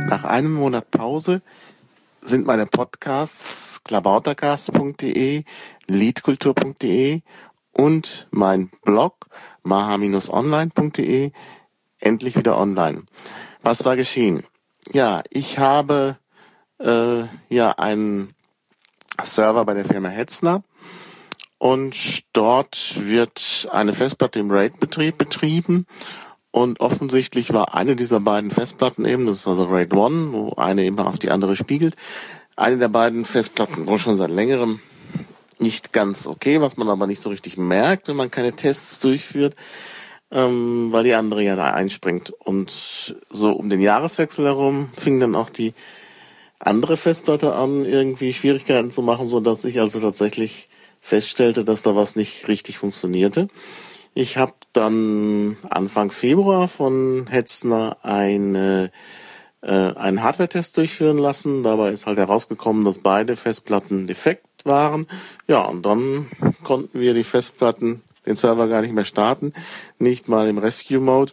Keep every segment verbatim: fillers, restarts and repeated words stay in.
Nach einem Monat Pause sind meine Podcasts klabautercast punkt de, liedkultur punkt de und mein Blog maha Bindestrich online punkt de endlich wieder online. Was war geschehen? Ja, ich habe äh, ja einen Server bei der Firma Hetzner und dort wird eine Festplatte im RAID-Betrieb betrieben. Und offensichtlich war eine dieser beiden Festplatten eben, das ist also RAID eins, wo eine eben auf die andere spiegelt, eine der beiden Festplatten wohl schon seit längerem nicht ganz okay, was man aber nicht so richtig merkt, wenn man keine Tests durchführt, ähm, weil die andere ja da einspringt. Und so um den Jahreswechsel herum fing dann auch die andere Festplatte an, irgendwie Schwierigkeiten zu machen, so dass ich also tatsächlich feststellte, dass da was nicht richtig funktionierte. Ich habe dann Anfang Februar von Hetzner eine, äh, einen Hardware-Test durchführen lassen. Dabei ist halt herausgekommen, dass beide Festplatten defekt waren. Ja, und dann konnten wir die Festplatten, den Server gar nicht mehr starten, nicht mal im Rescue-Mode.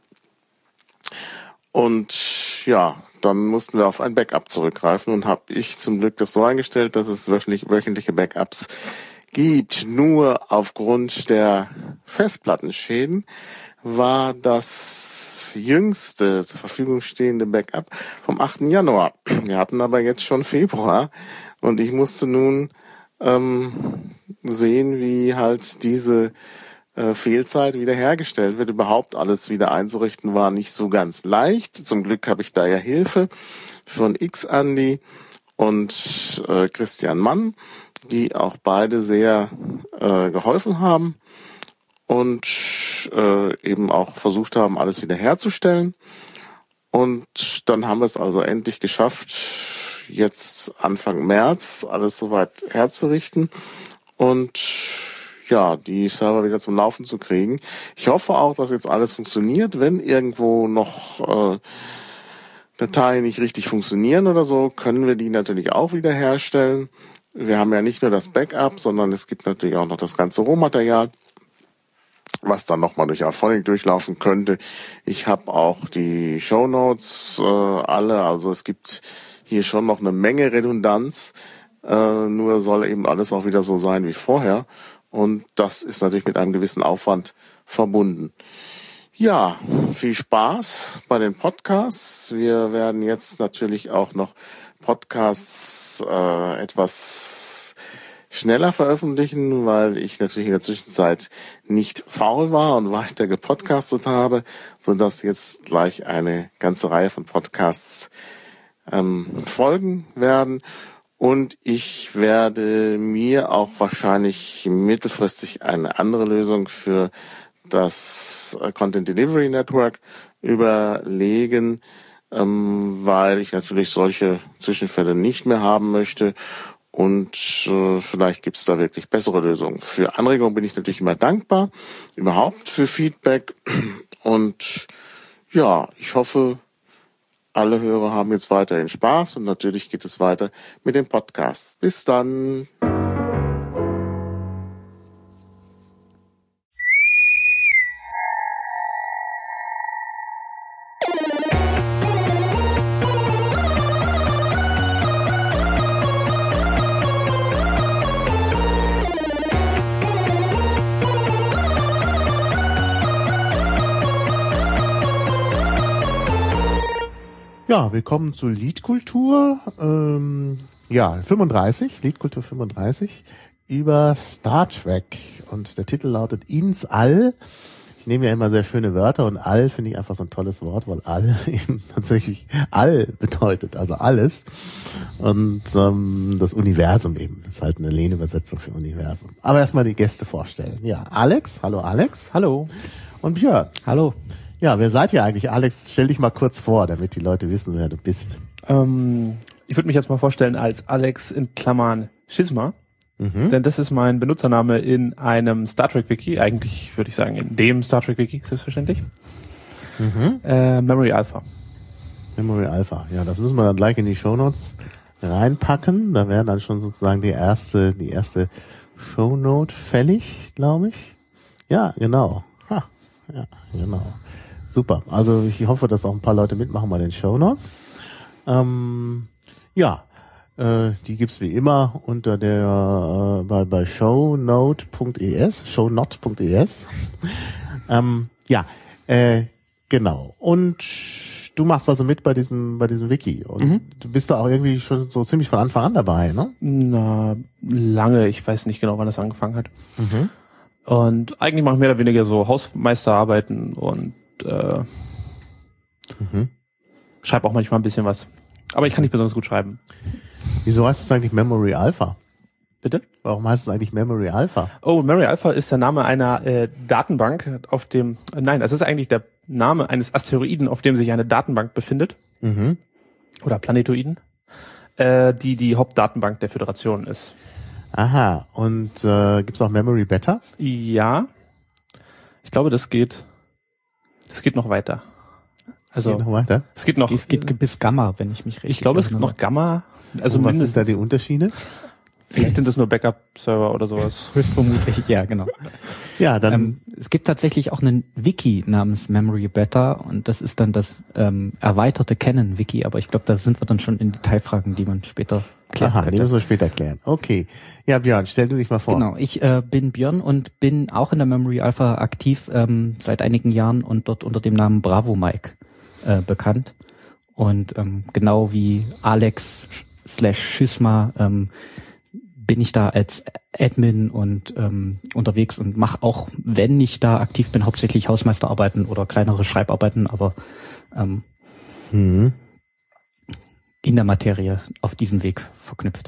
Und ja, dann mussten wir auf ein Backup zurückgreifen und habe ich zum Glück das so eingestellt, dass es wöchentlich, wöchentliche Backups gibt. Nur aufgrund der Festplattenschäden war das jüngste zur Verfügung stehende Backup vom achten Januar. Wir hatten aber jetzt schon Februar und ich musste nun ähm, sehen, wie halt diese äh, Fehlzeit wiederhergestellt wird. Überhaupt alles wieder einzurichten war nicht so ganz leicht. Zum Glück habe ich da ja Hilfe von X-Andi und äh, Christian Mann, die auch beide sehr äh, geholfen haben und äh, eben auch versucht haben, alles wiederherzustellen. Und dann haben wir es also endlich geschafft, jetzt Anfang März alles soweit herzurichten und ja, die Server wieder zum Laufen zu kriegen. Ich hoffe auch, dass jetzt alles funktioniert. Wenn irgendwo noch äh, Dateien nicht richtig funktionieren oder so, können wir die natürlich auch wiederherstellen. Wir haben ja nicht nur das Backup, sondern es gibt natürlich auch noch das ganze Rohmaterial, was dann nochmal durch Auphonic durchlaufen könnte. Ich habe auch die Shownotes äh, alle, also es gibt hier schon noch eine Menge Redundanz, äh, nur soll eben alles auch wieder so sein wie vorher. Und das ist natürlich mit einem gewissen Aufwand verbunden. Ja, viel Spaß bei den Podcasts. Wir werden jetzt natürlich auch noch Podcasts äh, etwas schneller veröffentlichen, weil ich natürlich in der Zwischenzeit nicht faul war und weiter gepodcastet habe, sodass jetzt gleich eine ganze Reihe von Podcasts ähm, folgen werden. Und ich werde mir auch wahrscheinlich mittelfristig eine andere Lösung für das Content Delivery Network überlegen, ähm, weil ich natürlich solche Zwischenfälle nicht mehr haben möchte und äh, vielleicht gibt es da wirklich bessere Lösungen. Für Anregungen bin ich natürlich immer dankbar, überhaupt für Feedback und ja, ich hoffe, alle Hörer haben jetzt weiterhin Spaß und natürlich geht es weiter mit dem Podcast. Bis dann! Ja, willkommen zu Liedkultur, ähm, ja, fünfunddreißig, Liedkultur fünfunddreißig, über Star Trek. Und der Titel lautet Ins All. Ich nehme ja immer sehr schöne Wörter und All finde ich einfach so ein tolles Wort, weil All eben tatsächlich All bedeutet, also alles. Und ähm, das Universum eben, das ist halt eine Lehnübersetzung für Universum. Aber erstmal die Gäste vorstellen. Ja, Alex, hallo Alex. Hallo. Und Björn. Hallo. Ja, wer seid ihr eigentlich? Alex, stell dich mal kurz vor, damit die Leute wissen, wer du bist. Ähm, ich würde mich jetzt mal vorstellen als Alex in Klammern Schisma, mhm. denn das ist mein Benutzername in einem Star Trek Wiki, eigentlich würde ich sagen in dem Star Trek Wiki, selbstverständlich. Mhm. Äh, Memory Alpha. Memory Alpha, ja, das müssen wir dann gleich in die Shownotes reinpacken. Da wäre dann schon sozusagen die erste, die erste Shownote fällig, glaube ich. Ja, genau. Ha, ja, genau. Super. Also ich hoffe, dass auch ein paar Leute mitmachen bei den Shownotes. Ähm, ja, äh, die gibt's wie immer unter der äh, bei bei shownote punkt e s, shownote punkt e s. ähm, ja, äh, genau. Und du machst also mit bei diesem bei diesem Wiki und mhm. du bist da auch irgendwie schon so ziemlich von Anfang an dabei, ne? Na, lange. Ich weiß nicht genau, wann das angefangen hat. Mhm. Und eigentlich mache ich mehr oder weniger so Hausmeisterarbeiten und äh, mhm. schreibe auch manchmal ein bisschen was. Aber ich kann nicht besonders gut schreiben. Wieso heißt es eigentlich Memory Alpha? Bitte? Warum heißt es eigentlich Memory Alpha? Oh, Memory Alpha ist der Name einer äh, Datenbank, auf dem, äh, nein, es ist eigentlich der Name eines Asteroiden, auf dem sich eine Datenbank befindet. Mhm. Oder Planetoiden, äh, die die Hauptdatenbank der Föderation ist. Aha, und äh, gibt's auch Memory Beta? Ja. Ich glaube, das geht, das geht noch weiter. Also, es geht noch weiter? Es geht noch. Es geht bis Gamma, wenn ich mich richtig Ich glaube, es gibt noch Gamma. Also und was sind da die Unterschiede? Vielleicht sind das nur Backup-Server oder sowas. Höchstvermutlich, ja, genau. Ja, dann. Ähm, es gibt tatsächlich auch einen Wiki namens Memory Beta und das ist dann das ähm, erweiterte Canon-Wiki, aber ich glaube, da sind wir dann schon in Detailfragen, die man später klären Aha, könnte. die müssen wir später klären. Okay. Ja, Björn, stell du dich mal vor. Genau, ich äh, bin Björn und bin auch in der Memory Alpha aktiv ähm, seit einigen Jahren und dort unter dem Namen Bravo Mike äh, bekannt. Und ähm, genau wie Alex slash Schisma ähm, bin ich da als Admin und ähm, unterwegs und mache auch, wenn ich da aktiv bin, hauptsächlich Hausmeisterarbeiten oder kleinere Schreibarbeiten, aber ähm, mhm. in der Materie auf diesem Weg verknüpft.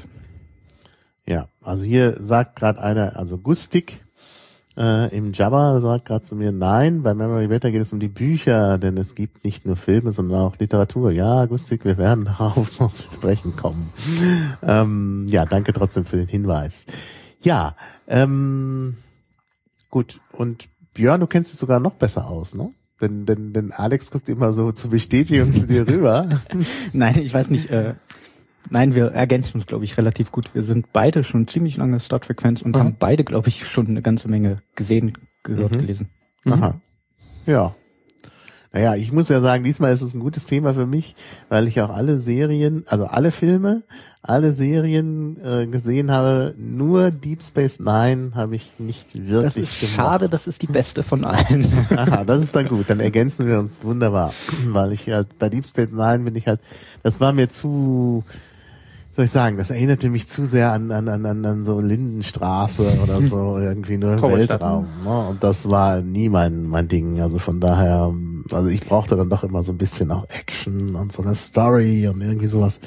Ja, also hier sagt gerade einer, also Gustik äh, im Jabba sagt gerade zu mir, nein, bei Memory Beta geht es um die Bücher, denn es gibt nicht nur Filme, sondern auch Literatur. Ja, Gustik, wir werden darauf noch zu sprechen kommen. ähm, ja, danke trotzdem für den Hinweis. Ja, ähm, gut, und Björn, du kennst dich sogar noch besser aus, ne? Denn, denn, denn Alex guckt immer so zur Bestätigung zu dir rüber. Nein, ich weiß nicht, äh, nein, wir ergänzen uns, glaube ich, relativ gut. Wir sind beide schon ziemlich lange Star Trek-Fans und mhm. haben beide, glaube ich, schon eine ganze Menge gesehen, gehört, mhm. gelesen. Mhm. Aha. Ja. Naja, ich muss ja sagen, diesmal ist es ein gutes Thema für mich, weil ich auch alle Serien, also alle Filme, alle Serien äh, gesehen habe. Nur Deep Space Nine habe ich nicht wirklich Das ist gemacht. schade, das ist die beste von allen. Aha, das ist dann gut, dann ergänzen wir uns wunderbar, weil ich halt bei Deep Space Nine bin ich halt, das war mir zu, soll ich sagen, das erinnerte mich zu sehr an an an, an so Lindenstraße oder so, irgendwie nur im Weltraum. Ne? Und das war nie mein mein Ding. Also von daher, also ich brauchte dann doch immer so ein bisschen auch Action und so eine Story und irgendwie sowas.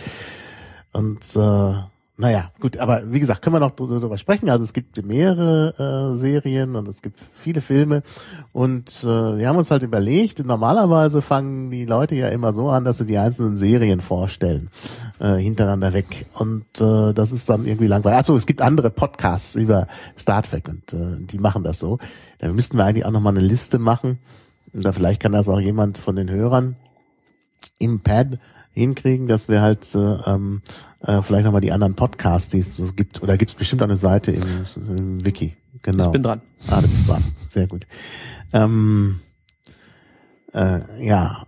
Und äh, naja, gut, aber wie gesagt, können wir noch darüber sprechen. Also es gibt mehrere äh, Serien und es gibt viele Filme und äh, wir haben uns halt überlegt, normalerweise fangen die Leute ja immer so an, dass sie die einzelnen Serien vorstellen, äh, hintereinander weg und äh, das ist dann irgendwie langweilig. Achso, es gibt andere Podcasts über Star Trek und äh, die machen das so. Da müssten wir eigentlich auch nochmal eine Liste machen und da vielleicht kann das auch jemand von den Hörern im Pad hinkriegen, dass wir halt äh, ähm, äh, vielleicht nochmal die anderen Podcasts, die es so gibt, oder gibt es bestimmt auch eine Seite im, im Wiki. Genau. Ich bin dran. Ah, du bist dran. Sehr gut. Ähm, äh, ja,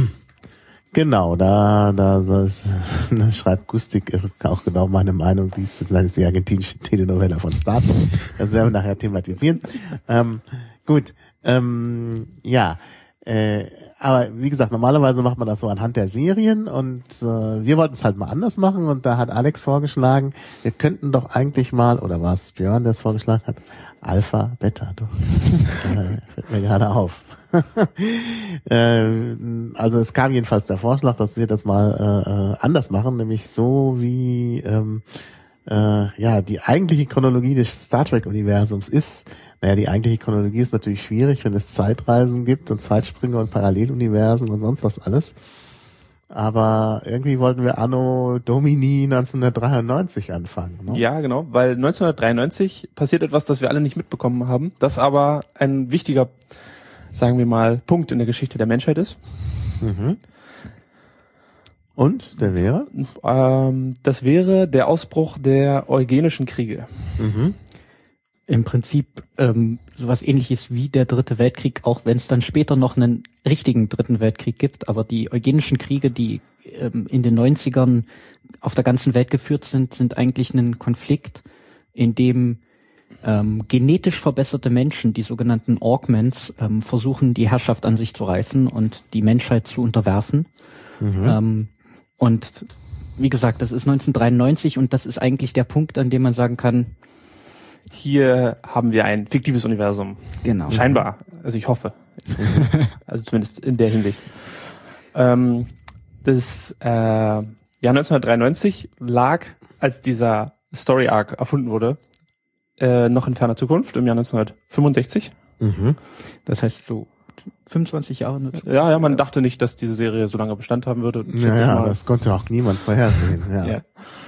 genau, da, da, das, da schreibt Gustik ist auch genau meine Meinung, dies ist die argentinische Telenovela von Star Trek. Das werden wir nachher thematisieren. Ähm, gut, ähm, ja, Äh, aber wie gesagt, normalerweise macht man das so anhand der Serien und äh, wir wollten es halt mal anders machen und da hat Alex vorgeschlagen, wir könnten doch eigentlich mal, oder war es Björn, der es vorgeschlagen hat, Alpha, Beta, doch. äh, fällt mir gerade auf. äh, also es kam jedenfalls der Vorschlag, dass wir das mal äh, anders machen, nämlich so wie ähm, äh, ja die eigentliche Chronologie des Star Trek-Universums ist. Naja, die eigentliche Chronologie ist natürlich schwierig, wenn es Zeitreisen gibt und Zeitsprünge und Paralleluniversen und sonst was alles. Aber irgendwie wollten wir Anno Domini neunzehnhundertdreiundneunzig anfangen. Ne? Ja, genau, weil neunzehnhundertdreiundneunzig passiert etwas, das wir alle nicht mitbekommen haben, das aber ein wichtiger, sagen wir mal, Punkt in der Geschichte der Menschheit ist. Mhm. Und, der wäre? Ähm, das wäre der Ausbruch der Eugenischen Kriege. Mhm. Im Prinzip ähm, sowas Ähnliches wie der Dritte Weltkrieg, auch wenn es dann später noch einen richtigen Dritten Weltkrieg gibt. Aber die eugenischen Kriege, die ähm, in den neunzigern auf der ganzen Welt geführt sind, sind eigentlich ein Konflikt, in dem ähm, genetisch verbesserte Menschen, die sogenannten Augments, ähm, versuchen, die Herrschaft an sich zu reißen und die Menschheit zu unterwerfen. Mhm. Ähm, und wie gesagt, das ist neunzehnhundertdreiundneunzig und das ist eigentlich der Punkt, an dem man sagen kann, hier haben wir ein fiktives Universum. Genau. Scheinbar. Also ich hoffe. Also zumindest in der Hinsicht. Ähm, das äh, Jahr neunzehnhundertdreiundneunzig lag, als dieser Story Arc erfunden wurde, äh, noch in ferner Zukunft, im Jahr neunzehnhundertfünfundsechzig. Mhm. Das heißt so fünfundzwanzig Jahre. Ja, ja, man dachte nicht, dass diese Serie so lange Bestand haben würde. Ja, ja, das konnte auch niemand vorhersehen. Ja. Ja.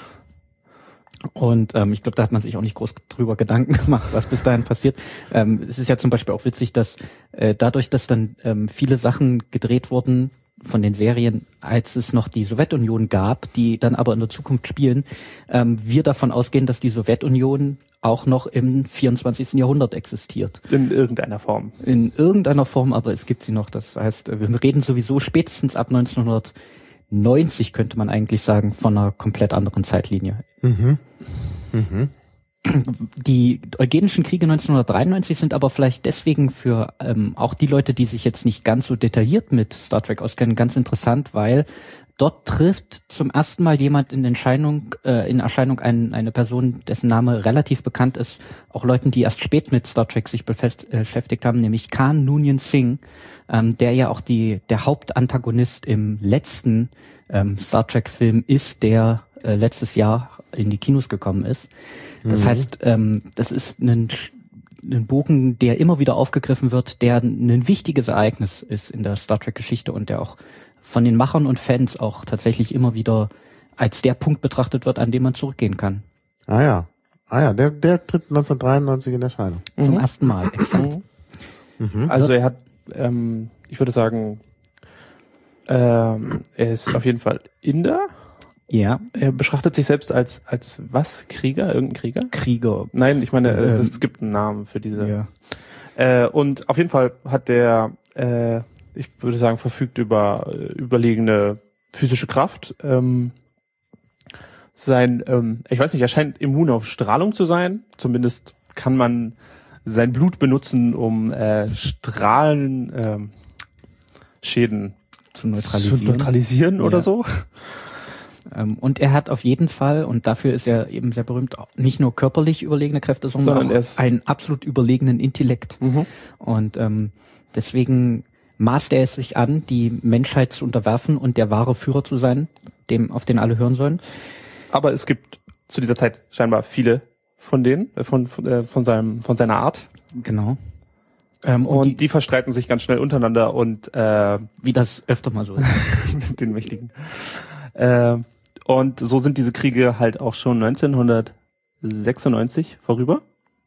Und ähm, ich glaube, da hat man sich auch nicht groß drüber Gedanken gemacht, was bis dahin passiert. Ähm, es ist ja zum Beispiel auch witzig, dass äh, dadurch, dass dann ähm, viele Sachen gedreht wurden von den Serien, als es noch die Sowjetunion gab, die dann aber in der Zukunft spielen, ähm, wir davon ausgehen, dass die Sowjetunion auch noch im vierundzwanzigsten Jahrhundert existiert. In irgendeiner Form. In irgendeiner Form, aber es gibt sie noch. Das heißt, wir reden sowieso spätestens ab neunzehnhundertneunzig, könnte man eigentlich sagen, von einer komplett anderen Zeitlinie. Mhm. Mhm. Die eugenischen Kriege neunzehnhundertdreiundneunzig sind aber vielleicht deswegen für ähm, auch die Leute, die sich jetzt nicht ganz so detailliert mit Star Trek auskennen, ganz interessant, weil dort trifft zum ersten Mal jemand in Erscheinung, äh, in Erscheinung ein, eine Person, dessen Name relativ bekannt ist, auch Leuten, die erst spät mit Star Trek sich befest, äh, beschäftigt haben, nämlich Khan Noonien Singh, ähm, der ja auch die der Hauptantagonist im letzten ähm, Star Trek Film ist, der äh, letztes Jahr in die Kinos gekommen ist. Das mhm. heißt, ähm, das ist ein, ein Bogen, der immer wieder aufgegriffen wird, der ein wichtiges Ereignis ist in der Star Trek Geschichte und der auch von den Machern und Fans auch tatsächlich immer wieder als der Punkt betrachtet wird, an dem man zurückgehen kann. Ah ja, ah ja, der, der tritt neunzehnhundertdreiundneunzig in Erscheinung. Mhm. Zum ersten Mal, exakt. Mhm. Also er hat, ähm, ich würde sagen, ähm, er ist auf jeden Fall Inder. Ja. Er betrachtet sich selbst als als was? Krieger? Irgendein Krieger? Krieger. Nein, ich meine, ähm, es gibt einen Namen für diese. Ja. Äh, und auf jeden Fall hat der, äh, ich würde sagen, verfügt über äh, überlegene physische Kraft. Ähm, sein, ähm, ich weiß nicht, er scheint immun auf Strahlung zu sein. Zumindest kann man sein Blut benutzen, um äh, Strahlen, ähm, Schäden zu neutralisieren, zu neutralisieren ja. oder so. Und er hat auf jeden Fall, und dafür ist er eben sehr berühmt, nicht nur körperlich überlegene Kräfte, sondern, sondern auch einen absolut überlegenen Intellekt. Mhm. Und ähm, deswegen maßt er es sich an, die Menschheit zu unterwerfen und der wahre Führer zu sein, dem auf den alle hören sollen. Aber es gibt zu dieser Zeit scheinbar viele von denen, von von, äh, von seinem von seiner Art. Genau. Ähm, und, und die, die verstreiten sich ganz schnell untereinander und äh, wie das öfter mal so ist. mit den Mächtigen. Äh, und so sind diese Kriege halt auch schon neunzehnhundertsechsundneunzig vorüber.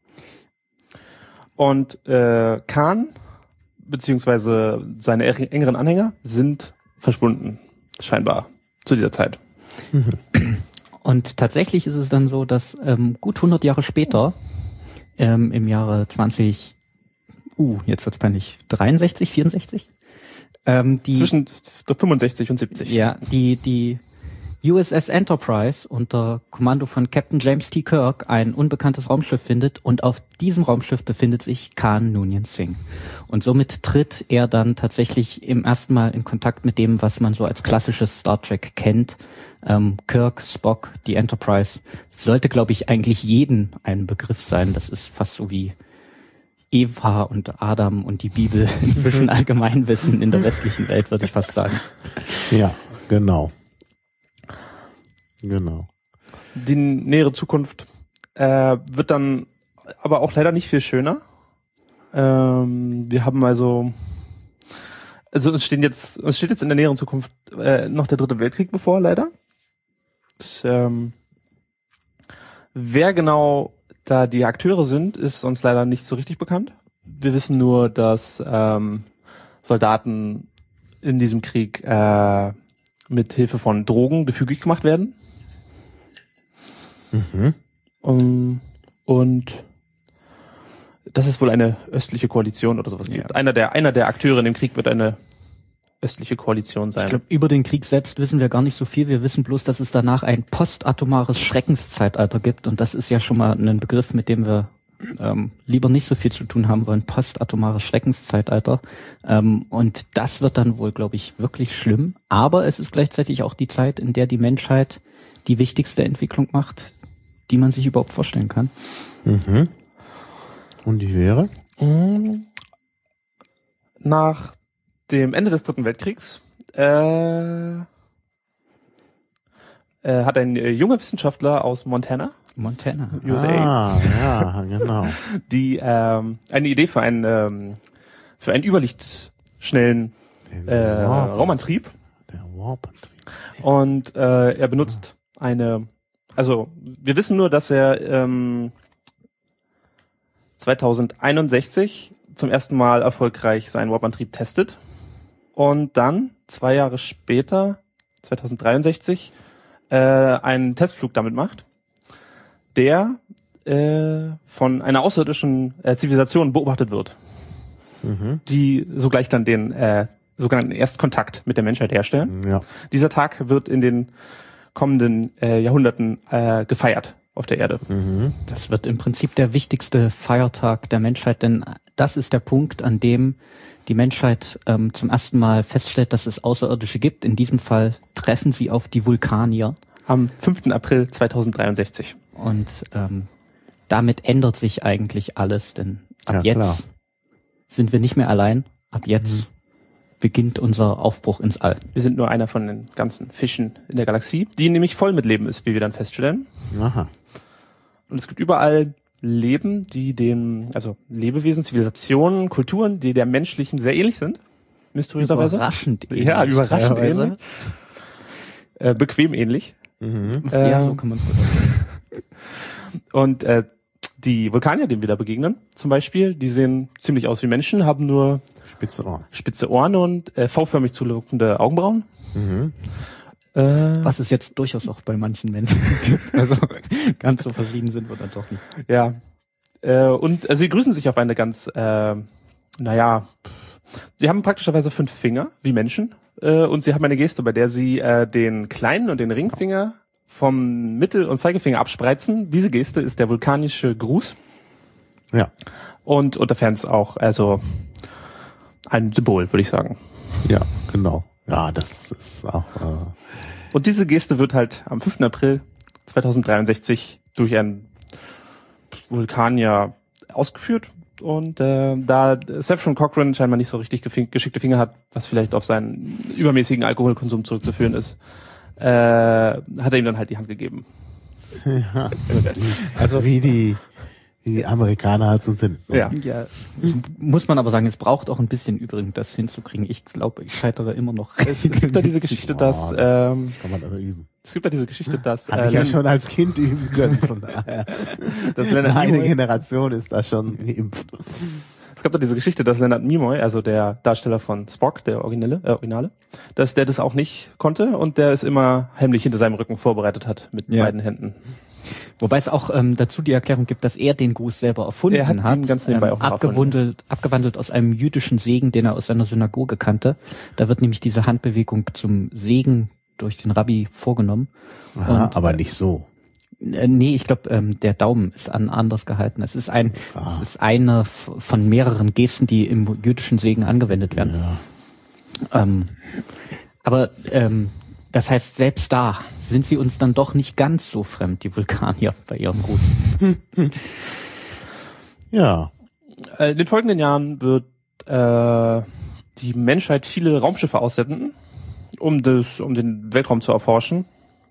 Und äh, Khan beziehungsweise seine engeren Anhänger sind verschwunden, scheinbar, zu dieser Zeit. Und tatsächlich ist es dann so, dass ähm, gut hundert Jahre später, ähm, im Jahre zwanzig, uh, jetzt wird's peinlich, dreiundsechzig, vierundsechzig? Ähm, die, Zwischen fünfundsechzig und siebzig. Ja, die, die U S S Enterprise unter Kommando von Captain James T. Kirk ein unbekanntes Raumschiff findet und auf diesem Raumschiff befindet sich Khan Noonien Singh. Und somit tritt er dann tatsächlich im ersten Mal in Kontakt mit dem, was man so als klassisches Star Trek kennt. Ähm, Kirk, Spock, die Enterprise. Sollte, glaube ich, eigentlich jedem ein Begriff sein. Das ist fast so wie Eva und Adam und die Bibel inzwischen Allgemeinwissen in der westlichen Welt, würde ich fast sagen. Ja, genau. Genau. Die nähere Zukunft äh, wird dann aber auch leider nicht viel schöner. Ähm, wir haben also, also es steht jetzt, es steht jetzt in der näheren Zukunft äh, noch der Dritte Weltkrieg bevor, leider. Und, ähm, wer genau da die Akteure sind, ist uns leider nicht so richtig bekannt. Wir wissen nur, dass ähm, Soldaten in diesem Krieg äh, mit Hilfe von Drogen gefügig gemacht werden. Mhm. Um, und dass es wohl eine östliche Koalition oder sowas Ja. gibt. Einer der, einer der Akteure in dem Krieg wird eine östliche Koalition sein. Ich glaube, über den Krieg selbst wissen wir gar nicht so viel. Wir wissen bloß, dass es danach ein postatomares Schreckenszeitalter gibt. Und das ist ja schon mal ein Begriff, mit dem wir ähm, lieber nicht so viel zu tun haben wollen. Postatomares Schreckenszeitalter. Ähm, und das wird dann wohl, glaube ich, wirklich schlimm. Aber es ist gleichzeitig auch die Zeit, in der die Menschheit die wichtigste Entwicklung macht, die man sich überhaupt vorstellen kann. Mhm. Und die wäre? Nach dem Ende des Dritten Weltkriegs äh, äh, hat ein äh, junger Wissenschaftler aus Montana, Montana. U S A, Ah, ja, genau. die ähm, eine Idee für einen ähm, für einen überlichtschnellen Den äh, Warp- Raumantrieb. Der Warp-Antrieb. Und äh, er benutzt eine, also wir wissen nur, dass er ähm, zweitausendeinundsechzig zum ersten Mal erfolgreich seinen Warp-Antrieb testet und dann zwei Jahre später, zweitausenddreiundsechzig, äh, einen Testflug damit macht, der äh, von einer außerirdischen äh, Zivilisation beobachtet wird, Mhm. die sogleich dann den äh, sogenannten Erstkontakt mit der Menschheit herstellen. Ja. Dieser Tag wird in den kommenden äh, Jahrhunderten äh, gefeiert auf der Erde. Mhm. Das wird im Prinzip der wichtigste Feiertag der Menschheit, denn das ist der Punkt, an dem die Menschheit ähm, zum ersten Mal feststellt, dass es Außerirdische gibt. In diesem Fall treffen sie auf die Vulkanier. Am fünften April zweitausenddreiundsechzig. Und ähm, damit ändert sich eigentlich alles, denn ab Ja, jetzt klar. sind wir nicht mehr allein. Ab jetzt Mhm. beginnt unser Aufbruch ins All. Wir sind nur einer von den ganzen Fischen in der Galaxie, die nämlich voll mit Leben ist, wie wir dann feststellen. Aha. Und es gibt überall Leben, die dem, also Lebewesen, Zivilisationen, Kulturen, die der menschlichen sehr ähnlich sind. Mysteriöserweise. Überraschend ähnlich. Ja, überraschend teilweise. ähnlich. Äh, bequem ähnlich. Mhm. Äh, Ja, so kann man es betrachten. Und äh, die Vulkanier, denen wir da begegnen, zum Beispiel, die sehen ziemlich aus wie Menschen, haben nur Spitze Ohren. spitze Ohren und äh, V-förmig zulaufende Augenbrauen. Mhm. Äh, Was es jetzt durchaus auch bei manchen Menschen gibt. Also ganz so verschieden sind wir dann doch nicht. Ja. Äh, und äh, sie grüßen sich auf eine ganz, äh, naja, sie haben praktischerweise fünf Finger, wie Menschen. Äh, und sie haben eine Geste, bei der sie äh, den kleinen und den Ringfinger vom Mittel- und Zeigefinger abspreizen. Diese Geste ist der vulkanische Gruß. Ja. Und unter Fans auch, also ein Symbol, würde ich sagen. Ja, genau. Ja, das ist auch. Äh, Und diese Geste wird halt am fünften April zweitausenddreiundsechzig durch einen Vulkanier ausgeführt. Und äh, da Saffron Cochran scheinbar nicht so richtig gefing- geschickte Finger hat, was vielleicht auf seinen übermäßigen Alkoholkonsum zurückzuführen ist, äh, hat er ihm dann halt die Hand gegeben. ja. Also wie die, wie die Amerikaner halt so sind. ne? Ja. Ja, muss man aber sagen, es braucht auch ein bisschen Übrigen, das hinzukriegen. Ich glaube, ich scheitere immer noch. Es gibt da diese Geschichte, dass Oh, ähm, Kann man aber üben. es gibt da diese Geschichte, dass Hatte äh, ich ja Len- schon als Kind üben können, von daher. dass Leonard Meine Nimoy, Generation ist da schon geimpft. es gab da diese Geschichte, dass Leonard Nimoy, also der Darsteller von Spock, der Originelle, äh, Originale, dass der das auch nicht konnte und der es immer heimlich hinter seinem Rücken vorbereitet hat mit Ja. beiden Händen. Wobei es auch ähm, dazu die Erklärung gibt, dass er den Gruß selber erfunden Er hat hat, ihn ganz nebenbei ähm, auch noch abgewandelt, abgewandelt aus einem jüdischen Segen, den er aus seiner Synagoge kannte. Da wird nämlich diese Handbewegung zum Segen durch den Rabbi vorgenommen. Aha, Und, aber nicht so. Äh, nee, ich glaube, ähm, der Daumen ist an anders gehalten. Es ist ein, Ah. es ist eine f- von mehreren Gesten, die im jüdischen Segen angewendet werden. Ja. Ähm, aber ähm, das heißt, selbst da sind sie uns dann doch nicht ganz so fremd, die Vulkanier, bei ihrem Gruß. Ja. Äh, in den folgenden Jahren wird äh, die Menschheit viele Raumschiffe aussenden, um das, um den Weltraum zu erforschen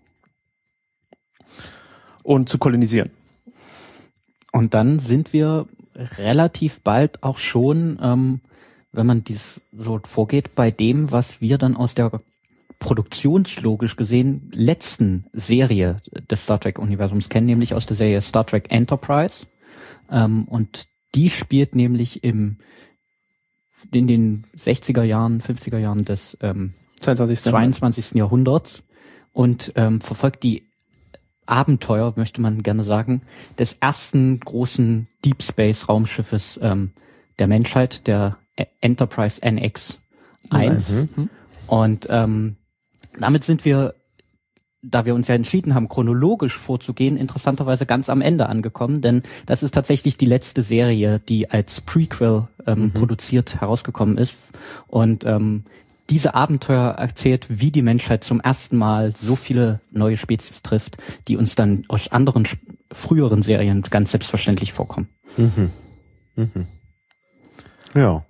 und zu kolonisieren. Und dann sind wir relativ bald auch schon, ähm, wenn man dies so vorgeht, bei dem, was wir dann aus der produktionslogisch gesehen letzten Serie des Star Trek-Universums kennen, nämlich aus der Serie Star Trek Enterprise. Ähm, und die spielt nämlich im in den sechziger Jahren, fünfziger Jahren des ähm, zweiundzwanzigsten. zweiundzwanzigsten Jahrhunderts und ähm, verfolgt die Abenteuer, möchte man gerne sagen, des ersten großen Deep Space Raumschiffes ähm, der Menschheit, der Enterprise N X eins. Mhm. Und ähm, damit sind wir, da wir uns ja entschieden haben, chronologisch vorzugehen, interessanterweise ganz am Ende angekommen, denn das ist tatsächlich die letzte Serie, die als Prequel ähm, mhm. produziert herausgekommen ist. Und ähm, diese Abenteuer erzählt, wie die Menschheit zum ersten Mal so viele neue Spezies trifft, die uns dann aus anderen früheren Serien ganz selbstverständlich vorkommen. Mhm. Mhm. Ja.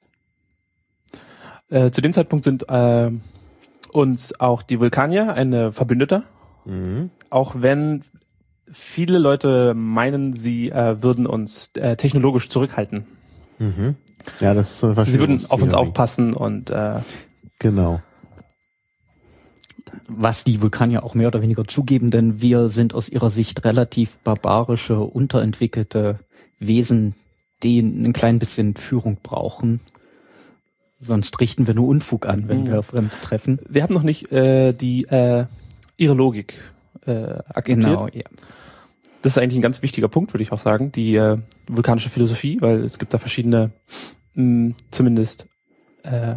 Äh, zu dem Zeitpunkt sind äh, uns auch die Vulkanier eine Verbündeter, mhm. auch wenn viele Leute meinen, sie äh, würden uns äh, technologisch zurückhalten. Mhm. Ja, das ist eine Sie würden auf uns aufpassen und äh, genau. Was die Vulkanier auch mehr oder weniger zugeben, denn wir sind aus ihrer Sicht relativ barbarische, unterentwickelte Wesen, die ein klein bisschen Führung brauchen. Sonst richten wir nur Unfug an, wenn mhm. wir Fremde treffen. Wir haben noch nicht äh, die äh, ihre Logik äh, akzeptiert. Genau, ja. Das ist eigentlich ein ganz wichtiger Punkt, würde ich auch sagen, die äh, vulkanische Philosophie, weil es gibt da verschiedene, mh, zumindest, äh,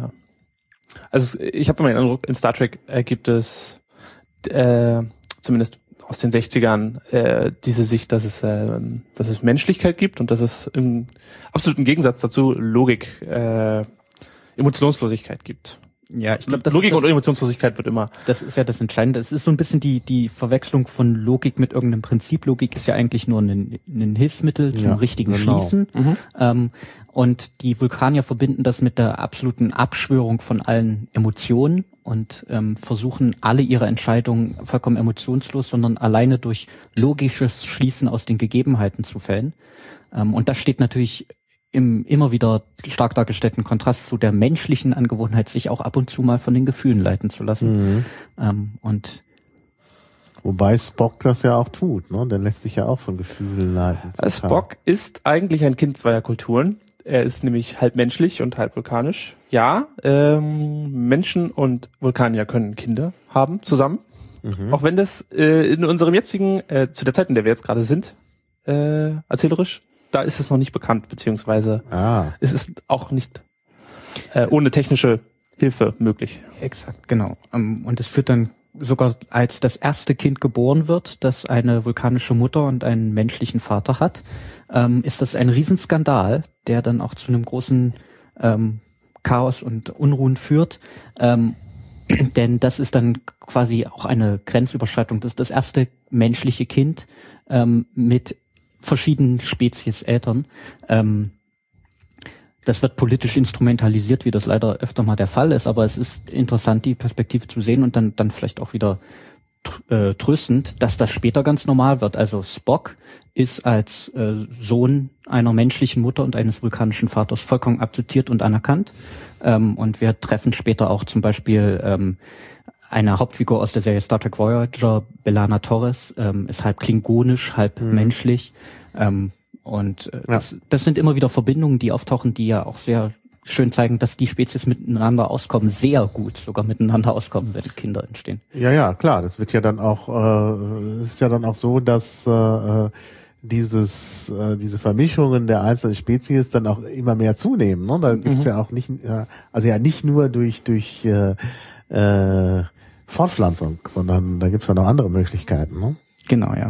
also ich habe immer den Eindruck, in Star Trek äh, gibt es äh, zumindest aus den sechzigern äh, diese Sicht, dass es, äh, dass es Menschlichkeit gibt und dass es im absoluten Gegensatz dazu Logik, äh, Emotionslosigkeit gibt. Ja, ich glaube, Logik das, und Emotionslosigkeit wird immer. Das ist ja das Entscheidende. Es ist so ein bisschen die die Verwechslung von Logik mit irgendeinem Prinzip. Logik ist ja eigentlich nur ein, ein Hilfsmittel zum ja, richtigen genau. Schließen. Mhm. Ähm, und die Vulkanier verbinden das mit der absoluten Abschwörung von allen Emotionen und ähm, versuchen alle ihre Entscheidungen vollkommen emotionslos, sondern alleine durch logisches Schließen aus den Gegebenheiten zu fällen. Ähm, und das steht natürlich im immer wieder stark dargestellten Kontrast zu der menschlichen Angewohnheit, sich auch ab und zu mal von den Gefühlen leiten zu lassen. Mhm. Ähm, und wobei Spock das ja auch tut, ne? Der lässt sich ja auch von Gefühlen leiten. Spock ist eigentlich ein Kind zweier Kulturen. Er ist nämlich halb menschlich und halb vulkanisch. Ja, ähm, Menschen und Vulkanier können Kinder haben zusammen. Mhm. Auch wenn das äh, in unserem jetzigen, äh, zu der Zeit, in der wir jetzt gerade sind, äh, erzählerisch, da ist es noch nicht bekannt, beziehungsweise ah. es ist auch nicht äh, ohne technische Hilfe möglich. Exakt, genau. Und es führt dann sogar, als das erste Kind geboren wird, das eine vulkanische Mutter und einen menschlichen Vater hat, ähm, ist das ein Riesenskandal, der dann auch zu einem großen ähm, Chaos und Unruhen führt. Ähm, denn das ist dann quasi auch eine Grenzüberschreitung. Das ist das erste menschliche Kind ähm, mit verschiedenen Spezies Eltern. Ähm, das wird politisch instrumentalisiert, wie das leider öfter mal der Fall ist, aber es ist interessant, die Perspektive zu sehen und dann dann vielleicht auch wieder äh, tröstend, dass das später ganz normal wird. Also Spock ist als äh, Sohn einer menschlichen Mutter und eines vulkanischen Vaters vollkommen akzeptiert und anerkannt. Ähm, und wir treffen später auch zum Beispiel ähm, eine Hauptfigur aus der Serie Star Trek Voyager, B'Elanna Torres, ähm, ist halb klingonisch, halb mhm. menschlich. Ähm, und äh, ja. das, das sind immer wieder Verbindungen, die auftauchen, die ja auch sehr schön zeigen, dass die Spezies miteinander auskommen, sehr gut sogar miteinander auskommen, wenn Kinder entstehen. Ja, ja, klar. Das wird ja dann auch, äh, ist ja dann auch so, dass äh, dieses, äh, diese Vermischungen der einzelnen Spezies dann auch immer mehr zunehmen. Ne? Da gibt's mhm. ja auch nicht, äh, also ja nicht nur durch durch äh, äh, Fortpflanzung, sondern da gibt's dann noch andere Möglichkeiten. Ne? Genau, ja.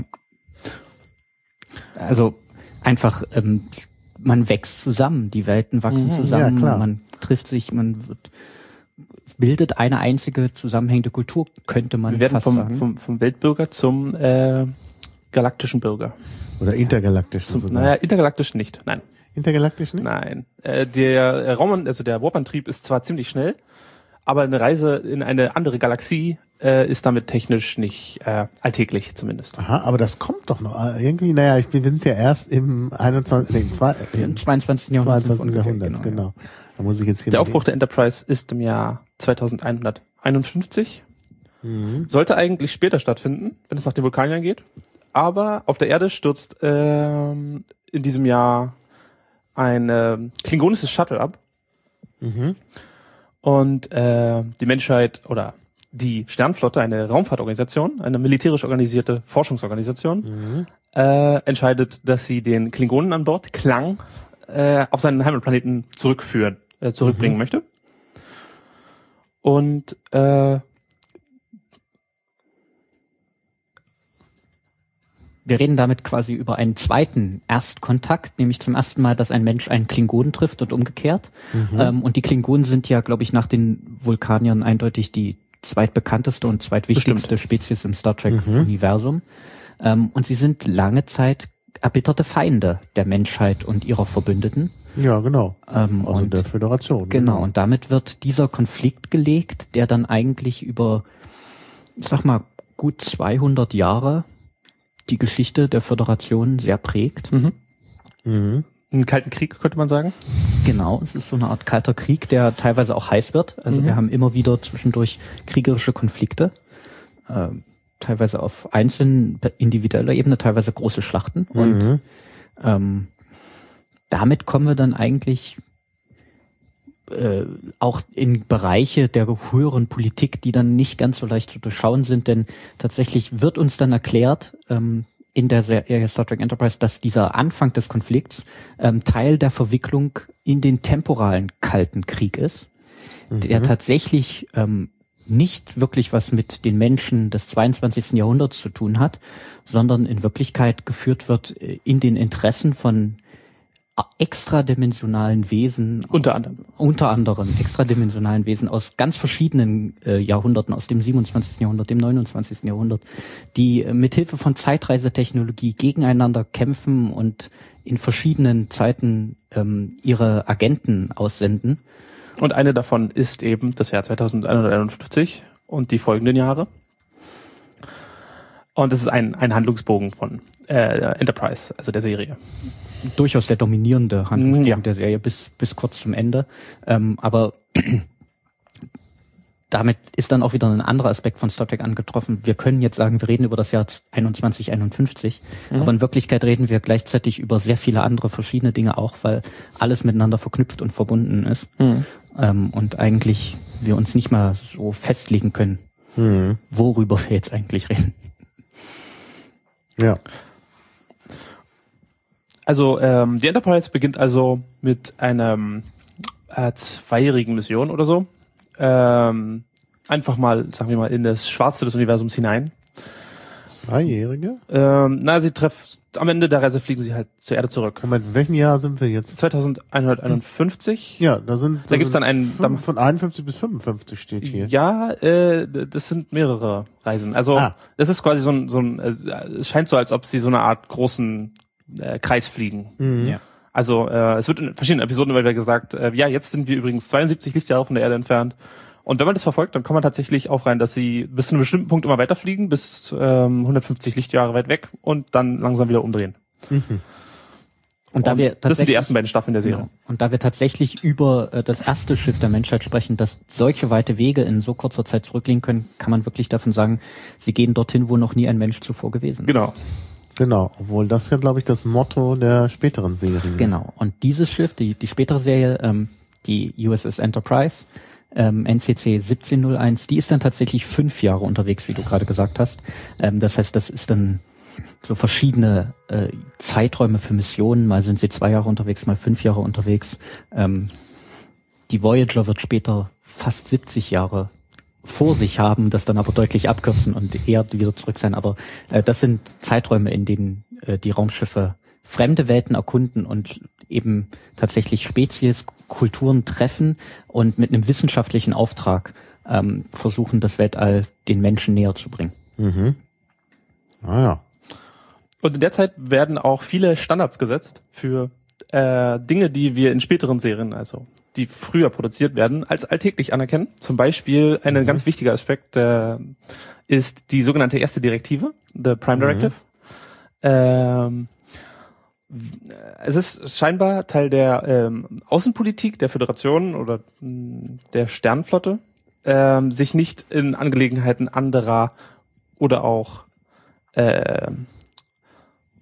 Also einfach, ähm, man wächst zusammen, die Welten wachsen mhm, zusammen, ja, man trifft sich, man wird, bildet eine einzige zusammenhängende Kultur, könnte man Wir werden fast vom, sagen. vom, vom Weltbürger zum äh, galaktischen Bürger. Oder intergalaktisch. Zum, naja, intergalaktisch nicht, nein. Intergalaktisch nicht? Nein. Äh, der Raum, also der Warp-Antrieb ist zwar ziemlich schnell, aber eine Reise in eine andere Galaxie äh, ist damit technisch nicht äh, alltäglich zumindest. Aha, aber das kommt doch noch irgendwie, naja, ich bin, wir sind ja erst im einundzwanzigsten. Nee, im, zwei, im zweiundzwanzigsten. Jahrhundert. zweiundzwanzigsten. Jahrhundert, genau. genau. Da muss ich jetzt hier der Aufbruch der Enterprise ist im Jahr zweitausendeinhunderteinundfünfzig. Mhm. Sollte eigentlich später stattfinden, wenn es nach den Vulkaniern geht. Aber auf der Erde stürzt ähm, in diesem Jahr ein äh, klingonisches Shuttle ab. Mhm. Und äh, die Menschheit oder die Sternflotte, eine Raumfahrtorganisation, eine militärisch organisierte Forschungsorganisation, mhm. äh, entscheidet, dass sie den Klingonen an Bord, Klang, äh, auf seinen Heimatplaneten zurückführen, äh, zurückbringen mhm. möchte. Und äh, wir reden damit quasi über einen zweiten Erstkontakt, nämlich zum ersten Mal, dass ein Mensch einen Klingonen trifft und umgekehrt. Mhm. Ähm, und die Klingonen sind ja, glaube ich, nach den Vulkaniern eindeutig die zweitbekannteste und zweitwichtigste Bestimmt. Spezies im Star Trek-Universum. Mhm. Ähm, und sie sind lange Zeit erbitterte Feinde der Menschheit und ihrer Verbündeten. Ja, genau. Ähm, also und der Föderation. Genau, genau, und damit wird dieser Konflikt gelegt, der dann eigentlich über, ich sag mal, gut zweihundert Jahre die Geschichte der Föderation sehr prägt. Mhm. Mhm. Einen kalten Krieg, könnte man sagen. Genau, es ist so eine Art kalter Krieg, der teilweise auch heiß wird. Also mhm. wir haben immer wieder zwischendurch kriegerische Konflikte, äh, teilweise auf einzelnen individueller Ebene, teilweise große Schlachten. Mhm. Und ähm, damit kommen wir dann eigentlich äh, auch in Bereiche der höheren Politik, die dann nicht ganz so leicht zu durchschauen sind, denn tatsächlich wird uns dann erklärt ähm, in der Serie Star Trek Enterprise, dass dieser Anfang des Konflikts ähm, Teil der Verwicklung in den temporalen Kalten Krieg ist, mhm. der tatsächlich ähm, nicht wirklich was mit den Menschen des zweiundzwanzigsten Jahrhunderts zu tun hat, sondern in Wirklichkeit geführt wird in den Interessen von extradimensionalen Wesen. Unter aus, anderem. Unter anderem extradimensionalen Wesen aus ganz verschiedenen äh, Jahrhunderten, aus dem siebenundzwanzigsten Jahrhundert, dem neunundzwanzigsten Jahrhundert, die äh, mithilfe von Zeitreisetechnologie gegeneinander kämpfen und in verschiedenen Zeiten ähm, ihre Agenten aussenden. Und eine davon ist eben das Jahr zweitausendeinhunderteinundfünfzig und die folgenden Jahre. Und es ist ein, ein Handlungsbogen von äh, Enterprise, also der Serie. Durchaus der dominierende Handlungsbogen ja. der Serie bis bis kurz zum Ende. Ähm, aber damit ist dann auch wieder ein anderer Aspekt von Star Trek angetroffen. Wir können jetzt sagen, wir reden über das Jahr einundzwanzig einundfünfzig, mhm. aber in Wirklichkeit reden wir gleichzeitig über sehr viele andere verschiedene Dinge auch, weil alles miteinander verknüpft und verbunden ist. Mhm. Ähm, und eigentlich wir uns nicht mal so festlegen können, mhm. worüber wir jetzt eigentlich reden. Ja. Also ähm, die Enterprise beginnt also mit einer äh, zweijährigen Mission oder so. Ähm, einfach mal, sagen wir mal, in das Schwarze des Universums hinein. Zweijährige? Ähm, na, sie treffen, am Ende der Reise fliegen sie halt zur Erde zurück. Moment, in welchem Jahr sind wir jetzt? zweitausendeinhunderteinundfünfzig. Ja, da sind, da, da gibt's sind dann einen, fünf, von einundfünfzig bis fünfundfünfzig steht hier. Ja, äh, das sind mehrere Reisen. Also, ah. das ist quasi so ein, so ein, es scheint so, als ob sie so eine Art großen äh, Kreis fliegen. Mhm. Ja. Also, äh, es wird in verschiedenen Episoden immer wieder gesagt, äh, ja, jetzt sind wir übrigens zweiundsiebzig Lichtjahre von der Erde entfernt. Und wenn man das verfolgt, dann kommt man tatsächlich auf rein, dass sie bis zu einem bestimmten Punkt immer weiterfliegen, bis ähm, hundertfünfzig Lichtjahre weit weg und dann langsam wieder umdrehen. Mhm. Und da und wir das sind die ersten beiden Staffeln der Serie. Ja. Und da wir tatsächlich über äh, das erste Schiff der Menschheit sprechen, das solche weite Wege in so kurzer Zeit zurücklegen können, kann man wirklich davon sagen, sie gehen dorthin, wo noch nie ein Mensch zuvor gewesen genau. ist. Genau, obwohl das ja, glaube ich, das Motto der späteren Serie ist. Genau, und dieses Schiff, die, die spätere Serie, ähm, die U S S Enterprise, ähm, N C C siebzehn null eins, die ist dann tatsächlich fünf Jahre unterwegs, wie du gerade gesagt hast. Ähm, das heißt, das ist dann so verschiedene äh, Zeiträume für Missionen. Mal sind sie zwei Jahre unterwegs, mal fünf Jahre unterwegs. Ähm, die Voyager wird später fast siebzig Jahre vor sich haben, das dann aber deutlich abkürzen und eher wieder zurück sein. Aber äh, das sind Zeiträume, in denen äh, die Raumschiffe fremde Welten erkunden und eben tatsächlich Spezies, Kulturen treffen und mit einem wissenschaftlichen Auftrag ähm, versuchen, das Weltall den Menschen näher zu bringen. Mhm. Ah ja. Und in der Zeit werden auch viele Standards gesetzt für äh, Dinge, die wir in späteren Serien, also die früher produziert werden, als alltäglich anerkennen. Zum Beispiel ein mhm. ganz wichtiger Aspekt äh, ist die sogenannte erste Direktive, the Prime Directive. Mhm. Ähm, es ist scheinbar Teil der ähm, Außenpolitik der Föderation oder mh, der Sternenflotte, ähm, sich nicht in Angelegenheiten anderer oder auch äh,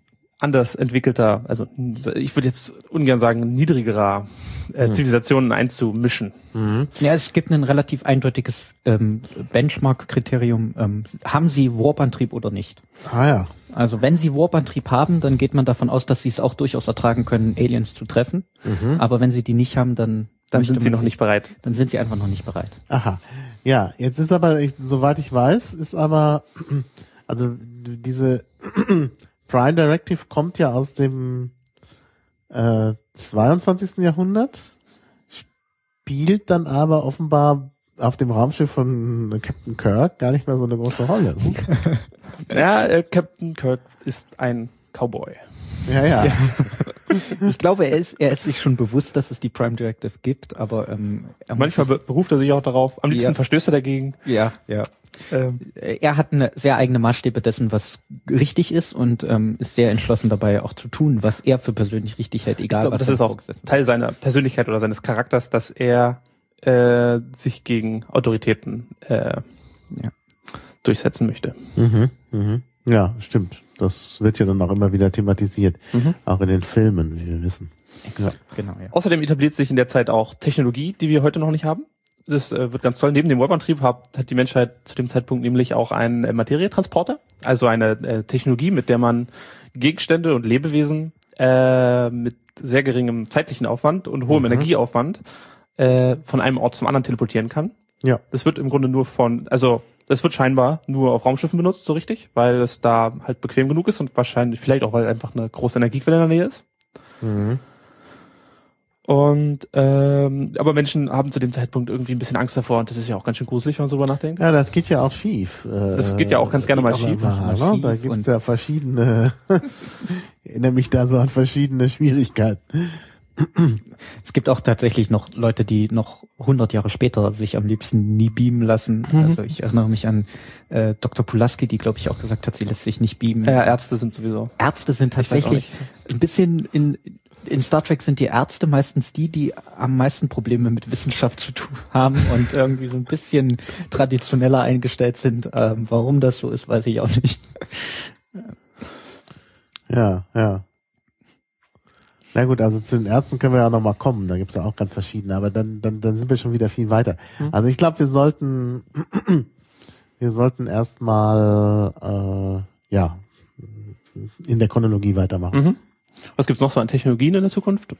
anders entwickelter, also ich würde jetzt ungern sagen niedrigerer äh, Zivilisationen einzumischen. Mhm. Ja, es gibt ein relativ eindeutiges ähm, Benchmark-Kriterium. Ähm, haben Sie Warp-Antrieb oder nicht? Ah ja. Also wenn Sie Warp-Antrieb haben, dann geht man davon aus, dass Sie es auch durchaus ertragen können, Aliens zu treffen. Mhm. Aber wenn Sie die nicht haben, dann Dann sind sie noch nicht bereit. Dann sind sie einfach noch nicht bereit. Aha. Ja, jetzt ist aber, ich, soweit ich weiß, ist aber, also diese Prime Directive kommt ja aus dem äh, zweiundzwanzigsten Jahrhundert, spielt dann aber offenbar auf dem Raumschiff von Captain Kirk gar nicht mehr so eine große Rolle. Ja, äh, Captain Kirk ist ein Cowboy. Ja, ja. Ja. Ich glaube, er ist, er ist sich schon bewusst, dass es die Prime Directive gibt, aber ähm, er manchmal muss beruft er sich auch darauf. Am liebsten Ja. verstößt er dagegen. ja, ja. Ähm, er hat eine sehr eigene Maßstäbe dessen, was richtig ist und ähm, ist sehr entschlossen dabei, auch zu tun, was er für persönlich richtig hält, egal Ich glaube, was das sein ist auch Vorgesetzter- Teil seiner Persönlichkeit oder seines Charakters, dass er äh, sich gegen Autoritäten äh, Ja. durchsetzen möchte. Mhm, mhm. Ja, stimmt. Das wird ja dann auch immer wieder thematisiert. Mhm. Auch in den Filmen, wie wir wissen. Exakt, genau, ja. Außerdem etabliert sich in der Zeit auch Technologie, die wir heute noch nicht haben. Das äh, wird ganz toll. Neben dem Warp-Antrieb hat, hat die Menschheit zu dem Zeitpunkt nämlich auch einen äh, Materietransporter, also eine äh, Technologie, mit der man Gegenstände und Lebewesen äh, mit sehr geringem zeitlichen Aufwand und hohem Mhm. Energieaufwand äh, von einem Ort zum anderen teleportieren kann. Ja. Das wird im Grunde nur von, also das wird scheinbar nur auf Raumschiffen benutzt, so richtig, weil es da halt bequem genug ist und wahrscheinlich, vielleicht auch, weil einfach eine große Energiequelle in der Nähe ist. Mhm. Und ähm, aber Menschen haben zu dem Zeitpunkt irgendwie ein bisschen Angst davor und das ist ja auch ganz schön gruselig, wenn man so drüber nachdenkt. Ja, das geht ja auch schief. Äh, Das geht ja auch ganz gerne mal geht auch schief. Mal, Mal ne? Da schief gibt's und- ja verschiedene, ich erinnere mich da so an verschiedene Schwierigkeiten. Es gibt auch tatsächlich noch Leute, die noch hundert Jahre später sich am liebsten nie beamen lassen. Mhm. Also ich erinnere mich an äh, Doktor Pulaski, die, glaube ich, auch gesagt hat, sie lässt sich nicht beamen. Ja, Ärzte sind sowieso. Ärzte sind Ich weiß auch tatsächlich ein bisschen in in Star Trek sind die Ärzte meistens die, die am meisten Probleme mit Wissenschaft zu tun haben und irgendwie so ein bisschen traditioneller eingestellt sind. Ähm, warum das so ist, weiß ich auch nicht. Ja, ja. Na gut, also zu den Ärzten können wir ja noch mal kommen. Da gibt's ja auch ganz verschiedene, aber dann, dann, dann sind wir schon wieder viel weiter. Hm. Also ich glaube, wir sollten, wir sollten erstmal, äh, ja, in der Chronologie weitermachen. Mhm. Was gibt's noch so an Technologien in der Zukunft?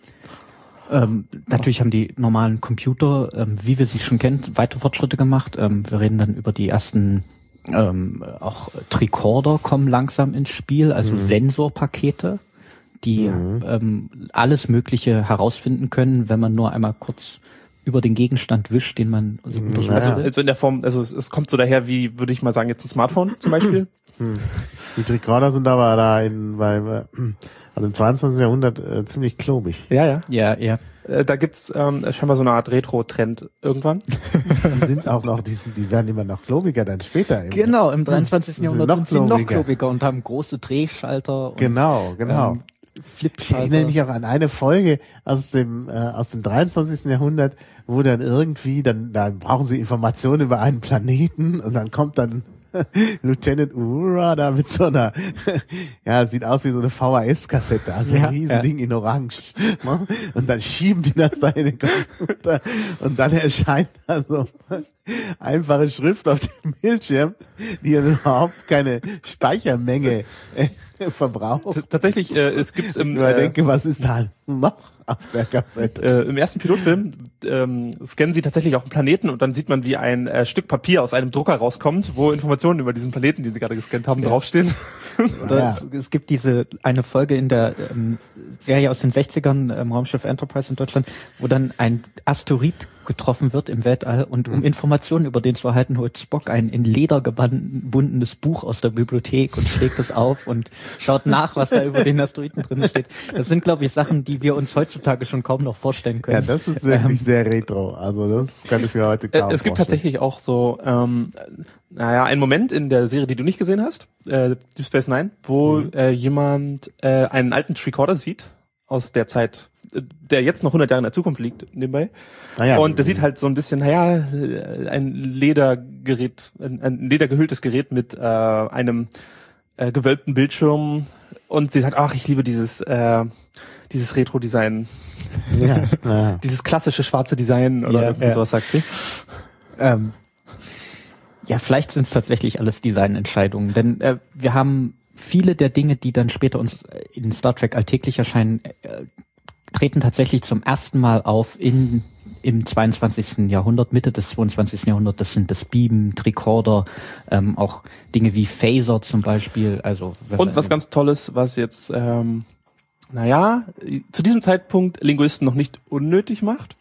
Ähm, natürlich haben die normalen Computer, ähm, wie wir sie schon kennen, weite Fortschritte gemacht. Ähm, wir reden dann über die ersten, ähm, auch Tricorder kommen langsam ins Spiel, also Mhm. Sensorpakete, die Mhm. ähm, alles Mögliche herausfinden können, wenn man nur einmal kurz über den Gegenstand wischt, den man so Mhm. untersuchen Also, Ja. will. also in der Form, also es, es kommt so daher, wie würde ich mal sagen, jetzt ein Smartphone zum Beispiel. Hm. Die Tricorder sind aber da in, beim, äh, also im zweiundzwanzigsten Jahrhundert äh, ziemlich klobig. Ja, ja. Ja, ja. Äh, da gibt's ähm, scheinbar so eine Art Retro-Trend irgendwann. Die sind auch noch, die, sind, die werden immer noch klobiger dann später. Im, Genau, im dreiundzwanzigsten Sie sind Jahrhundert noch sind sie noch klobiger. klobiger und haben große Drehschalter und Genau, genau. ähm, Ich Flipschalter. erinnere mich auch an eine Folge aus dem äh, aus dem dreiundzwanzigsten Jahrhundert, wo dann irgendwie, dann, dann brauchen sie Informationen über einen Planeten und dann kommt dann Lieutenant Uhura da mit so einer, ja, sieht aus wie so eine V H S-Kassette, also Ja, ein Riesending in Orange. Ne? Und dann schieben die das da in den Computer und dann erscheint da so einfache Schrift auf dem Bildschirm, die ja überhaupt keine Speichermenge äh, verbraucht. T tatsächlich, äh, es gibt's im, Ich äh, denke, was ist da noch auf der Kassette? äh, im ersten Pilotfilm ähm, scannen sie tatsächlich auf den Planeten und dann sieht man, wie ein äh, Stück Papier aus einem Drucker rauskommt, wo Informationen über diesen Planeten, den sie gerade gescannt haben, draufstehen. Oder Ja. es, es gibt diese eine Folge in der ähm, Serie aus den sechzigern, ähm, Raumschiff Enterprise in Deutschland, wo dann ein Asteroid getroffen wird im Weltall und um Informationen über den zu erhalten, holt Spock ein in Leder gebundenes Buch aus der Bibliothek und schlägt es auf und schaut nach, was da über den Asteroiden drin steht. Das sind, glaube ich, Sachen, die wir uns heutzutage schon kaum noch vorstellen Ja, können. das ist wirklich Ähm, sehr retro. Also das kann ich mir heute Äh, kaum es gibt vorstellen. tatsächlich auch so, ähm, naja, einen Moment in der Serie, die du nicht gesehen hast, äh, Deep Space Nine, wo Mhm. äh, jemand äh, einen alten Tricorder sieht aus der Zeit, äh, der jetzt noch hundert Jahre in der Zukunft liegt, nebenbei. Ah ja, Und der sieht halt so ein bisschen, naja, äh, ein Ledergerät, ein, ein ledergehülltes Gerät mit äh, einem äh, gewölbten Bildschirm und sie sagt, ach, ich liebe dieses äh, dieses Retro-Design. Ja, ja. Dieses klassische schwarze Design oder Ja, irgendwie ja. sowas, sagt sie. Ähm, ja, vielleicht sind es tatsächlich alles Designentscheidungen, denn äh, wir haben viele der Dinge, die dann später uns in Star Trek alltäglich erscheinen, äh, treten tatsächlich zum ersten Mal auf in im zweiundzwanzigsten Jahrhundert, Mitte des zweiundzwanzigsten Jahrhunderts. Das sind das Beamen, Tricorder, ähm, auch Dinge wie Phaser zum Beispiel. Also Und was ganz Tolles, was jetzt, ähm, naja, zu diesem Zeitpunkt Linguisten noch nicht unnötig macht.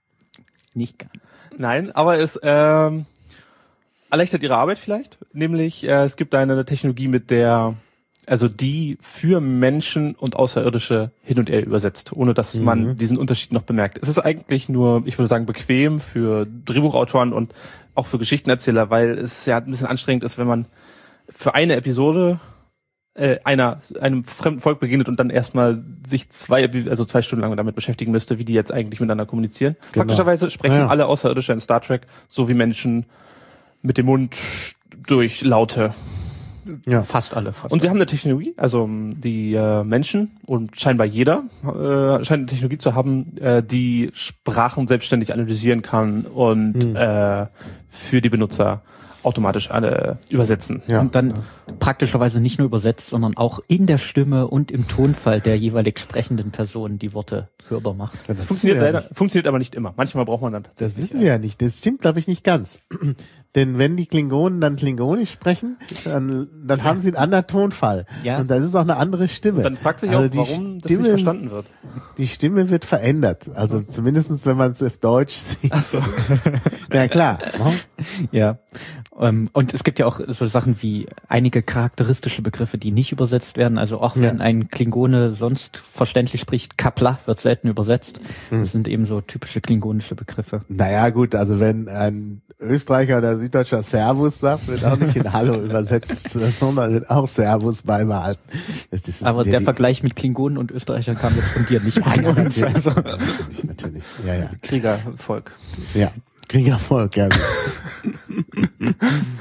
nicht ganz. Nein, aber es ähm, erleichtert ihre Arbeit vielleicht. Nämlich, äh, es gibt eine Technologie, mit der, also die für Menschen und Außerirdische hin und her übersetzt, ohne dass Mhm. man diesen Unterschied noch bemerkt. Es ist eigentlich nur, ich würde sagen, bequem für Drehbuchautoren und auch für Geschichtenerzähler, weil es ja ein bisschen anstrengend ist, wenn man für eine Episode äh, einer einem fremden Volk begegnet und dann erstmal sich zwei, also zwei Stunden lang damit beschäftigen müsste, wie die jetzt eigentlich miteinander kommunizieren. Genau. Praktischerweise sprechen Ja. alle Außerirdische in Star Trek so wie Menschen mit dem Mund durch Laute. Ja. Fast alle. Fast Und sie haben eine Technologie, also ähm, die äh, Menschen und scheinbar jeder äh, scheint eine Technologie zu haben, äh, die Sprachen selbstständig analysieren kann und Hm. äh, für die Benutzer automatisch alle übersetzen. Ja. Und dann praktischerweise nicht nur übersetzt, sondern auch in der Stimme und im Tonfall der jeweilig sprechenden Person die Worte hörbar macht. Ja, das Funktioniert wissen wir ja leider, funktioniert aber nicht immer. Manchmal braucht man dann Das tatsächlich. wissen wir ja nicht. Das stimmt, glaube ich, nicht ganz. Denn wenn die Klingonen dann Klingonisch sprechen, dann, dann haben sie einen anderen Tonfall. Ja. Und das ist auch eine andere Stimme. Und dann fragt sich Also auch, die warum das Stimme, nicht verstanden wird. Die Stimme wird verändert. Also zumindestens, wenn man es auf Deutsch sieht. Ach so. Ja, klar. Ja. Ähm, und es gibt ja auch so Sachen wie einige charakteristische Begriffe, die nicht übersetzt werden. Also auch wenn Ja. ein Klingone sonst verständlich spricht, Kapla wird selten übersetzt. Das sind eben so typische klingonische Begriffe. Naja, gut, also wenn ein Österreicher oder Süddeutscher Servus sagt, wird auch nicht in Hallo übersetzt, sondern wird auch Servus beibehalten. Das ist Aber die- der die- Vergleich mit Klingonen und Österreichern kam jetzt von dir nicht Ja, von ja, uns. natürlich, Also. natürlich, natürlich. Ja, ja. Kriegervolk. Ja. Kriegervolk, ja. Gut.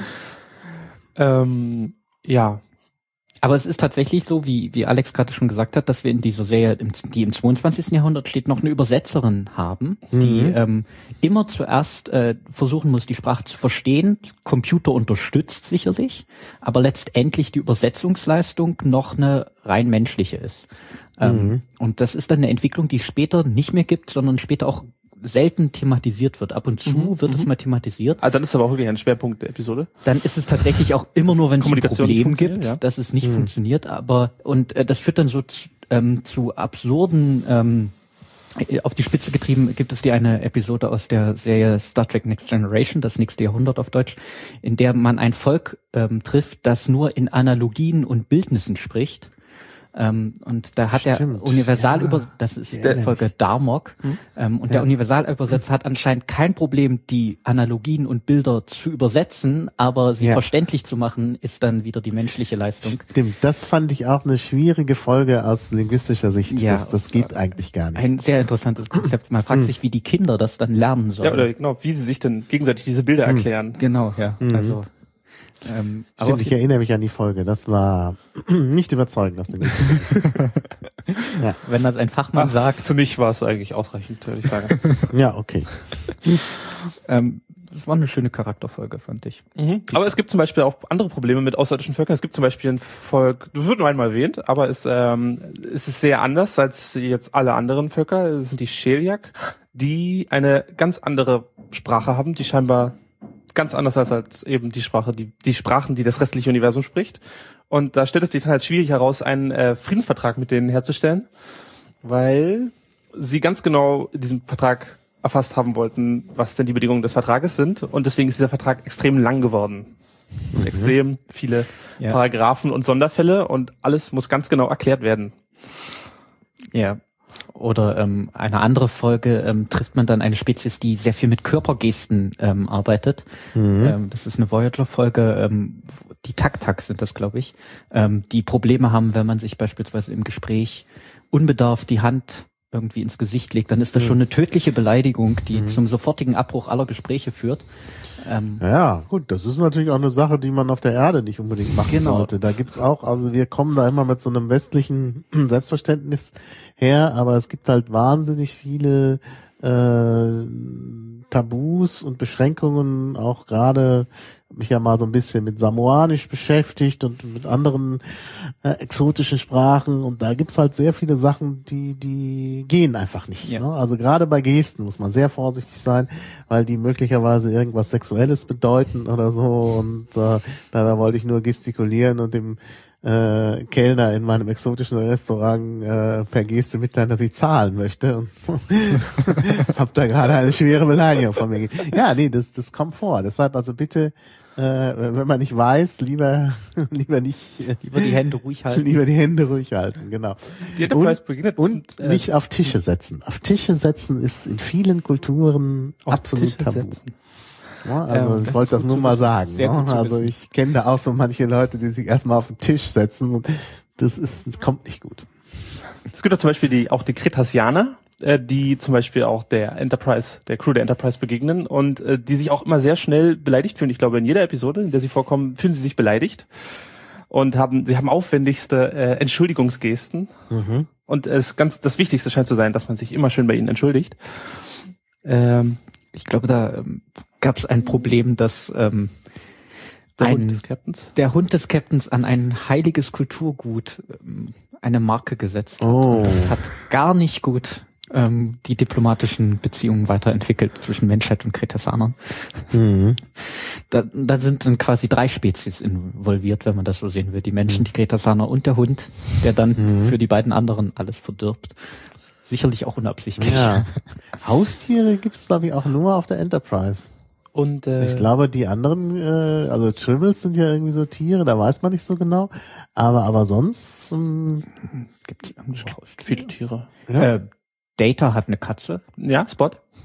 Ähm, ja. Aber es ist tatsächlich so, wie, wie Alex gerade schon gesagt hat, dass wir in dieser Serie, im, die im zweiundzwanzigsten Jahrhundert steht, noch eine Übersetzerin haben, die Mhm. ähm, immer zuerst äh, versuchen muss, die Sprache zu verstehen. Computer unterstützt sicherlich, aber letztendlich die Übersetzungsleistung noch eine rein menschliche ist. Ähm, Mhm. und das ist dann eine Entwicklung, die es später nicht mehr gibt, sondern später auch selten thematisiert wird. Ab und zu Mhm, wird es mhm. mal thematisiert. Also dann ist es aber auch wirklich ein Schwerpunkt der Episode. Dann ist es tatsächlich auch immer nur, wenn es ein Kommunikation nicht Problem funktioniert, gibt, ja. dass es nicht Hm. funktioniert. Aber und äh, das führt dann so zu, ähm, zu absurden. Ähm, auf die Spitze getrieben gibt es die eine Episode aus der Serie Star Trek Next Generation, das nächste Jahrhundert auf Deutsch, in der man ein Volk ähm, trifft, das nur in Analogien und Bildnissen spricht. Ähm, und da hat der Stimmt. Universalüber, Ja, das ist ich der erinnere Folge Darmok, ähm, und der Ja. Universalübersetzer hat anscheinend kein Problem, die Analogien und Bilder zu übersetzen, aber sie Ja. verständlich zu machen, ist dann wieder die menschliche Leistung. Stimmt, das fand ich auch eine schwierige Folge aus linguistischer Sicht. Ja. Das, das geht eigentlich gar nicht. Ein sehr interessantes Konzept. Man fragt sich, wie die Kinder das dann lernen sollen. Ja, oder genau, wie sie sich denn gegenseitig diese Bilder erklären. Genau, ja. Mhm. Also, ähm, aber Stimmt, ich erinnere mich an die Folge. Das war nicht überzeugend aus dem ja. wenn das ein Fachmann Ach, sagt, für mich war es eigentlich ausreichend, würde ich sagen. ja, okay. ähm, das war eine schöne Charakterfolge, fand ich. Mhm. Aber es gibt zum Beispiel auch andere Probleme mit außerirdischen Völkern. Es gibt zum Beispiel ein Volk, das wird nur einmal erwähnt, aber es, ähm, es ist sehr anders als jetzt alle anderen Völker. Das sind die Sheliak, die eine ganz andere Sprache haben, die scheinbar ganz anders ist als eben die Sprache, die, die Sprachen, die das restliche Universum spricht. Und da stellt es sich dann halt schwierig heraus, einen äh, Friedensvertrag mit denen herzustellen, weil sie ganz genau in diesem Vertrag erfasst haben wollten, was denn die Bedingungen des Vertrages sind. Und deswegen ist dieser Vertrag extrem lang geworden. Mhm. Extrem viele Ja. Paragraphen und Sonderfälle und alles muss ganz genau erklärt werden. Ja. Oder ähm, eine andere Folge ähm, trifft man dann eine Spezies, die sehr viel mit Körpergesten ähm, arbeitet. Mhm. Ähm, das ist eine Voyager-Folge, ähm, die Tak-Tak sind das, glaube ich, ähm, die Probleme haben, wenn man sich beispielsweise im Gespräch unbedarft die Hand irgendwie ins Gesicht legt, dann ist das schon eine tödliche Beleidigung, die mhm. zum sofortigen Abbruch aller Gespräche führt. Ähm, ja, gut, das ist natürlich auch eine Sache, die man auf der Erde nicht unbedingt machen genau. sollte. Da gibt's auch, also wir kommen da immer mit so einem westlichen Selbstverständnis her, aber es gibt halt wahnsinnig viele äh, Tabus und Beschränkungen, auch gerade mich ja mal so ein bisschen mit Samoanisch beschäftigt und mit anderen äh, exotischen Sprachen, und da gibt's halt sehr viele Sachen, die die gehen einfach nicht. Ja. Ne? Also gerade bei Gesten muss man sehr vorsichtig sein, weil die möglicherweise irgendwas Sexuelles bedeuten oder so, und äh, dabei wollte ich nur gestikulieren und dem äh, Kellner in meinem exotischen Restaurant äh, per Geste mitteilen, dass ich zahlen möchte, und hab da gerade eine schwere Beleidigung von mir gegeben. Ja, nee, das das kommt vor. Deshalb also bitte, äh, wenn man nicht weiß, lieber lieber nicht äh, lieber die Hände ruhig halten. Lieber die Hände ruhig halten, genau. Die Enterprise und beginnt und äh, nicht auf Tische setzen. Auf Tische setzen ist in vielen Kulturen auf absolut Tische tabu. setzen. Ja, also Ähm, ich wollte das nur mal sagen. Ne? Also ich kenne da auch so manche Leute, die sich erstmal auf den Tisch setzen, und das ist, das kommt nicht gut. Es gibt auch zum Beispiel die, auch die Kretassianer, äh, die zum Beispiel auch der Enterprise, der Crew der Enterprise begegnen und äh, die sich auch immer sehr schnell beleidigt fühlen. Ich glaube, in jeder Episode, in der sie vorkommen, fühlen sie sich beleidigt und haben, sie haben aufwendigste äh, Entschuldigungsgesten. Mhm. Und es ganz, das Wichtigste scheint zu sein, dass man sich immer schön bei ihnen entschuldigt. Ähm, ich glaube, da ähm, gab es ein Problem, dass ähm, der ein, Hund des Captains, der Hund des Captains an ein heiliges Kulturgut ähm, eine Marke gesetzt hat. Oh. Und das hat gar nicht gut ähm, die diplomatischen Beziehungen weiterentwickelt zwischen Menschheit und Kretassanern. Mhm. Da, da sind dann quasi drei Spezies involviert, wenn man das so sehen will. Die Menschen, die Kretassaner und der Hund, der dann mhm. für die beiden anderen alles verdirbt. Sicherlich auch unabsichtlich. Ja. Haustiere gibt's, glaube ich, auch nur auf der Enterprise. Und äh, ich glaube, die anderen, äh, also Tribbles sind ja irgendwie so Tiere, da weiß man nicht so genau. Aber aber sonst ähm, gibt es viele Tiere. Ja. Äh, Data hat eine Katze. Ja, Spot.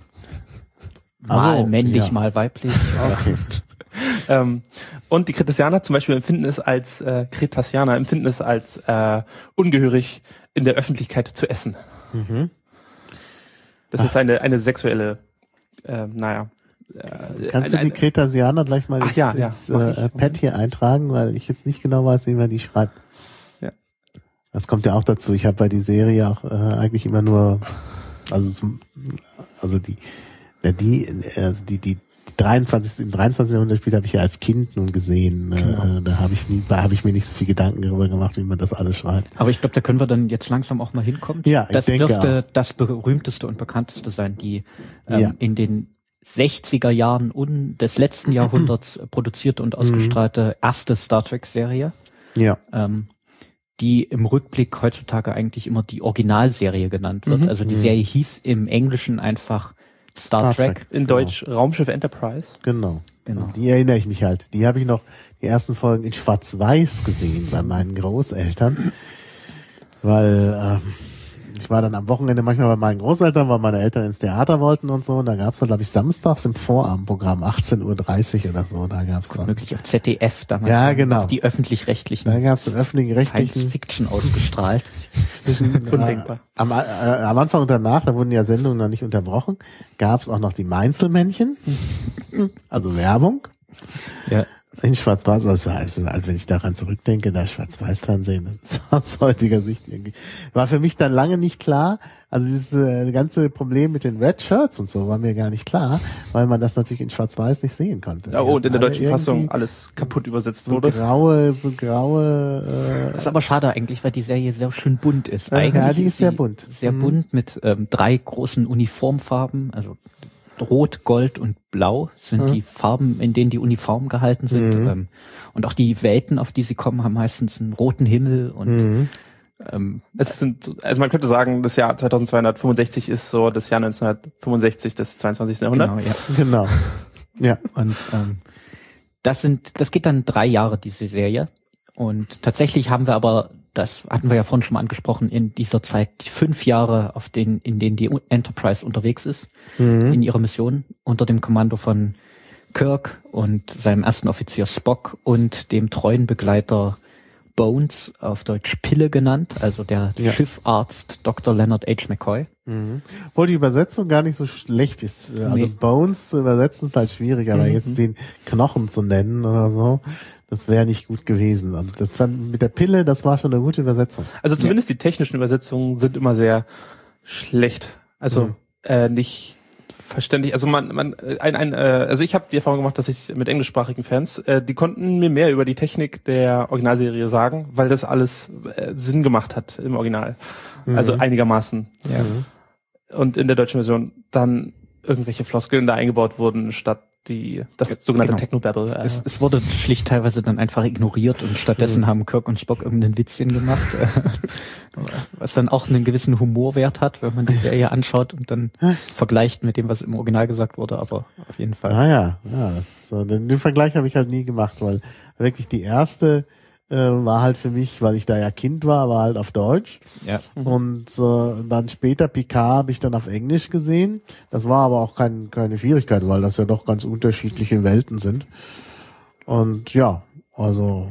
Mal so, männlich, ja. mal weiblich. Okay. ähm, und die Kretassianer zum Beispiel empfinden es als äh, Kretassianer empfinden es als äh, ungehörig, in der Öffentlichkeit zu essen. Mhm. Das Ach. ist eine eine sexuelle, äh, naja. Äh, Kannst eine, du die Kretassianer gleich mal Ach, ins, ja, ja, ins mach äh, ich. Pad hier eintragen, weil ich jetzt nicht genau weiß, wie man die schreibt. Ja. Das kommt ja auch dazu. Ich habe bei die Serie auch äh, eigentlich immer nur, also zum, also die, ja, die, also die, die dreiundzwanzigsten im dreiundzwanzigsten Jahrhundert Spiel habe ich ja als Kind nun gesehen. Genau. Äh, da habe ich nie, da habe ich mir nicht so viel Gedanken darüber gemacht, wie man das alles schreibt. Aber ich glaube, da können wir dann jetzt langsam auch mal hinkommen. Ja, ich das denke dürfte auch. das berühmteste und bekannteste sein, die ähm, Ja. in den sechziger Jahren un des letzten Jahrhunderts produzierte und ausgestrahlte erste Star Trek Serie, Ja. ähm, die im Rückblick heutzutage eigentlich immer die Originalserie genannt wird. Mhm. Also die Mhm. Serie hieß im Englischen einfach Star, Star Trek. Trek. in Genau. Deutsch Raumschiff Enterprise. Genau. Genau. Und die erinnere ich mich halt. Die habe ich noch, die ersten Folgen in Schwarz-Weiß gesehen bei meinen Großeltern. Weil ähm, ich war dann am Wochenende manchmal bei meinen Großeltern, weil meine Eltern ins Theater wollten und so. Und da gab's dann, glaube ich, samstags im Vorabendprogramm, achtzehn Uhr dreißig oder so. Da gab's dann. Möglich auf Z D F damals. Ja, waren genau. noch die öffentlich-rechtlichen. Da gab's im öffentlich-rechtlichen Science-Fiction ausgestrahlt. zwischen Undenkbar. Äh, am, äh, am Anfang und danach, da wurden ja Sendungen noch nicht unterbrochen, gab's auch noch die Mainzelmännchen, also Werbung. Ja. In Schwarz-Weiß, also, also als wenn ich daran zurückdenke, da Schwarz-Weiß-Fernsehen, das ist aus heutiger Sicht irgendwie, war für mich dann lange nicht klar, also dieses äh, ganze Problem mit den Red Shirts und so war mir gar nicht klar, weil man das natürlich in Schwarz-Weiß nicht sehen konnte. Ja, und in der Alle deutschen Fassung irgendwie alles kaputt übersetzt so wurde. graue, so graue, Das ist aber schade eigentlich, weil die Serie sehr schön bunt ist. Ja, Eigentlich die ist sie sehr bunt. Sehr Mhm. bunt mit ähm, drei großen Uniformfarben, also Rot, Gold und Blau sind Mhm. die Farben, in denen die Uniformen gehalten sind. Mhm. Ähm, und auch die Welten, auf die sie kommen, haben meistens einen roten Himmel und Mhm. ähm, Es sind, also man könnte sagen, das Jahr zweitausendzweihundertfünfundsechzig ist so das Jahr neunzehnhundertfünfundsechzig des zweiundzwanzigsten Jahrhunderts. genau, ja. Genau. Ja. Und ähm, das sind, das geht dann drei Jahre, diese Serie. Und tatsächlich haben wir aber, das hatten wir ja vorhin schon mal angesprochen, in dieser Zeit fünf Jahre, auf denen, in denen die Enterprise unterwegs ist, Mhm. in ihrer Mission, unter dem Kommando von Kirk und seinem ersten Offizier Spock und dem treuen Begleiter Bones, auf Deutsch Pille genannt, also der Ja. Schiffarzt Doktor Leonard H. McCoy. Mhm. Obwohl die Übersetzung gar nicht so schlecht ist. Also Nee. Bones zu übersetzen ist halt schwierig, aber Mhm. jetzt den Knochen zu nennen oder so, das wäre nicht gut gewesen. Und das fand, mit der Pille, das war schon eine gute Übersetzung. Also zumindest die technischen Übersetzungen sind immer sehr schlecht. Also Mhm. äh, nicht verständlich. Also man, man, äh, ein, ein, äh, also ich habe die Erfahrung gemacht, dass ich mit englischsprachigen Fans, äh, die konnten mir mehr über die Technik der Originalserie sagen, weil das alles äh, Sinn gemacht hat im Original. Mhm. Also einigermaßen. Ja. Mhm. Und in der deutschen Version dann irgendwelche Floskeln da eingebaut wurden, statt die das Ja, sogenannte genau. Technobabble. Äh, Es, es wurde schlicht teilweise dann einfach ignoriert und stattdessen Mhm. haben Kirk und Spock irgendein Witzchen gemacht, äh, was dann auch einen gewissen Humorwert hat, wenn man die Serie anschaut und dann vergleicht mit dem, was im Original gesagt wurde, aber auf jeden Fall. Ah ja, ja, das, äh, den, den Vergleich habe ich halt nie gemacht, weil wirklich die erste äh, war halt für mich, weil ich da ja Kind war, war halt auf Deutsch. Ja. Und äh, dann später Picard habe ich dann auf Englisch gesehen. Das war aber auch kein, keine Schwierigkeit, weil das ja doch ganz unterschiedliche Welten sind. Und ja, also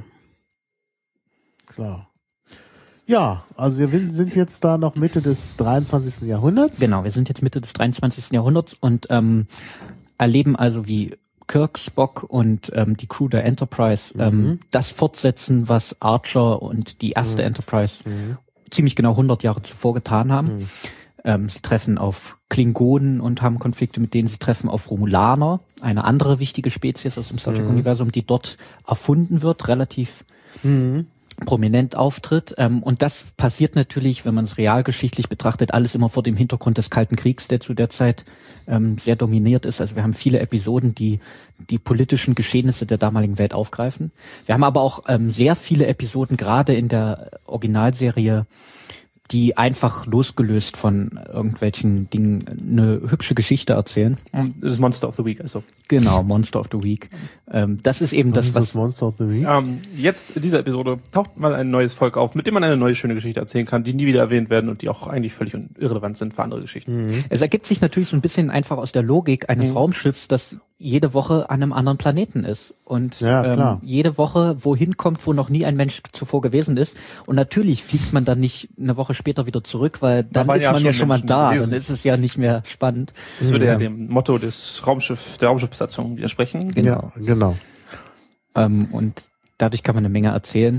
klar. Ja, also wir sind jetzt da noch Mitte des dreiundzwanzigsten Jahrhunderts. Genau, wir sind jetzt Mitte des dreiundzwanzigsten Jahrhunderts und ähm, erleben also, wie Kirk, Spock und ähm, die Crew der Enterprise ähm, Mhm. das fortsetzen, was Archer und die erste Mhm. Enterprise Mhm. ziemlich genau hundert Jahre zuvor getan haben. Mhm. Ähm, sie treffen auf Klingonen und haben Konflikte mit denen. Sie treffen auf Romulaner, eine andere wichtige Spezies aus dem Star Trek-Universum, die dort erfunden wird, relativ Mhm. prominent auftritt. Ähm, und das passiert natürlich, wenn man es realgeschichtlich betrachtet, alles immer vor dem Hintergrund des Kalten Kriegs, der zu der Zeit ähm, sehr dominiert ist. Also wir haben viele Episoden, die die politischen Geschehnisse der damaligen Welt aufgreifen. Wir haben aber auch ähm, sehr viele Episoden, gerade in der Originalserie, die einfach losgelöst von irgendwelchen Dingen eine hübsche Geschichte erzählen. das ist Monster of the Week. Also Genau, Monster of the Week. Ähm, das ist eben Was das, ist was... das Monster of the Week? ähm, jetzt in dieser Episode taucht mal ein neues Volk auf, mit dem man eine neue schöne Geschichte erzählen kann, die nie wieder erwähnt werden und die auch eigentlich völlig irrelevant sind für andere Geschichten. Mhm. Es ergibt sich natürlich so ein bisschen einfach aus der Logik eines Mhm. Raumschiffs, das jede Woche an einem anderen Planeten ist und Ja, klar. ähm, jede Woche wohin kommt, wo noch nie ein Mensch zuvor gewesen ist. Und natürlich fliegt man dann nicht eine Woche später wieder zurück, weil dann waren ist ja man ja schon schon mal Menschen da, gewesen. dann ist es ja nicht mehr spannend. Das würde ja Ja. dem Motto des Raumschiff, der Raumschiffbesatzung widersprechen. Genau. Ja, genau. Ähm, und dadurch kann man eine Menge erzählen.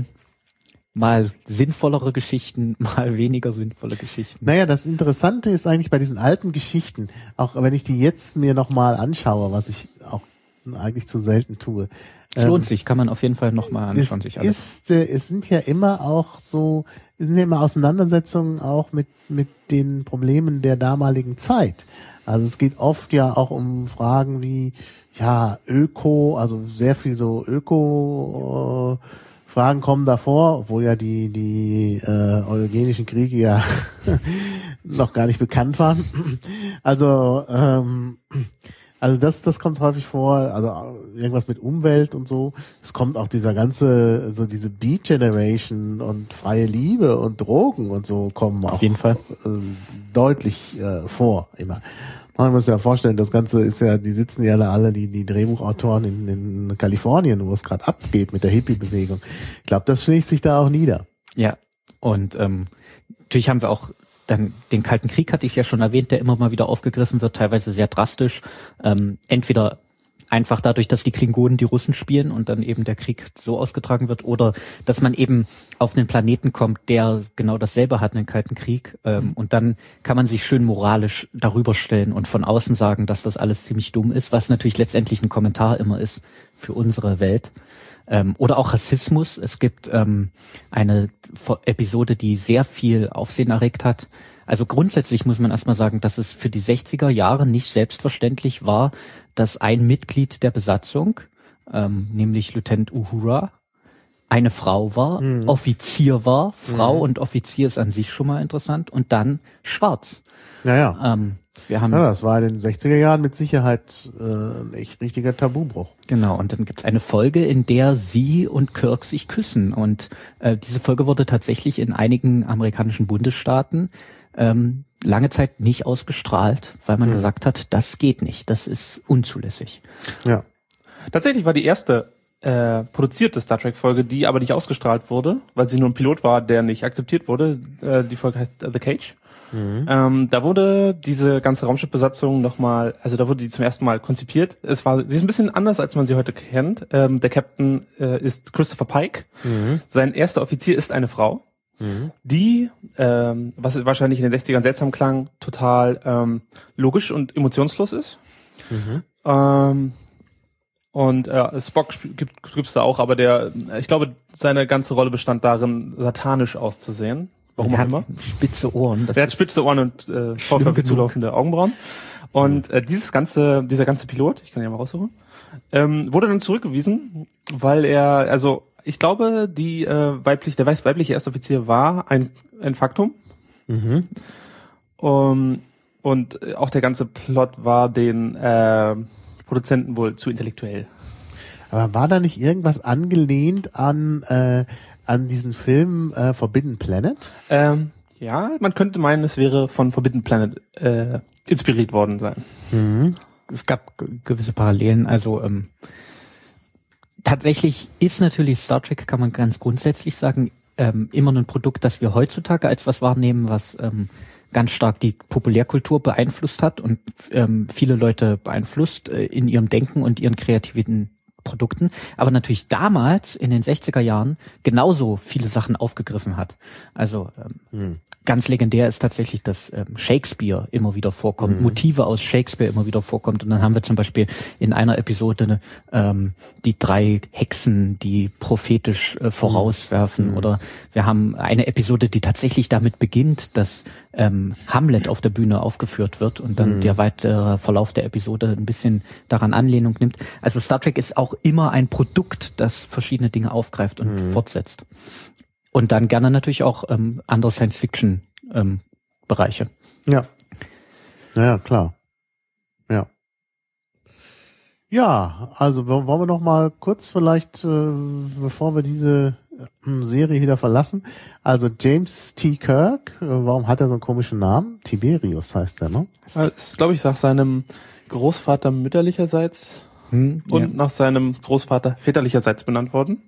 Mal sinnvollere Geschichten, mal weniger sinnvolle Geschichten. Naja, das Interessante ist eigentlich bei diesen alten Geschichten, auch wenn ich die jetzt mir nochmal anschaue, was ich auch eigentlich zu selten tue. Es lohnt sich, kann man auf jeden Fall nochmal Es anschauen, sich alles. ist, äh, es sind ja immer auch so, es sind ja immer Auseinandersetzungen auch mit, mit den Problemen der damaligen Zeit. Also es geht oft ja auch um Fragen wie, ja, Öko, also sehr viel so Öko, äh, Fragen kommen davor, obwohl ja die, die, äh, eugenischen Kriege ja noch gar nicht bekannt waren. Also, ähm, also das, das kommt häufig vor, also irgendwas mit Umwelt und so. Es kommt auch dieser ganze, so diese Beat Generation und freie Liebe und Drogen und so kommen auch Auf jeden Fall. äh, deutlich äh, vor, immer. Man muss sich ja vorstellen, das Ganze ist ja, die sitzen ja da alle, die, die Drehbuchautoren in, in Kalifornien, wo es gerade abgeht mit der Hippie-Bewegung. Ich glaube, das schlägt sich da auch nieder. Ja, und ähm, natürlich haben wir auch dann den Kalten Krieg, hatte ich ja schon erwähnt, der immer mal wieder aufgegriffen wird, teilweise sehr drastisch. Ähm, entweder einfach dadurch, dass die Klingonen die Russen spielen und dann eben der Krieg so ausgetragen wird, oder dass man eben auf einen Planeten kommt, der genau dasselbe hat, einen Kalten Krieg. Ähm, und dann kann man sich schön moralisch darüber stellen und von außen sagen, dass das alles ziemlich dumm ist, was natürlich letztendlich ein Kommentar immer ist für unsere Welt. Ähm, oder auch Rassismus. Es gibt ähm, eine Episode, die sehr viel Aufsehen erregt hat. Also grundsätzlich muss man erstmal sagen, dass es für die sechziger Jahre nicht selbstverständlich war, dass ein Mitglied der Besatzung, ähm, nämlich Lieutenant Uhura, eine Frau war, Mhm. Offizier war. Frau Mhm. und Offizier ist an sich schon mal interessant. Und dann schwarz. Naja. Ähm, wir haben Ja, das war in den sechziger Jahren mit Sicherheit äh, ein echt richtiger Tabubruch. Genau, und dann gibt's eine Folge, in der sie und Kirk sich küssen. Und äh, diese Folge wurde tatsächlich in einigen amerikanischen Bundesstaaten ähm, lange Zeit nicht ausgestrahlt, weil man Hm. gesagt hat, das geht nicht, das ist unzulässig. Ja. Tatsächlich war die erste äh, produzierte Star Trek Folge, die aber nicht ausgestrahlt wurde, weil sie nur ein Pilot war, der nicht akzeptiert wurde. Äh, die Folge heißt äh, The Cage. Mhm. Ähm, da wurde diese ganze Raumschiffbesatzung nochmal, also da wurde die zum ersten Mal konzipiert. Es war, sie ist ein bisschen anders, als man sie heute kennt. Ähm, der Captain äh, ist Christopher Pike. Mhm. Sein erster Offizier ist eine Frau, mhm. die, ähm, was wahrscheinlich in den sechzigern seltsam klang, total ähm, logisch und emotionslos ist. Mhm. Ähm, Und äh, Spock gibt gibt's da auch, aber der, ich glaube, seine ganze Rolle bestand darin, satanisch auszusehen. Warum auch immer. Spitze Ohren. Das der hat spitze Ohren und äh, vorfällig zulaufende Augenbrauen. Und äh, dieses ganze, dieser ganze Pilot, ich kann ja mal raussuchen, ähm, wurde dann zurückgewiesen, weil er, also ich glaube, die äh, weiblich, der weibliche Erstoffizier war ein ein Faktum. Mhm. Um, und auch der ganze Plot war den äh, Produzenten wohl zu intellektuell. Aber war da nicht irgendwas angelehnt an äh, an diesen Film äh, Forbidden Planet? Ähm, ja, man könnte meinen, es wäre von Forbidden Planet äh, inspiriert worden sein. Mhm. Es gab g- gewisse Parallelen. Also ähm, tatsächlich ist natürlich Star Trek, kann man ganz grundsätzlich sagen, ähm, immer ein Produkt, das wir heutzutage als was wahrnehmen, was ähm, ganz stark die Populärkultur beeinflusst hat und ähm, viele Leute beeinflusst äh, in ihrem Denken und ihren kreativen Produkten, aber natürlich damals in den sechziger Jahren genauso viele Sachen aufgegriffen hat. Also ähm, hm. ganz legendär ist tatsächlich, dass ähm, Shakespeare immer wieder vorkommt, hm. Motive aus Shakespeare immer wieder vorkommt. Und dann haben wir zum Beispiel in einer Episode ähm, die drei Hexen, die prophetisch äh, vorauswerfen. Hm. Oder wir haben eine Episode, die tatsächlich damit beginnt, dass ähm, Hamlet auf der Bühne aufgeführt wird und dann hm. der weitere Verlauf der Episode ein bisschen daran Anlehnung nimmt. Also Star Trek ist auch immer ein Produkt, das verschiedene Dinge aufgreift und hm. fortsetzt. Und dann gerne natürlich auch ähm, andere Science-Fiction-Bereiche. Ähm, ja. Ja, klar. Ja. Ja, also wollen wir noch mal kurz vielleicht, äh, bevor wir diese äh, Serie wieder verlassen, also James T. Kirk, äh, warum hat er so einen komischen Namen? Tiberius heißt er, ne? Das ist, glaube ich, nach seinem Großvater mütterlicherseits hm, und ja. nach seinem Großvater väterlicherseits benannt worden.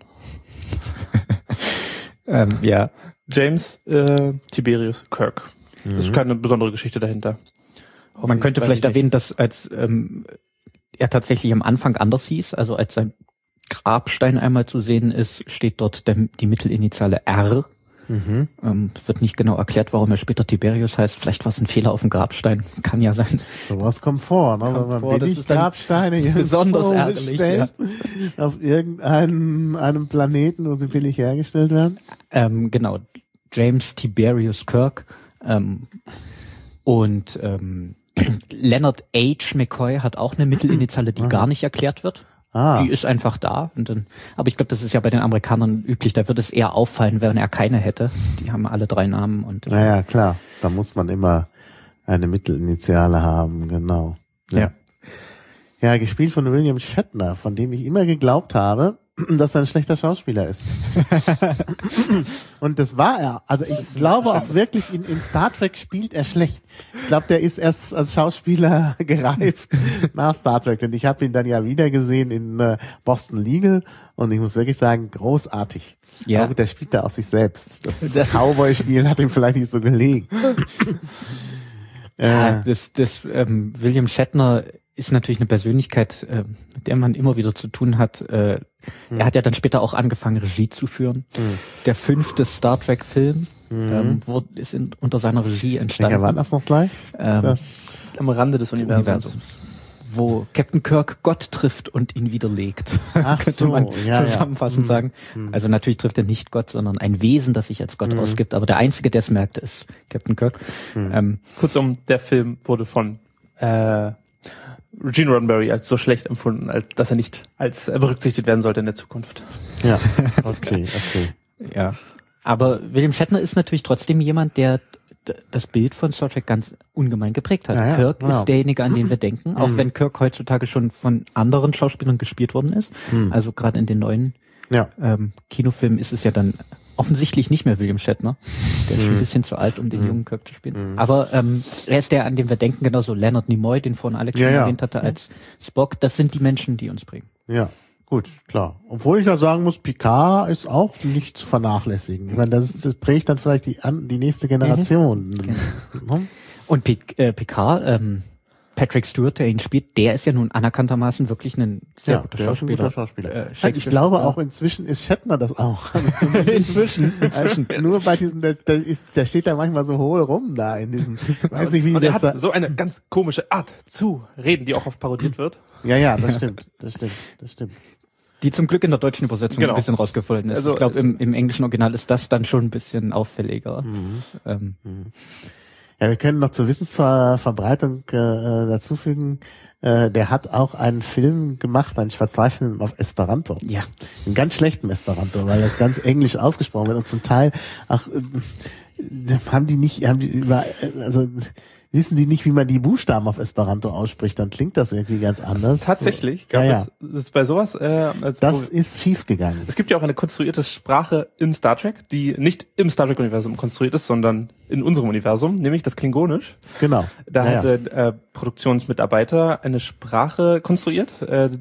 ähm, ja. James äh, Tiberius Kirk. Mhm. Das ist keine besondere Geschichte dahinter. Man könnte vielleicht erwähnen, dass als ähm, er tatsächlich am Anfang anders hieß, also als sein Grabstein einmal zu sehen ist, steht dort der, die Mittelinitiale R. Mhm. Ähm, wird nicht genau erklärt, warum er später Tiberius heißt. Vielleicht war es ein Fehler auf dem Grabstein. Kann ja sein. Sowas kommt vor, ne? Kommt Wenn man vor, billig Grabsteine besonders ärgerlich, ja. auf irgendeinem einem Planeten, wo sie billig hergestellt werden. Ähm, genau. James Tiberius Kirk. Ähm, und ähm, Leonard H. McCoy hat auch eine Mittelinitiale, die gar nicht erklärt wird. Ah. Die ist einfach da. Und dann, aber ich glaube, das ist ja bei den Amerikanern üblich. Da wird es eher auffallen, wenn er keine hätte. Die haben alle drei Namen. Und naja, klar. Da muss man immer eine Mittelinitiale haben, genau. Ja. ja. Ja, gespielt von William Shatner, von dem ich immer geglaubt habe, dass er ein schlechter Schauspieler ist. Und das war er. Also ich glaube auch wirklich, in, in Star Trek spielt er schlecht. Ich glaube, der ist erst als Schauspieler gereift nach Star Trek. Denn ich habe ihn dann ja wieder gesehen in äh, Boston Legal und ich muss wirklich sagen, großartig. Ja. Aber der spielt da aus sich selbst. Das, das Cowboy-Spielen hat ihm vielleicht nicht so gelegen. Ja, das, das ähm, William Shatner ist natürlich eine Persönlichkeit, äh, mit der man immer wieder zu tun hat. Äh, hm. Er hat ja dann später auch angefangen, Regie zu führen. Hm. Der fünfte Star Trek-Film hm. ähm, wurde, ist in, unter seiner Regie entstanden. Ja, war das noch gleich? Ähm, das am Rande des Universums. Universums. Wo Captain Kirk Gott trifft und ihn widerlegt. Ach könnte so, man ja, zusammenfassend ja. sagen. Hm. Also natürlich trifft er nicht Gott, sondern ein Wesen, das sich als Gott hm. ausgibt. Aber der Einzige, der es merkt, ist Captain Kirk. Hm. Ähm, Kurzum, der Film wurde von äh, Gene Roddenberry als so schlecht empfunden, als dass er nicht als berücksichtigt werden sollte in der Zukunft. Ja, okay, okay. Ja, aber William Shatner ist natürlich trotzdem jemand, der d- das Bild von Star Trek ganz ungemein geprägt hat. Ja, ja, Kirk genau. ist derjenige, an den wir denken, auch mhm. wenn Kirk heutzutage schon von anderen Schauspielern gespielt worden ist. Mhm. Also gerade in den neuen ja. ähm, Kinofilmen ist es ja dann offensichtlich nicht mehr William Shatner. Der ist schon ein bisschen zu alt, um den jungen Kirk zu spielen. Mhm. Aber ähm, er ist der, an den wir denken, genauso Leonard Nimoy, den vorhin Alex ja, schon ja. erwähnt hatte, als Spock. Das sind die Menschen, die uns prägen. Ja, Gut, klar. Obwohl ich ja sagen muss, Picard ist auch nicht zu vernachlässigen. Ich meine, das, ist, das prägt dann vielleicht die, an, die nächste Generation. Mhm. Und Pic, äh, Picard, ähm, Patrick Stewart, der ihn spielt, der ist ja nun anerkanntermaßen wirklich ein sehr ja, guter der Schauspieler. Ist ein guter Schauspieler. Äh, halt, ich glaube auch inzwischen ist Shatner das auch. inzwischen, inzwischen. Also nur bei diesem, der, der, ist, der steht da manchmal so hohl rum da in diesem, weiß nicht wie Und das er hat da. so eine ganz komische Art zu reden, die auch oft parodiert wird. Ja, ja, das stimmt, das stimmt, das stimmt. Die zum Glück in der deutschen Übersetzung genau. ein bisschen rausgefallen ist. Also, ich glaube, im, im englischen Original ist das dann schon ein bisschen auffälliger. Mhm. Ähm. Ja, wir können noch zur Wissensverbreitung äh, dazufügen, äh, der hat auch einen Film gemacht, einen Schwarz-Weiß-Film auf Esperanto. Ja. Einen ganz schlechten Esperanto, weil das ganz englisch ausgesprochen wird und zum Teil auch äh, haben die nicht, haben die über, also wissen die nicht, wie man die Buchstaben auf Esperanto ausspricht, dann klingt das irgendwie ganz anders. Tatsächlich gab ja, ja. es, es ist bei sowas äh, als das Pro- ist schiefgegangen. Es gibt ja auch eine konstruierte Sprache in Star Trek, die nicht im Star Trek-Universum konstruiert ist, sondern in unserem Universum, nämlich das Klingonisch. Genau. Da ja, hatte äh, Produktionsmitarbeiter eine Sprache konstruiert, äh,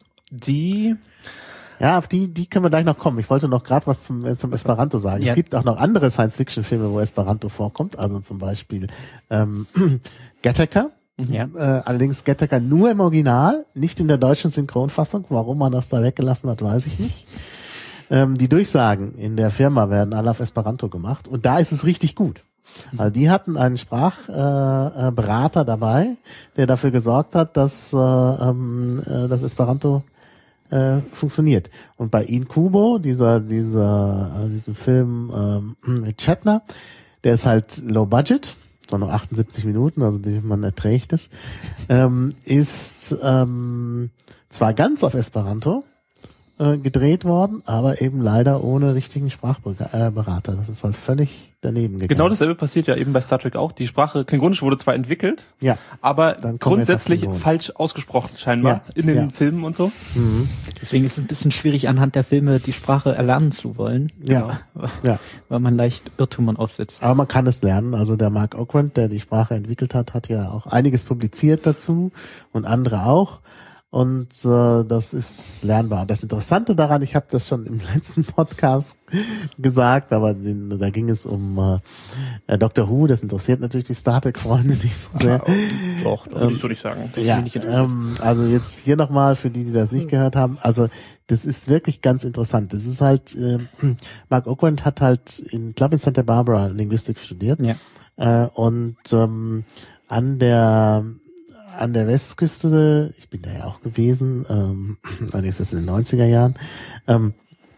die Ja, auf die, die können wir gleich noch kommen. Ich wollte noch gerade was zum, äh, zum Esperanto sagen. Ja. Es gibt auch noch andere Science-Fiction-Filme, wo Esperanto vorkommt. Also zum Beispiel ähm, Gattaca. Ja. Äh, allerdings Gattaca nur im Original, nicht in der deutschen Synchronfassung. Warum man das da weggelassen hat, weiß ich nicht. Ähm, die Durchsagen in der Firma werden alle auf Esperanto gemacht. Und da ist es richtig gut. Also die hatten einen Sprachberater äh, Berater dabei, der dafür gesorgt hat, dass äh, ähm, äh, das Esperanto äh, funktioniert. Und bei Incubo, dieser, dieser, äh, diesem Film ähm, mit Shatner, der ist halt low budget, so nur achtundsiebzig Minuten, also die, man erträgt es, ähm, ist ähm, zwar ganz auf Esperanto äh, gedreht worden, aber eben leider ohne richtigen Sprachberater. Das ist halt völlig daneben gegangen. Genau dasselbe passiert ja eben bei Star Trek auch. Die Sprache Klingonisch wurde zwar entwickelt, ja, aber dann kommen wir jetzt auf grundsätzlich Klingon. falsch ausgesprochen scheinbar Ja, in den ja. Filmen und so. Mhm. Deswegen ist es ein bisschen schwierig, anhand der Filme die Sprache erlernen zu wollen. Ja, ja. Weil man leicht Irrtümern aussetzt. Aber man kann es lernen. Also der Mark Okrand, der die Sprache entwickelt hat, hat ja auch einiges publiziert dazu und andere auch. Und äh, das ist lernbar. Das Interessante daran, ich habe das schon im letzten Podcast gesagt, aber den, da ging es um äh, Doctor Who. Das interessiert natürlich die Star Trek-Freunde nicht so sehr. Doch, das würde ich so nicht sagen. Das Ja, ist nicht interessant. ähm, also jetzt hier nochmal für die, die das nicht gehört haben. Also das ist wirklich ganz interessant. Das ist halt, äh, Mark Okrand hat halt in, glaube in Santa Barbara Linguistik studiert. Ja. Äh, und ähm, an der an der Westküste, ich bin da ja auch gewesen, ähm, allerdings das in den neunziger Jahren, ähm,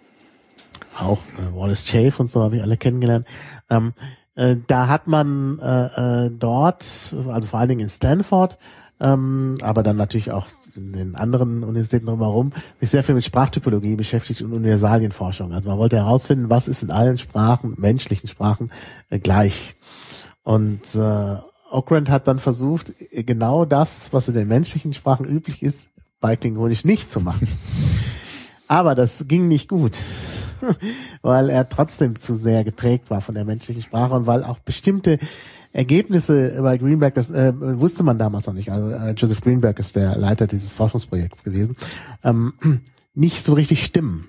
auch äh, Wallace Chafe und so habe ich alle kennengelernt. Ähm, äh, da hat man äh, äh, dort, also vor allen Dingen in Stanford, ähm, aber dann natürlich auch in den anderen Universitäten drumherum, sich sehr viel mit Sprachtypologie beschäftigt und Universalienforschung. Also man wollte herausfinden, was ist in allen Sprachen, menschlichen Sprachen, äh, gleich. Und äh, Okrand hat dann versucht, genau das, was in den menschlichen Sprachen üblich ist, bei Klingonisch nicht zu machen. Aber das ging nicht gut, weil er trotzdem zu sehr geprägt war von der menschlichen Sprache und weil auch bestimmte Ergebnisse bei Greenberg, das äh, wusste man damals noch nicht, also äh, Joseph Greenberg ist der Leiter dieses Forschungsprojekts gewesen, ähm, nicht so richtig stimmen.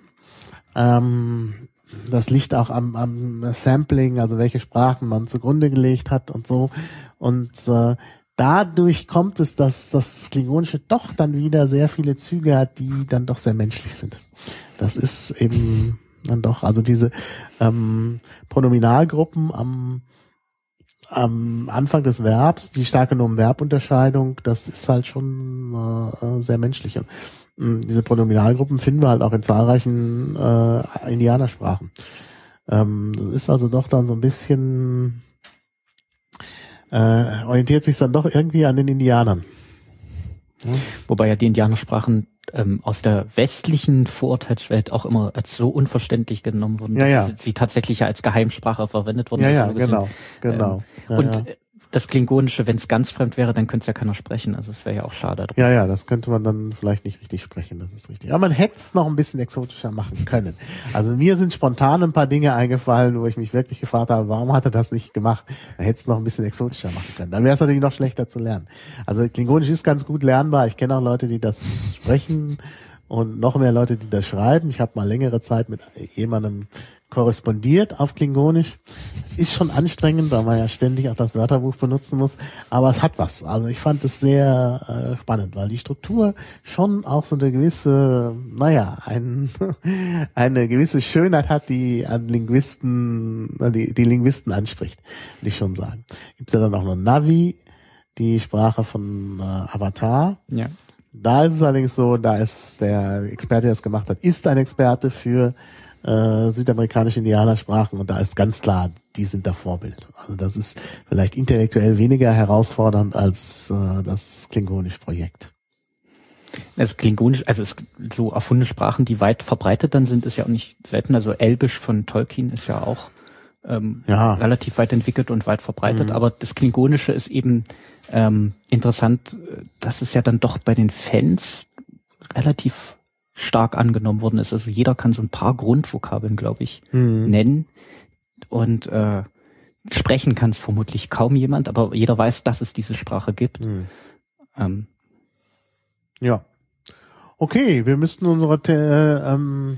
Ähm, Das liegt auch am, am Sampling, also welche Sprachen man zugrunde gelegt hat und so. Und äh, dadurch kommt es, dass das Klingonische doch dann wieder sehr viele Züge hat, die dann doch sehr menschlich sind. Das ist eben dann doch, also diese ähm, Pronominalgruppen am am Anfang des Verbs, die starke Nomen-Verb-Unterscheidung, das ist halt schon äh, sehr menschlich. Und diese Pronominalgruppen finden wir halt auch in zahlreichen äh, Indianersprachen. Ähm, das ist also doch dann so ein bisschen, äh, orientiert sich dann doch irgendwie an den Indianern. Ja. Wobei ja die Indianersprachen ähm, aus der westlichen Vorurteilswelt auch immer als so unverständlich genommen wurden, Ja, dass ja. sie, sie tatsächlich ja als Geheimsprache verwendet wurden. Ja, Das ja, ist so ein bisschen, genau, genau. Ähm, Ja, und ja. äh, das Klingonische, wenn es ganz fremd wäre, dann könnte es ja keiner sprechen. Also es wäre ja auch schade. Ja, ja, das könnte man dann vielleicht nicht richtig sprechen, das ist richtig. Aber man hätte es noch ein bisschen exotischer machen können. Also mir sind spontan ein paar Dinge eingefallen, wo ich mich wirklich gefragt habe, warum hat er das nicht gemacht? Man hätte es noch ein bisschen exotischer machen können. Dann wäre es natürlich noch schlechter zu lernen. Also Klingonisch ist ganz gut lernbar. Ich kenne auch Leute, die das sprechen und noch mehr Leute, die das schreiben. Ich habe mal längere Zeit mit jemandem korrespondiert auf Klingonisch. Es ist schon anstrengend, weil man ja ständig auch das Wörterbuch benutzen muss, aber es hat was. Also ich fand es sehr äh, spannend, weil die Struktur schon auch so eine gewisse, naja, ein, eine gewisse Schönheit hat, die an Linguisten, die, die Linguisten anspricht, würde ich schon sagen. Gibt es ja dann auch noch Navi, die Sprache von äh, Avatar. Ja. Da ist es allerdings so, da ist der Experte, der es gemacht hat, ist ein Experte für äh, südamerikanische Indianersprachen und da ist ganz klar, die sind da Vorbild. Also das ist vielleicht intellektuell weniger herausfordernd als äh, das Klingonisch-Projekt. Das Klingonisch, also es, so erfundene Sprachen, die weit verbreitet dann sind, ist ja auch nicht selten. Also Elbisch von Tolkien ist ja auch ähm, ja. relativ weit entwickelt und weit verbreitet. Mhm. Aber das Klingonische ist eben ähm, interessant, dass es ja dann doch bei den Fans relativ stark angenommen worden ist. Also jeder kann so ein paar Grundvokabeln, glaube ich, mhm. nennen. Und äh, sprechen kann es vermutlich kaum jemand, aber jeder weiß, dass es diese Sprache gibt. Mhm. Ähm, Ja. Okay, wir müssten unsere äh, ähm,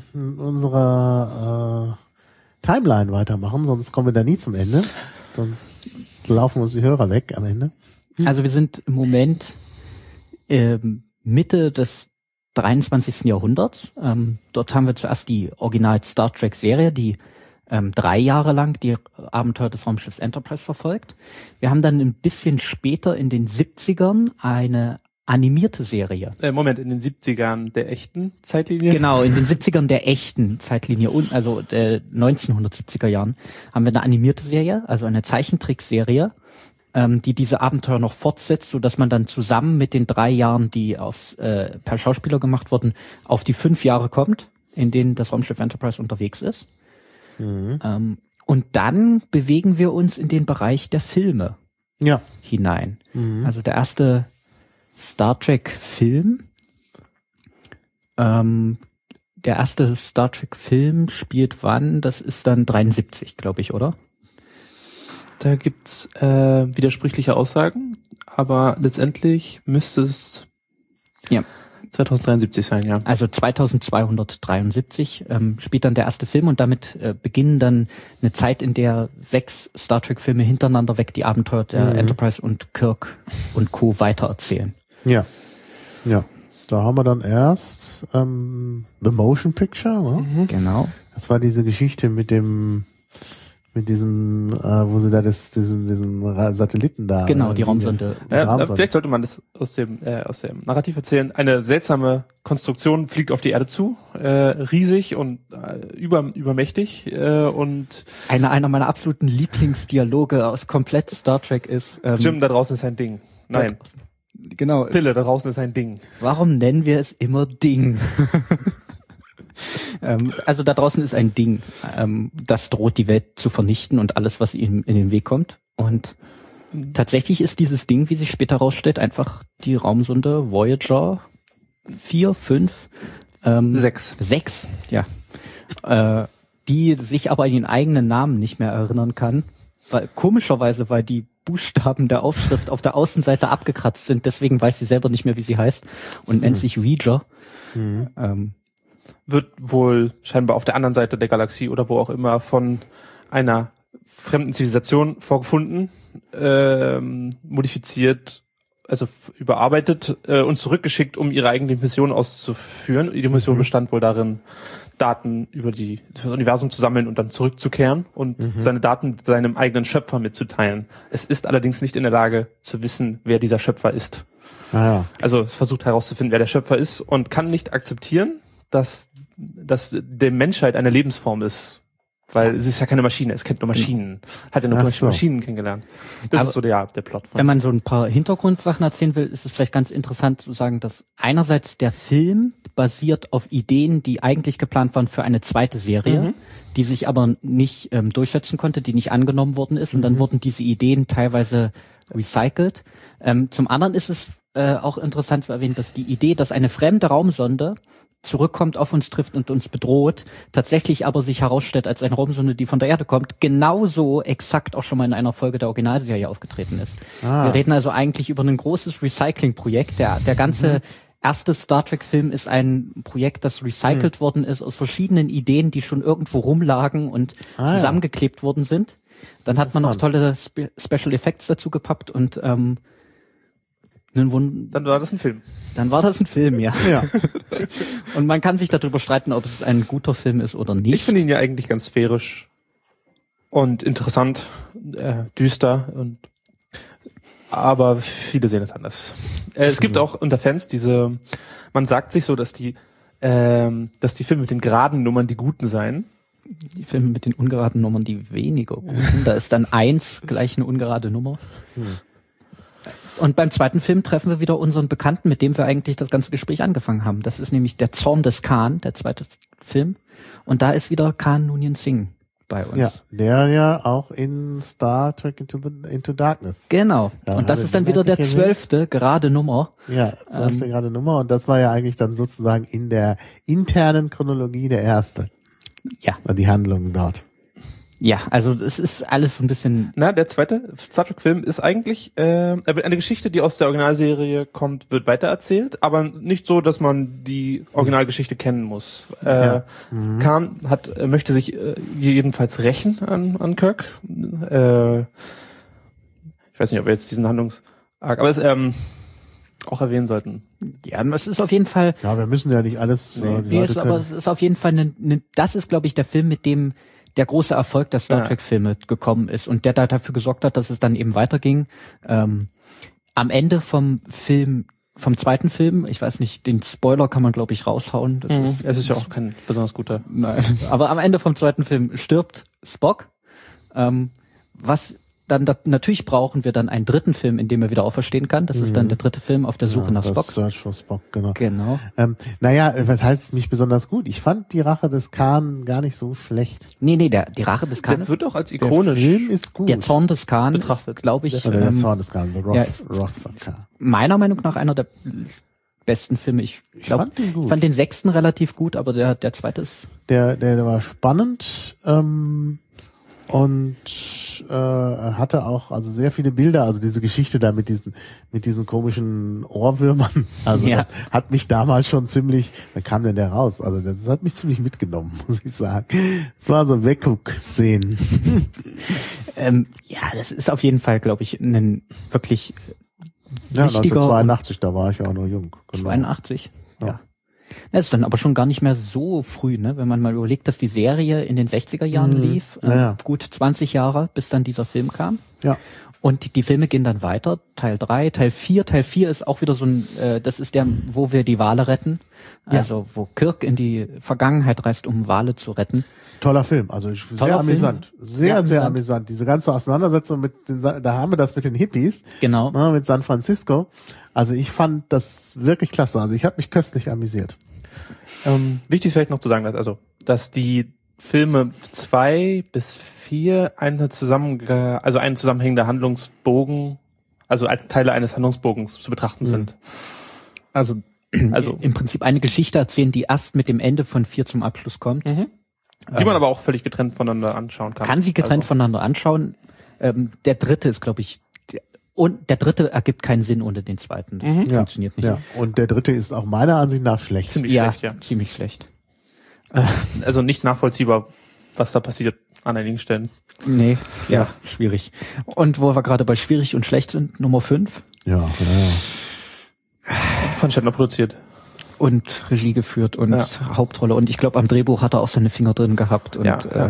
unsere äh, Timeline weitermachen, sonst kommen wir da nie zum Ende. Sonst laufen uns die Hörer weg am Ende. Also wir sind im Moment ähm, Mitte des dreiundzwanzigsten Jahrhunderts. Ähm, dort haben wir zuerst die Original Star Trek Serie, die ähm, drei Jahre lang die Abenteuer des Raumschiffs Enterprise verfolgt. Wir haben dann ein bisschen später in den siebzigern eine animierte Serie. Äh, Moment, in den siebzigern der echten Zeitlinie? Genau, in den siebzigern der echten Zeitlinie und also der neunzehnhundertsiebziger Jahren haben wir eine animierte Serie, also eine Zeichentrickserie, ähm, die diese Abenteuer noch fortsetzt, so dass man dann zusammen mit den drei Jahren, die aufs, äh, per Schauspieler gemacht wurden, auf die fünf Jahre kommt, in denen das Raumschiff Enterprise unterwegs ist. Mhm. Ähm, und dann bewegen wir uns in den Bereich der Filme Ja. hinein. Mhm. Also der erste Star Trek Film. Ähm, der erste Star Trek Film spielt wann? Das ist dann dreiundsiebzig, glaube ich, oder? Da gibt's äh, widersprüchliche Aussagen, aber letztendlich müsste es Ja. zweitausenddreiundsiebzig sein, ja. Also zweitausendzweihundertdreiundsiebzig ähm, spielt dann der erste Film und damit äh, beginnen dann eine Zeit, in der sechs Star Trek Filme hintereinander weg die Abenteuer der Mhm. Enterprise und Kirk und Co. weitererzählen. Ja. Ja. Da haben wir dann erst ähm, The Motion Picture, ne? Mhm. Genau. Das war diese Geschichte mit dem mit diesem, äh, wo sie da das, diesen, diesen Ra- Satelliten da. Genau, äh, die Raumsonde. die Äh, Raumsonde. vielleicht sollte man das aus dem äh, aus dem Narrativ erzählen. Eine seltsame Konstruktion fliegt auf die Erde zu, äh, riesig und äh, über, übermächtig äh, und Einer, einer meiner absoluten Lieblingsdialoge aus komplett Star Trek ist. Ähm, Jim, da draußen ist ein Ding. Nein, Genau. Pille, da draußen ist ein Ding. Warum nennen wir es immer Ding? ähm, also da draußen ist ein Ding. Ähm, das droht die Welt zu vernichten und alles, was ihm in den Weg kommt. Und tatsächlich ist dieses Ding, wie sich später herausstellt, einfach die Raumsonde Voyager vier, fünf, ähm, Sechs. Sechs, ja. Äh, die sich aber an ihren eigenen Namen nicht mehr erinnern kann. Weil, komischerweise, weil die Buchstaben der Aufschrift auf der Außenseite abgekratzt sind, deswegen weiß sie selber nicht mehr, wie sie heißt und nennt sich Ouija. Mhm. Ähm, Wird wohl scheinbar auf der anderen Seite der Galaxie oder wo auch immer von einer fremden Zivilisation vorgefunden, ähm, modifiziert, also f- überarbeitet äh, und zurückgeschickt, um ihre eigene Mission auszuführen. Die Mission Mhm. bestand wohl darin, Daten über die, das Universum zu sammeln und dann zurückzukehren und Mhm. seine Daten seinem eigenen Schöpfer mitzuteilen. Es ist allerdings nicht in der Lage zu wissen, wer dieser Schöpfer ist. Ah, ja. Also es versucht herauszufinden, wer der Schöpfer ist und kann nicht akzeptieren, dass, dass der Menschheit eine Lebensform ist. Weil es ist ja keine Maschine, es kennt nur Maschinen. Hat ja nur Ach so. Maschinen kennengelernt. Das Aber ist so der, der Plot. Wenn man so ein paar Hintergrundsachen erzählen will, ist es vielleicht ganz interessant zu sagen, dass einerseits der Film basiert auf Ideen, die eigentlich geplant waren für eine zweite Serie, Mhm. die sich aber nicht ähm, durchsetzen konnte, die nicht angenommen worden ist. Und dann wurden diese Ideen teilweise recycelt. Ähm, zum anderen ist es äh, auch interessant zu erwähnen, dass die Idee, dass eine fremde Raumsonde zurückkommt, auf uns trifft und uns bedroht, tatsächlich aber sich herausstellt als eine Raumsonde, die von der Erde kommt, genauso exakt auch schon mal in einer Folge der Originalserie aufgetreten ist. Ah. Wir reden also eigentlich über ein großes Recycling-Projekt. Der, der ganze erste Star Trek-Film ist ein Projekt, das recycelt hm. worden ist aus verschiedenen Ideen, die schon irgendwo rumlagen und ah, zusammengeklebt ja. worden sind. Dann hat man noch tolle Spe- Special Effects dazu gepappt und ähm, Wund- dann war das ein Film. Dann war das ein Film, ja. ja. Und man kann sich darüber streiten, ob es ein guter Film ist oder nicht. Ich finde ihn ja eigentlich ganz sphärisch und interessant, äh, düster und aber viele sehen es anders. Äh, es gibt auch unter Fans diese, man sagt sich so, dass die, ähm, dass die Filme mit den geraden Nummern die guten seien. Die Filme mit den ungeraden Nummern die weniger guten. Da ist dann eins gleich eine ungerade Nummer. Hm. Und beim zweiten Film treffen wir wieder unseren Bekannten, mit dem wir eigentlich das ganze Gespräch angefangen haben. Das ist nämlich der Zorn des Khan, der zweite Film. Und da ist wieder Khan Noonien Singh bei uns. Ja, der ja auch in Star Trek Into, the, Into Darkness. Genau. Ja, und das ist dann wieder der zwölfte gerade Nummer. Ja, zwölfte ähm, gerade Nummer. Und das war ja eigentlich dann sozusagen in der internen Chronologie der erste. Ja. Die Handlungen dort. Ja, also es ist alles so ein bisschen... Na, der zweite Star Trek-Film ist eigentlich äh, eine Geschichte, die aus der Originalserie kommt, wird weitererzählt, aber nicht so, dass man die Originalgeschichte kennen muss. Äh, ja. mhm. Khan hat äh, möchte sich äh, jedenfalls rächen an, an Kirk. Äh, ich weiß nicht, ob wir jetzt diesen Handlungs... Aber es ähm, auch erwähnen sollten. Ja, es ist auf jeden Fall... Ja, wir müssen ja nicht alles... Nee, nee ist, aber es ist auf jeden Fall... Eine, eine, das ist, glaube ich, der Film, mit dem der große Erfolg der Star Trek-Filme gekommen ist und der da dafür gesorgt hat, dass es dann eben weiterging. Ähm, am Ende vom Film, vom zweiten Film, ich weiß nicht, den Spoiler kann man, glaube ich, raushauen. Das mhm. ist, es ist ja auch kein besonders guter. Nein. Aber am Ende vom zweiten Film stirbt Spock. Ähm, was dann da, natürlich brauchen wir dann einen dritten Film, in dem er wieder auferstehen kann. Das mhm. ist dann der dritte Film auf der Suche ja, nach Spock. Search for Spock, genau. Genau. Ähm, naja, was heißt nicht besonders gut? Ich fand die Rache des Khan gar nicht so schlecht. Nee, nee, der, die Rache des Khan der wird auch als ikonisch. Der Film ist gut. Der Zorn des Khan betrachtet, glaube ich. Oder der ähm, Zorn des Khan, the Wrath, ja, Wrath of Khan. Meiner Meinung nach einer der besten Filme. Ich, ich glaub, fand den gut. Ich fand den sechsten relativ gut, aber der, der zweite ist... Der, der, der war spannend, ähm, und äh, hatte auch also sehr viele Bilder, also diese Geschichte da mit diesen mit diesen komischen Ohrwürmern, also ja. das hat mich damals schon ziemlich, wann kam denn der raus? Also das hat mich ziemlich mitgenommen, muss ich sagen. Es war so Wegguck-Szenen. ähm, ja, das ist auf jeden Fall, glaube ich, ein wirklich ja, wichtiger... neunzehnhundertzweiundachtzig, da war ich ja auch noch jung. Genau. zweiundachtzig, ja. ja. Das ist dann aber schon gar nicht mehr so früh, ne? Wenn man mal überlegt, dass die Serie in den sechziger Jahren mhm. lief, äh, ja. gut zwanzig Jahre, bis dann dieser Film kam. Ja. Und die, die Filme gehen dann weiter, Teil drei, Teil vier. Teil vier ist auch wieder so ein, äh, das ist der, wo wir die Wale retten. Also ja. wo Kirk in die Vergangenheit reist, um Wale zu retten. Toller Film, also ich, sehr amüsant, Film. sehr, sehr, sehr amüsant. amüsant. Diese ganze Auseinandersetzung mit den, da haben wir das mit den Hippies, genau, ne, mit San Francisco. Also ich fand das wirklich klasse. Also ich habe mich köstlich amüsiert. Ähm, wichtig ist vielleicht noch zu sagen, dass also, dass die Filme zwei bis vier eine zusammenge also ein zusammenhängender Handlungsbogen, also als Teile eines Handlungsbogens zu betrachten mhm. sind. Also, also im Prinzip eine Geschichte erzählen, die erst mit dem Ende von vier zum Abschluss kommt. Mhm. Die man aber auch völlig getrennt voneinander anschauen kann. Kann sie getrennt also. voneinander anschauen. Ähm, der dritte ist, glaube ich, der, und der dritte ergibt keinen Sinn ohne den zweiten. Das mhm. funktioniert ja, nicht. Ja. Und der dritte ist auch meiner Ansicht nach schlecht. Ziemlich ja, schlecht, ja. Ziemlich schlecht. Also nicht nachvollziehbar, was da passiert an einigen Stellen. Nee, ja, ja, schwierig. Und wo wir gerade bei schwierig und schlecht sind, Nummer fünf. Ja, ja, ja. Von Shatner produziert. Und Regie geführt und ja. Hauptrolle. Und ich glaube, am Drehbuch hat er auch seine Finger drin gehabt. Und ja, äh,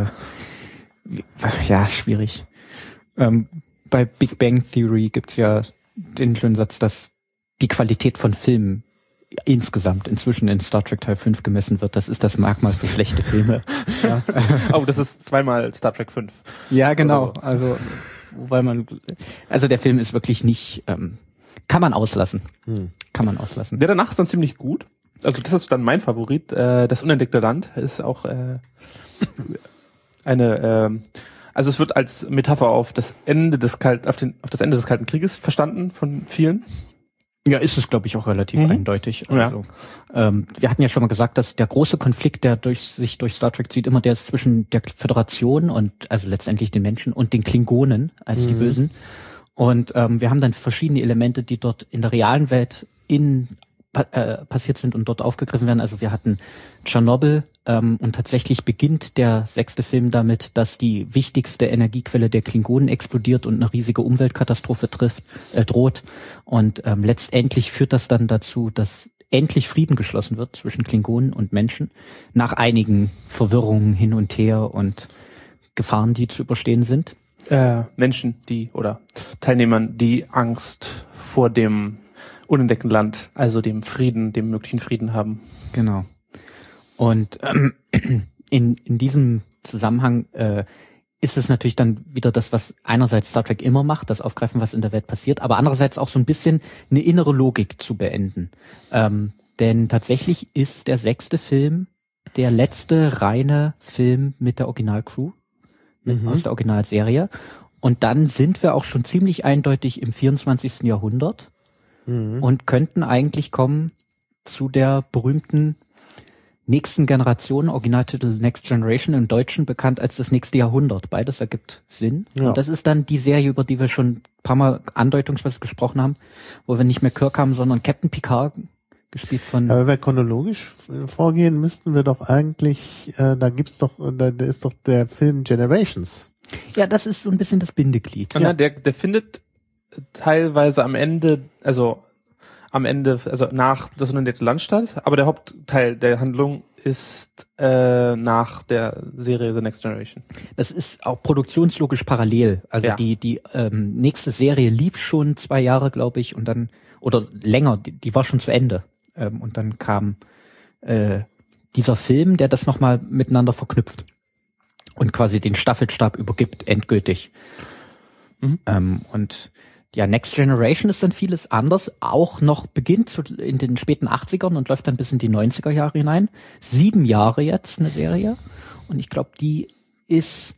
ja schwierig. Ähm, bei Big Bang Theory gibt's ja den schönen Satz, dass die Qualität von Filmen insgesamt inzwischen in Star Trek Teil fünf gemessen wird. Das ist das Merkmal für schlechte Filme. Ja. Oh, das ist zweimal Star Trek fünf. Ja, genau. So. Also, wobei man, also der Film ist wirklich nicht, ähm, kann man auslassen. Hm. Kann man auslassen. Der danach ist dann ziemlich gut. Also das ist dann mein Favorit. Äh, das unentdeckte Land ist auch äh, eine. Äh, also es wird als Metapher auf das Ende des Kalt, auf, den, auf das Ende des Kalten Krieges verstanden von vielen. Ja, ist es, glaube ich, auch relativ mhm. eindeutig. Also, ja. ähm, wir hatten ja schon mal gesagt, dass der große Konflikt, der durch sich durch Star Trek zieht, immer der ist zwischen der Föderation und also letztendlich den Menschen und den Klingonen als mhm. die Bösen. Und ähm, wir haben dann verschiedene Elemente, die dort in der realen Welt in pa- äh, passiert sind und dort aufgegriffen werden. Also wir hatten Tschernobyl ähm, und tatsächlich beginnt der sechste Film damit, dass die wichtigste Energiequelle der Klingonen explodiert und eine riesige Umweltkatastrophe trifft, äh, droht. Und ähm, letztendlich führt das dann dazu, dass endlich Frieden geschlossen wird zwischen Klingonen und Menschen, nach einigen Verwirrungen hin und her und Gefahren, die zu überstehen sind. Äh, Menschen, die, oder Teilnehmern, die Angst vor dem unentdeckten Land, also dem Frieden, dem möglichen Frieden haben. Genau. Und ähm, in, in diesem Zusammenhang äh, ist es natürlich dann wieder das, was einerseits Star Trek immer macht, das Aufgreifen, was in der Welt passiert, aber andererseits auch so ein bisschen eine innere Logik zu beenden. Ähm, denn tatsächlich ist der sechste Film der letzte reine Film mit der Originalcrew, mit, mhm. aus der Originalserie. Und dann sind wir auch schon ziemlich eindeutig im vierundzwanzigsten Jahrhundert mhm. und könnten eigentlich kommen zu der berühmten nächsten Generation, Originaltitel Next Generation, im Deutschen bekannt als das nächste Jahrhundert. Beides ergibt Sinn. Ja. Und das ist dann die Serie, über die wir schon ein paar Mal andeutungsweise gesprochen haben, wo wir nicht mehr Kirk haben, sondern Captain Picard, gespielt von... Aber wenn wir chronologisch vorgehen, müssten wir doch eigentlich, äh, da gibt's doch, da, da ist doch der Film Generations. Ja, das ist so ein bisschen das Bindeglied. Ja, der, der findet teilweise am Ende, also am Ende, also nach das unentdeckte Land statt, aber der Hauptteil der Handlung ist äh, nach der Serie The Next Generation. Das ist auch produktionslogisch parallel. Also ja. die die ähm, nächste Serie lief schon zwei Jahre, glaube ich, und dann, oder länger, die, die war schon zu Ende. Ähm, und dann kam äh, dieser Film, der das nochmal miteinander verknüpft und quasi den Staffelstab übergibt, endgültig. Mhm. Ähm, und ja, Next Generation ist dann vieles anders, auch noch beginnt zu, in den späten achtzigern und läuft dann bis in die neunziger Jahre hinein. Sieben Jahre jetzt eine Serie. Und ich glaube, die ist,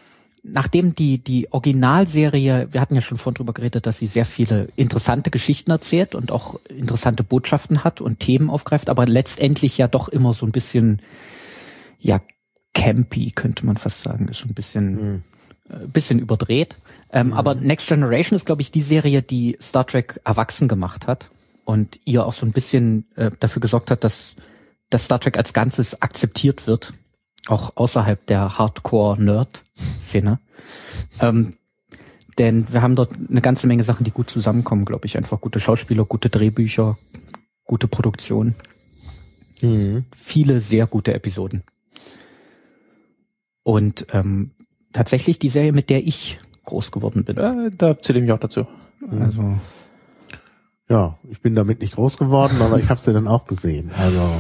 nachdem die die Originalserie, wir hatten ja schon vorhin drüber geredet, dass sie sehr viele interessante Geschichten erzählt und auch interessante Botschaften hat und Themen aufgreift, aber letztendlich ja doch immer so ein bisschen, ja, campy, könnte man fast sagen. Ist so ein bisschen... Mhm. bisschen überdreht. Ähm, mhm. Aber Next Generation ist, glaube ich, die Serie, die Star Trek erwachsen gemacht hat und ihr auch so ein bisschen äh, dafür gesorgt hat, dass, dass Star Trek als Ganzes akzeptiert wird, auch außerhalb der Hardcore-Nerd-Szene. ähm, denn wir haben dort eine ganze Menge Sachen, die gut zusammenkommen, glaube ich. Einfach gute Schauspieler, gute Drehbücher, gute Produktion. Mhm. Viele sehr gute Episoden. Und ähm, tatsächlich die Serie, mit der ich groß geworden bin. Äh, da zähle ich mich auch dazu. Also ja, ich bin damit nicht groß geworden, aber ich habe sie dann auch gesehen. Also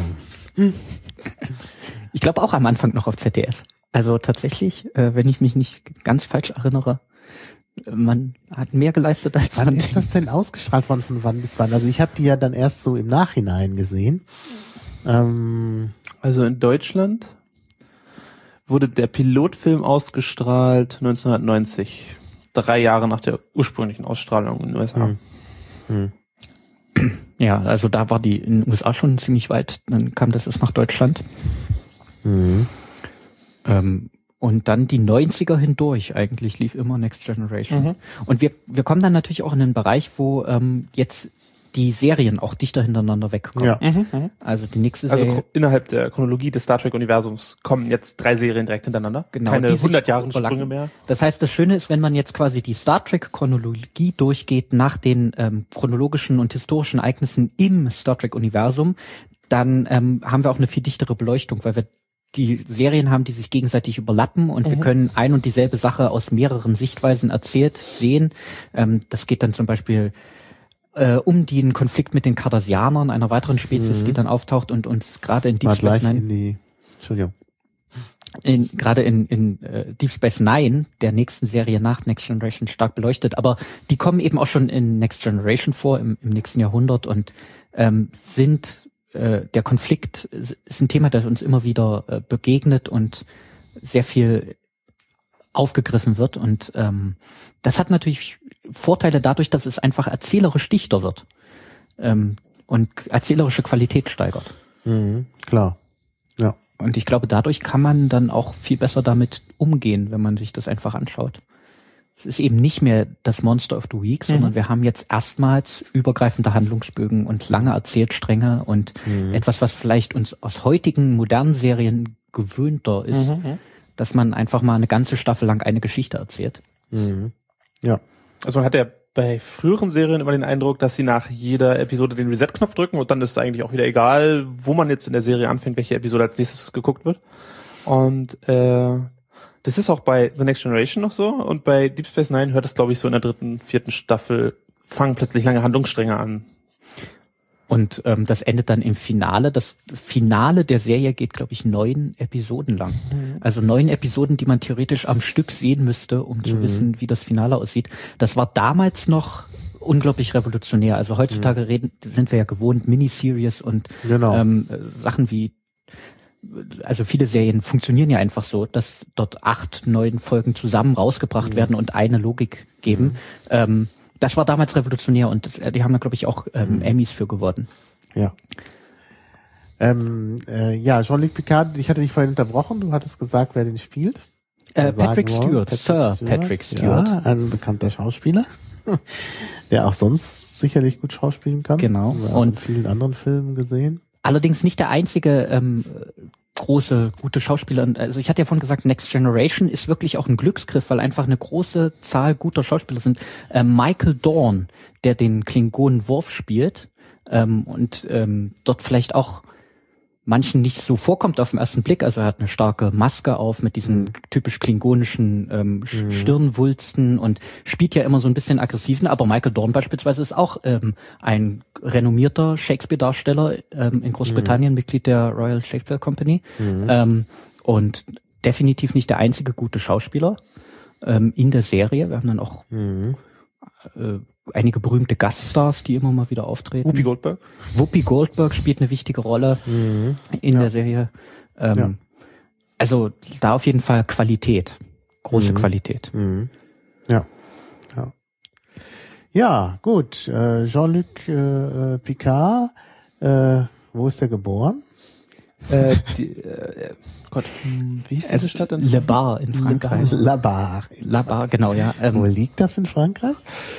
ich glaube auch am Anfang noch auf Z D F. Also tatsächlich, äh, wenn ich mich nicht ganz falsch erinnere, man hat mehr geleistet als wann man ist das denn ausgestrahlt worden, von wann bis wann? Also ich habe die ja dann erst so im Nachhinein gesehen. Ähm, also in Deutschland wurde der Pilotfilm ausgestrahlt neunzehnhundertneunzig, drei Jahre nach der ursprünglichen Ausstrahlung in den U S A. Hm. Hm. Ja, also da war die in den U S A schon ziemlich weit, dann kam das erst nach Deutschland. Hm. Ähm, und dann die neunziger hindurch, eigentlich lief immer Next Generation. Mhm. Und wir wir kommen dann natürlich auch in einen Bereich, wo ähm, jetzt die Serien auch dichter hintereinander wegkommen. Ja. Mhm, also die nächste Serie. Also innerhalb der Chronologie des Star Trek Universums kommen jetzt drei Serien direkt hintereinander. Genau, keine hundert Jahre Sprünge mehr. Das heißt, das Schöne ist, wenn man jetzt quasi die Star Trek Chronologie durchgeht nach den ähm, chronologischen und historischen Ereignissen im Star Trek Universum, dann ähm, haben wir auch eine viel dichtere Beleuchtung, weil wir die Serien haben, die sich gegenseitig überlappen und mhm. wir können ein und dieselbe Sache aus mehreren Sichtweisen erzählt sehen. Ähm, das geht dann zum Beispiel Äh, um den Konflikt mit den Cardassianern, einer weiteren Spezies, mhm. die dann auftaucht und uns gerade in Deep Space Nine, in die, Entschuldigung, in, gerade in, in äh, Deep Space Nine, der nächsten Serie nach Next Generation, stark beleuchtet. Aber die kommen eben auch schon in Next Generation vor, im, im nächsten Jahrhundert und ähm, sind äh, der Konflikt ist ein Thema, das uns immer wieder äh, begegnet und sehr viel aufgegriffen wird. Und ähm, das hat natürlich Vorteile dadurch, dass es einfach erzählerisch dichter wird ähm, und erzählerische Qualität steigert. Mhm, klar, ja. Und ich glaube, dadurch kann man dann auch viel besser damit umgehen, wenn man sich das einfach anschaut. es ist eben nicht mehr das Monster of the Week, sondern mhm. wir haben jetzt erstmals übergreifende Handlungsbögen und lange Erzählstränge und mhm. etwas, was vielleicht uns aus heutigen modernen Serien gewöhnter ist, mhm. dass man einfach mal eine ganze Staffel lang eine Geschichte erzählt. Mhm. Ja. Also man hat ja bei früheren Serien immer den Eindruck, dass sie nach jeder Episode den Reset-Knopf drücken und dann ist es eigentlich auch wieder egal, wo man jetzt in der Serie anfängt, welche Episode als nächstes geguckt wird. Und äh, das ist auch bei The Next Generation noch so und bei Deep Space Nine hört es, glaube ich, so in der dritten, vierten Staffel, fangen plötzlich lange Handlungsstränge an. Und ähm, das endet dann im Finale. Das Finale der Serie geht, glaube ich, neun Episoden lang. Mhm. Also neun Episoden, die man theoretisch am Stück sehen müsste, um mhm. zu wissen, wie das Finale aussieht. Das war damals noch unglaublich revolutionär. Also heutzutage mhm. reden, sind wir ja gewohnt, Miniseries und genau. ähm, Sachen wie, also viele Serien funktionieren ja einfach so, dass dort acht, neun Folgen zusammen rausgebracht mhm. werden und eine Logik geben. Mhm. Ähm, Das war damals revolutionär und das, die haben da, glaube ich, auch ähm, mhm. Emmys für gewonnen. Ja. Ähm, äh, ja, Jean-Luc Picard, ich hatte dich vorhin unterbrochen, du hattest gesagt, wer den spielt. Äh, Patrick Stewart, Patrick Sir Stewart. Patrick Stewart. Ja, ein bekannter Schauspieler, der auch sonst sicherlich gut schauspielen kann. Genau. Und in vielen anderen Filmen gesehen. Allerdings nicht der einzige ähm, große, gute Schauspieler. Also ich hatte ja vorhin gesagt, Next Generation ist wirklich auch ein Glücksgriff, weil einfach eine große Zahl guter Schauspieler sind. Ähm, Michael Dorn, der den Klingonen Worf spielt ähm, und ähm, dort vielleicht auch manchen nicht so vorkommt auf den ersten Blick. Also er hat eine starke Maske auf mit diesen mhm. typisch klingonischen ähm, mhm. Stirnwulsten und spielt ja immer so ein bisschen aggressiven. Aber Michael Dorn beispielsweise ist auch ähm, ein renommierter Shakespeare-Darsteller ähm, in Großbritannien, mhm. Mitglied der Royal Shakespeare Company mhm. ähm, und definitiv nicht der einzige gute Schauspieler ähm, in der Serie. Wir haben dann auch mhm. äh, einige berühmte Gaststars, die immer mal wieder auftreten. Whoopi Goldberg. Whoopi Goldberg spielt eine wichtige Rolle mhm. in ja. der Serie. Ähm, ja. Also da auf jeden Fall Qualität. Große mhm. Qualität. Mhm. Ja. Ja. Ja, gut. Äh, Jean-Luc äh, Picard, äh, wo ist der geboren? Äh, die, äh, Gott, wie hieß diese Stadt denn? Le Bar in Frankreich. La Bar. La Bar, genau, ja. Ähm, wo liegt das in Frankreich?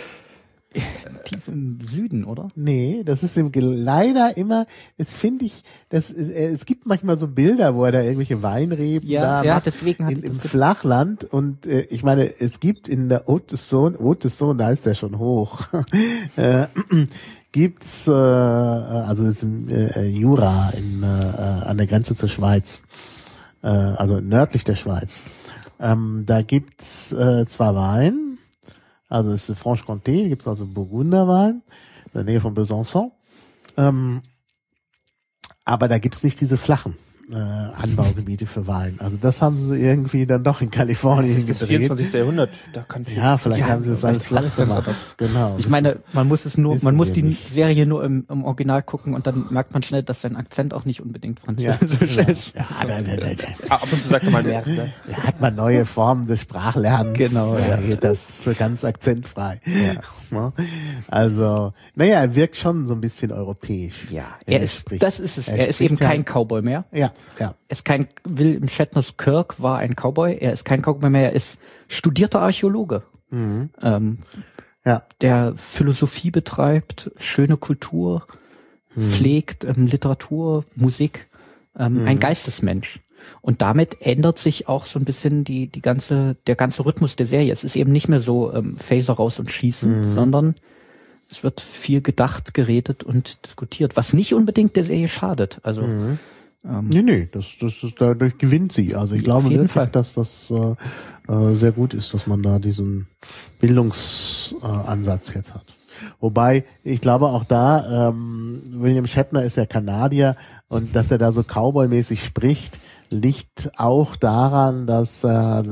Tief im Süden, oder? Nee, das ist im, leider immer, das finde ich, das, äh, es gibt manchmal so Bilder, wo er da irgendwelche Weinreben ja, da ja, macht, deswegen hat in, im Flachland und äh, ich meine, es gibt in der Haute Saône, Haute Saône, da ist der schon hoch, äh, gibt's, äh, also das ist im äh, Jura in, äh, an der Grenze zur Schweiz, äh, also nördlich der Schweiz, ähm, da gibt's äh, zwar Wein, also es ist Franche-Comté, gibt es also Burgunderwein, in der Nähe von Besançon. Ähm, aber da gibt's nicht diese flachen äh, Anbaugebiete für Wein. Also das haben sie irgendwie dann doch in Kalifornien gedreht. Das ist das vierundzwanzigste Jahrhundert. Da kann viel ja, vielleicht ja, haben sie das alles flach gemacht. Genau. Ich meine, man muss es nur, man muss die nicht. Serie nur im, im Original gucken und dann merkt man schnell, dass sein Akzent auch nicht unbedingt französisch ja, ist. Ja, so. da, da, da, da. Ab und zu sagt man mehr. Ne? Da hat man neue Formen des Sprachlernens. Genau. Ja, ja. Das so ganz akzentfrei. Ja. Also, naja, er wirkt schon so ein bisschen europäisch. Ja, er, er ist, spricht. Das ist es. Er, er ist eben kein Cowboy mehr. Ja, ja. Er ist kein, William Shatners Kirk war ein Cowboy. Er ist kein Cowboy mehr. Er ist studierter Archäologe. Mhm. Ähm, ja. Der Philosophie betreibt, schöne Kultur mhm. pflegt, ähm, Literatur, Musik, ähm, mhm. ein Geistesmensch. Und damit ändert sich auch so ein bisschen die, die ganze, der ganze Rhythmus der Serie. Es ist eben nicht mehr so, ähm, Phaser raus und schießen, mhm. sondern es wird viel gedacht, geredet und diskutiert, was nicht unbedingt der Serie schadet. Also, mhm. ähm, nee, nee, das, das ist, dadurch gewinnt sie. Also ich glaube wirklich, Fall. dass das, äh, äh, sehr gut ist, dass man da diesen Bildungsansatz äh, jetzt hat. Wobei, ich glaube auch da, ähm, William Shatner ist ja Kanadier und dass er da so Cowboy-mäßig spricht, liegt auch daran, dass äh,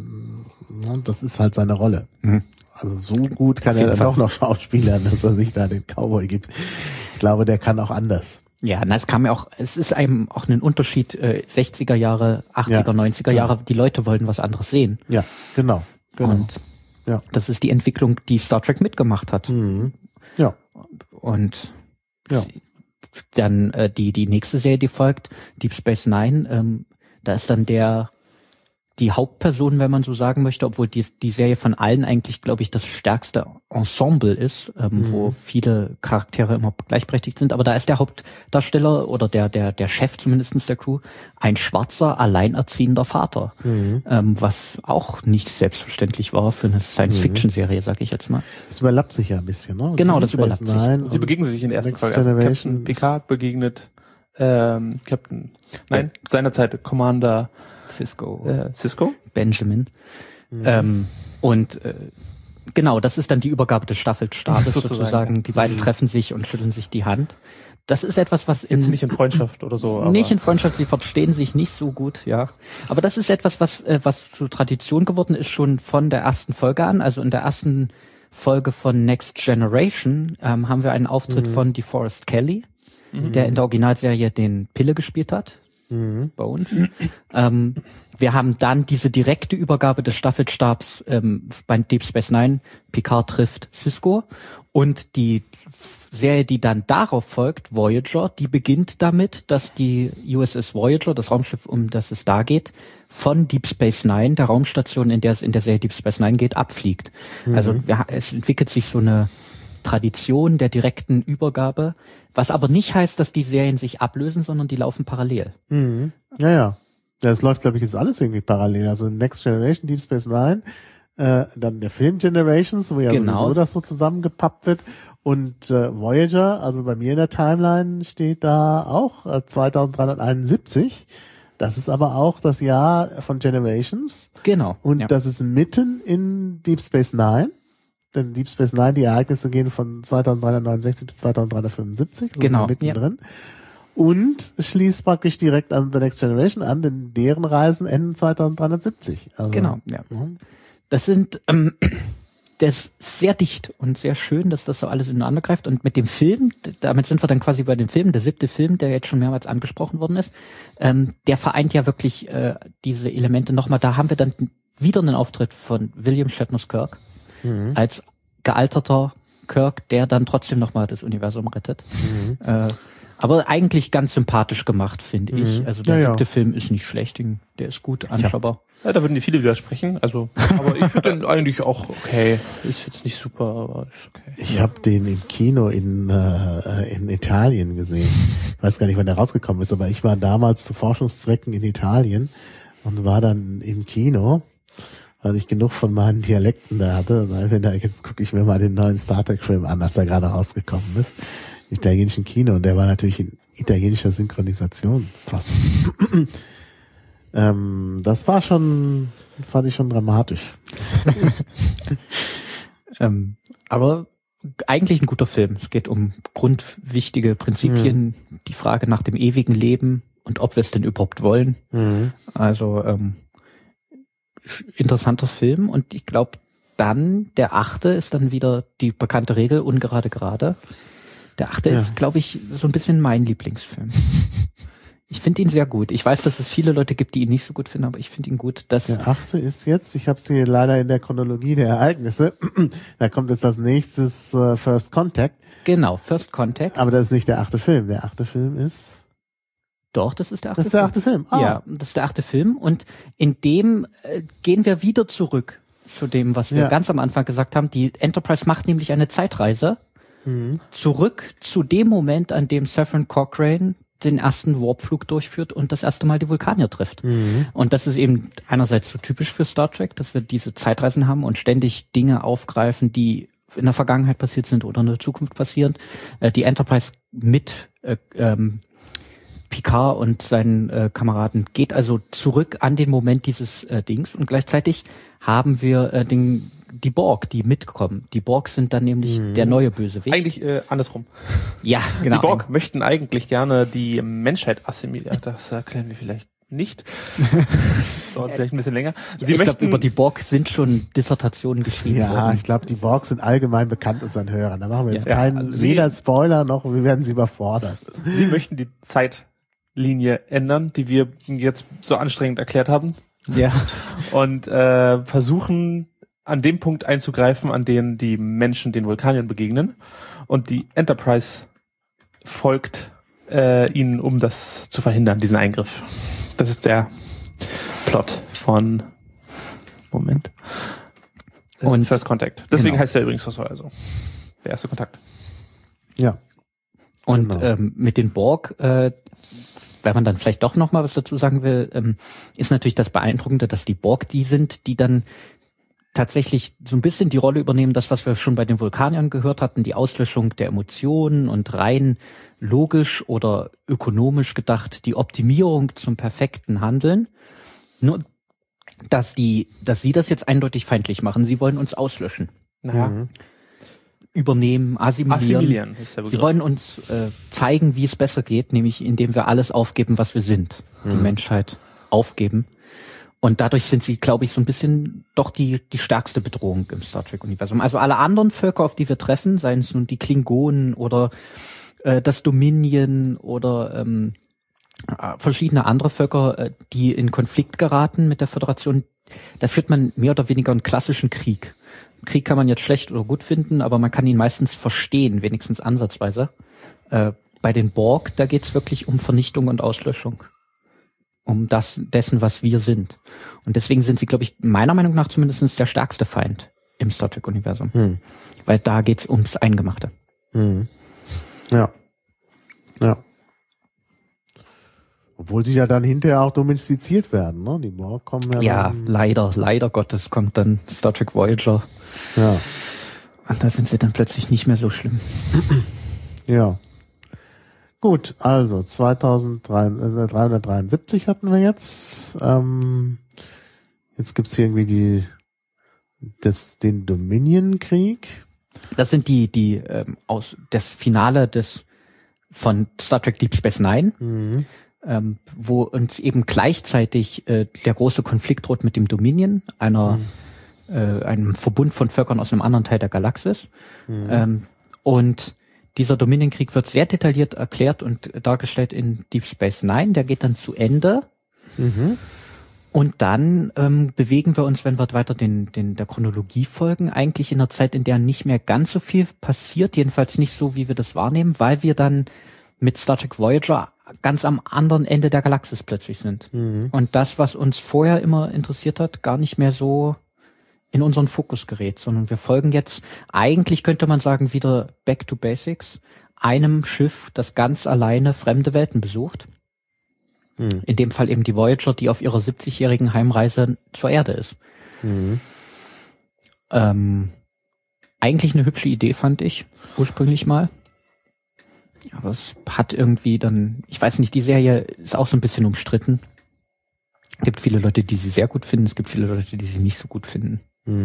das ist halt seine Rolle. Mhm. Also so gut kann er dann auch noch schauspielern, dass er sich da den Cowboy gibt. Ich glaube, der kann auch anders. Ja, na, es kam ja auch, es ist einem auch ein Unterschied, äh, sechziger Jahre, achtziger, ja, neunziger Jahre, die Leute wollten was anderes sehen. Ja, genau. genau. Und ja. das ist die Entwicklung, die Star Trek mitgemacht hat. Mhm. Ja. Und ja. dann äh, die die nächste Serie, die folgt, Deep Space Nine, ähm, da ist dann der die Hauptperson, wenn man so sagen möchte, obwohl die, die Serie von allen eigentlich, glaube ich, das stärkste Ensemble ist, ähm, mhm. wo viele Charaktere immer gleichberechtigt sind. Aber da ist der Hauptdarsteller oder der der der Chef zumindest der Crew ein schwarzer, alleinerziehender Vater, mhm. ähm, was auch nicht selbstverständlich war für eine Science-Fiction-Serie, sag ich jetzt mal. Das überlappt sich ja ein bisschen, ne? Genau, das überlappt sich. Sie begegnen sich in der ersten Folge. Also Captain Picard begegnet ähm, Captain, nein, seinerzeit Commander Cisco. Äh, Cisco? Benjamin. Mhm. Ähm, und äh, genau, das ist dann die Übergabe des Staffelstabes sozusagen. sozusagen. Die beiden mhm. treffen sich und schütteln sich die Hand. Das ist etwas, was in, jetzt nicht in Freundschaft oder so. Aber nicht in Freundschaft, sie verstehen sich nicht so gut, ja. Aber das ist etwas, was äh, was zur Tradition geworden ist, schon von der ersten Folge an. Also in der ersten Folge von Next Generation ähm, haben wir einen Auftritt mhm. von DeForest Kelley, mhm. der in der Originalserie den Pille gespielt hat. Bei uns. ähm, wir haben dann diese direkte Übergabe des Staffelstabs ähm, bei Deep Space Nine. Picard trifft Cisco und die Serie, die dann darauf folgt, Voyager, die beginnt damit, dass die U S S Voyager, das Raumschiff, um das es da geht, von Deep Space Nine, der Raumstation, in der es in der Serie Deep Space Nine geht, abfliegt. Mhm. Also ja, es entwickelt sich so eine Tradition der direkten Übergabe, was aber nicht heißt, dass die Serien sich ablösen, sondern die laufen parallel. Mhm. Ja, ja. Ja, es läuft, glaube ich, jetzt alles irgendwie parallel. Also Next Generation, Deep Space Nine, äh, dann der Film Generations, wo ja genau. sowieso das so zusammengepappt wird. Und äh, Voyager, also bei mir in der Timeline steht da auch äh, zweitausenddreihunderteinundsiebzig. Das ist aber auch das Jahr von Generations. Genau. Und ja. das ist mitten in Deep Space Nine. Denn Deep Space Nine, die Ereignisse gehen von zweitausenddreihundertneunundsechzig bis zweitausenddreihundertfünfundsiebzig. Also genau. Mittendrin. Ja. Und schließt praktisch direkt an The Next Generation an, denn deren Reisen enden zweitausenddreihundertsiebzig. Also, genau, ja. Das sind, ähm, das ist sehr dicht und sehr schön, dass das so alles ineinander greift. Und mit dem Film, damit sind wir dann quasi bei dem Film, der siebte Film, der jetzt schon mehrmals angesprochen worden ist, ähm, der vereint ja wirklich äh, diese Elemente nochmal. Da haben wir dann wieder einen Auftritt von William Shatner Kirk. Mhm. Als gealterter Kirk, der dann trotzdem nochmal das Universum rettet. Mhm. Äh, aber eigentlich ganz sympathisch gemacht, finde mhm. ich. Also der ja, siebte ja. Film ist nicht schlecht, der ist gut anschaubar. Ja, da würden die viele widersprechen. Also, aber ich finde den eigentlich auch okay. Ist jetzt nicht super, aber ist okay. Ich habe den im Kino in äh, in Italien gesehen. Ich weiß gar nicht, wann der rausgekommen ist, aber ich war damals zu Forschungszwecken in Italien und war dann im Kino, weil ich genug von meinen Dialekten da hatte. Und da, jetzt gucke ich mir mal den neuen Star Trek-Film an, als er gerade rausgekommen ist. Im italienischen Kino. Und der war natürlich in italienischer Synchronisationsfassung. ähm, das war schon, fand ich schon dramatisch. ähm, aber eigentlich ein guter Film. Es geht um grundwichtige Prinzipien, mhm. die Frage nach dem ewigen Leben und ob wir es denn überhaupt wollen. Mhm. Also ähm, interessanter Film und ich glaube dann, der achte ist dann wieder die bekannte Regel, ungerade gerade. Der achte ja. ist, glaube ich, so ein bisschen mein Lieblingsfilm. Ich finde ihn sehr gut. Ich weiß, dass es viele Leute gibt, die ihn nicht so gut finden, aber ich finde ihn gut. Dass der achte ist jetzt, ich habe sie leider in der Chronologie der Ereignisse, da kommt jetzt als nächstes uh, First Contact. Genau, First Contact. Aber das ist nicht der achte Film. Der achte Film ist... Doch, das ist der achte Das ist der achte Film. Film. Ah. Ja, das ist der achte Film. Und in dem äh, gehen wir wieder zurück zu dem, was wir ja. ganz am Anfang gesagt haben. Die Enterprise macht nämlich eine Zeitreise mhm. zurück zu dem Moment, an dem Zefram Cochrane den ersten Warpflug durchführt und das erste Mal die Vulkanier trifft. Mhm. Und das ist eben einerseits so typisch für Star Trek, dass wir diese Zeitreisen haben und ständig Dinge aufgreifen, die in der Vergangenheit passiert sind oder in der Zukunft passieren. Äh, die Enterprise mit äh, ähm, Picard und seinen äh, Kameraden geht also zurück an den Moment dieses äh, Dings und gleichzeitig haben wir äh, den, die Borg, die mitkommen. Die Borg sind dann nämlich mhm. der neue Bösewicht. Eigentlich äh, andersrum. Ja, genau. Die Borg möchten eigentlich gerne die Menschheit assimilieren. Das erklären wir vielleicht nicht. Das dauert vielleicht ein bisschen länger. Sie ja, ich glaube, über die Borg sind schon Dissertationen geschrieben ja, worden. Ja, ich glaube, die Borg sind allgemein bekannt unseren Hörern. Da machen wir jetzt ja, keinen ja, weder Spoiler noch, wir werden sie überfordern. Sie möchten die Zeit Linie ändern, die wir jetzt so anstrengend erklärt haben. Ja. Und äh, versuchen an dem Punkt einzugreifen, an dem die Menschen den Vulkaniern begegnen. Und die Enterprise folgt äh, ihnen, um das zu verhindern, diesen Eingriff. Das ist der Plot von Moment. Und First Contact. Deswegen genau. heißt er übrigens Fossoyeur so. Der erste Kontakt. Ja. Und Genau. ähm, mit den Borg, äh, wenn man dann vielleicht doch noch mal was dazu sagen will, ähm, ist natürlich das Beeindruckende, dass die Borg die sind, die dann tatsächlich so ein bisschen die Rolle übernehmen, das, was wir schon bei den Vulkaniern gehört hatten, die Auslöschung der Emotionen und rein logisch oder ökonomisch gedacht, die Optimierung zum perfekten Handeln. Nur, dass die, dass sie das jetzt eindeutig feindlich machen. Sie wollen uns auslöschen. Naja. Mhm. Übernehmen, assimilieren. Assimilieren ist der Begriff. Sie wollen uns äh, zeigen, wie es besser geht, nämlich indem wir alles aufgeben, was wir sind. Die Mhm. Menschheit aufgeben. Und dadurch sind sie, glaube ich, so ein bisschen doch die die stärkste Bedrohung im Star Trek-Universum. Also alle anderen Völker, auf die wir treffen, seien es nun die Klingonen oder äh, das Dominion oder ähm, äh, verschiedene andere Völker, äh, die in Konflikt geraten mit der Föderation, da führt man mehr oder weniger einen klassischen Krieg. Krieg kann man jetzt schlecht oder gut finden, aber man kann ihn meistens verstehen, wenigstens ansatzweise. Äh, bei den Borg, da geht's wirklich um Vernichtung und Auslöschung. Um das dessen, was wir sind. Und deswegen sind sie, glaube ich, meiner Meinung nach zumindest der stärkste Feind im Star Trek-Universum. Hm. Weil da geht's ums Eingemachte. Hm. Ja. Ja. Obwohl sie ja dann hinterher auch domestiziert werden, ne? Die Borg kommen ja Ja, dann, leider, leider Gottes kommt dann Star Trek Voyager. ja. Und da sind sie dann plötzlich nicht mehr so schlimm. Ja. Gut, also zweitausenddreihundertdreiundsiebzig hatten wir jetzt. Ähm, jetzt gibt's hier irgendwie die das, den Dominion-Krieg. Das sind die, die ähm, aus das Finale des von Star Trek Deep Space Nine, Mhm. ähm, wo uns eben gleichzeitig äh, der große Konflikt droht mit dem Dominion, einer Mhm. äh, einem Verbund von Völkern aus einem anderen Teil der Galaxis. Mhm. Ähm, und dieser Dominion-Krieg wird sehr detailliert erklärt und dargestellt in Deep Space Nine. Der geht dann zu Ende. Mhm. Und dann ähm, bewegen wir uns, wenn wir weiter den, den der Chronologie folgen, eigentlich in einer Zeit, in der nicht mehr ganz so viel passiert, jedenfalls nicht so, wie wir das wahrnehmen, weil wir dann mit Star Trek Voyager ganz am anderen Ende der Galaxis plötzlich sind. Mhm. Und das, was uns vorher immer interessiert hat, gar nicht mehr so in unseren Fokus gerät, sondern wir folgen jetzt, eigentlich könnte man sagen, wieder back to basics, einem Schiff, das ganz alleine fremde Welten besucht. Mhm. In dem Fall eben die Voyager, die auf ihrer siebzigjährigen Heimreise zur Erde ist. Mhm. Ähm, eigentlich eine hübsche Idee, fand ich, ursprünglich mal. Aber es hat irgendwie dann, ich weiß nicht, die Serie ist auch so ein bisschen umstritten. Es gibt viele Leute, die sie sehr gut finden, es gibt viele Leute, die sie nicht so gut finden. Mhm.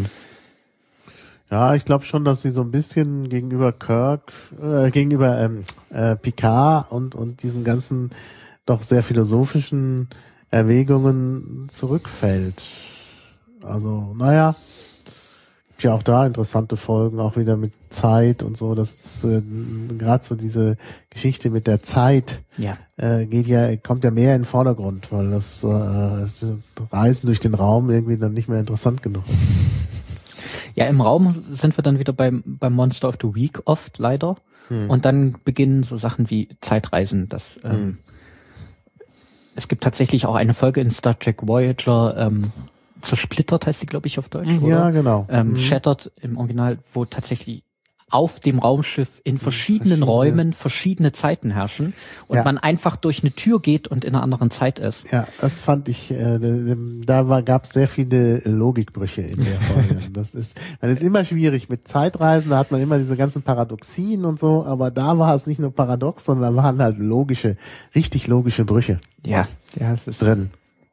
Ja, ich glaube schon, dass sie so ein bisschen gegenüber Kirk, äh, gegenüber ähm, äh, Picard und und diesen ganzen doch sehr philosophischen Erwägungen zurückfällt. Also, naja, gibt ja auch da interessante Folgen, auch wieder mit Zeit und so. Das äh, gerade so diese Geschichte mit der Zeit Ja. äh, geht ja, kommt ja mehr in den Vordergrund, weil das äh, Reisen durch den Raum irgendwie dann nicht mehr interessant genug ist. Ja, im Raum sind wir dann wieder beim, beim Monster of the Week oft, leider. Hm. Und dann beginnen so Sachen wie Zeitreisen. Das, ähm, Hm. Es gibt tatsächlich auch eine Folge in Star Trek Voyager, ähm, zersplittert heißt sie, glaube ich, auf Deutsch, oder? Ja, genau. Ähm, Mhm. Shattered im Original, wo tatsächlich auf dem Raumschiff in verschiedenen Verschiedene- Räumen verschiedene Zeiten herrschen und Ja. man einfach durch eine Tür geht und in einer anderen Zeit ist. Ja, das fand ich, äh, da war, gab es sehr viele Logikbrüche in der Folge. Das ist, man ist immer schwierig mit Zeitreisen, da hat man immer diese ganzen Paradoxien und so, aber da war es nicht nur paradox, sondern da waren halt logische, richtig logische Brüche Ja, ja, es ist drin.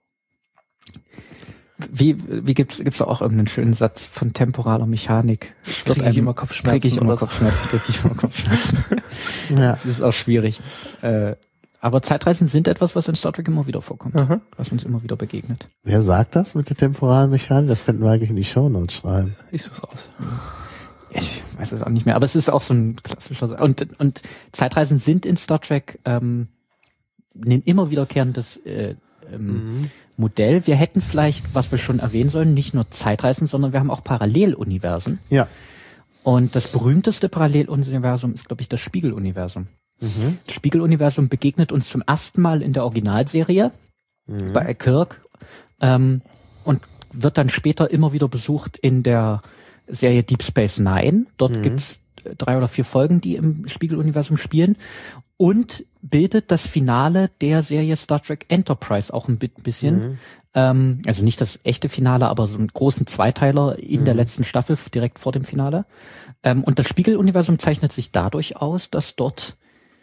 Wie, wie gibt's, gibt's da auch irgendeinen schönen Satz von temporaler Mechanik? Krieg ich immer Kopfschmerzen Krieg ich immer oder so. Kopfschmerzen, krieg ich immer Kopfschmerzen. Ja. Das ist auch schwierig. Äh, aber Zeitreisen sind etwas, was in Star Trek immer wieder vorkommt. Aha. Was uns immer wieder begegnet. Wer sagt das mit der temporalen Mechanik? Das könnten wir eigentlich in die Shownotes schreiben. Ich such's raus. Ich weiß es auch nicht mehr, aber es ist auch so ein klassischer Sa- und und Zeitreisen sind in Star Trek ähm, ein immer wiederkehrendes äh, ähm, Mhm. Modell. Wir hätten vielleicht, was wir schon erwähnen sollen, nicht nur Zeitreisen, sondern wir haben auch Paralleluniversen. Ja. Und das berühmteste Paralleluniversum ist, glaube ich, das Spiegeluniversum. Mhm. Das Spiegeluniversum begegnet uns zum ersten Mal in der Originalserie Mhm. bei Kirk. Ähm, wird dann später immer wieder besucht in der Serie Deep Space Nine. Dort mhm. gibt's drei oder vier Folgen, die im Spiegeluniversum spielen und bildet das Finale der Serie Star Trek Enterprise auch ein bisschen. Mhm. Ähm, also nicht das echte Finale, aber so einen großen Zweiteiler in mhm. der letzten Staffel, direkt vor dem Finale. Ähm, und das Spiegeluniversum zeichnet sich dadurch aus, dass dort,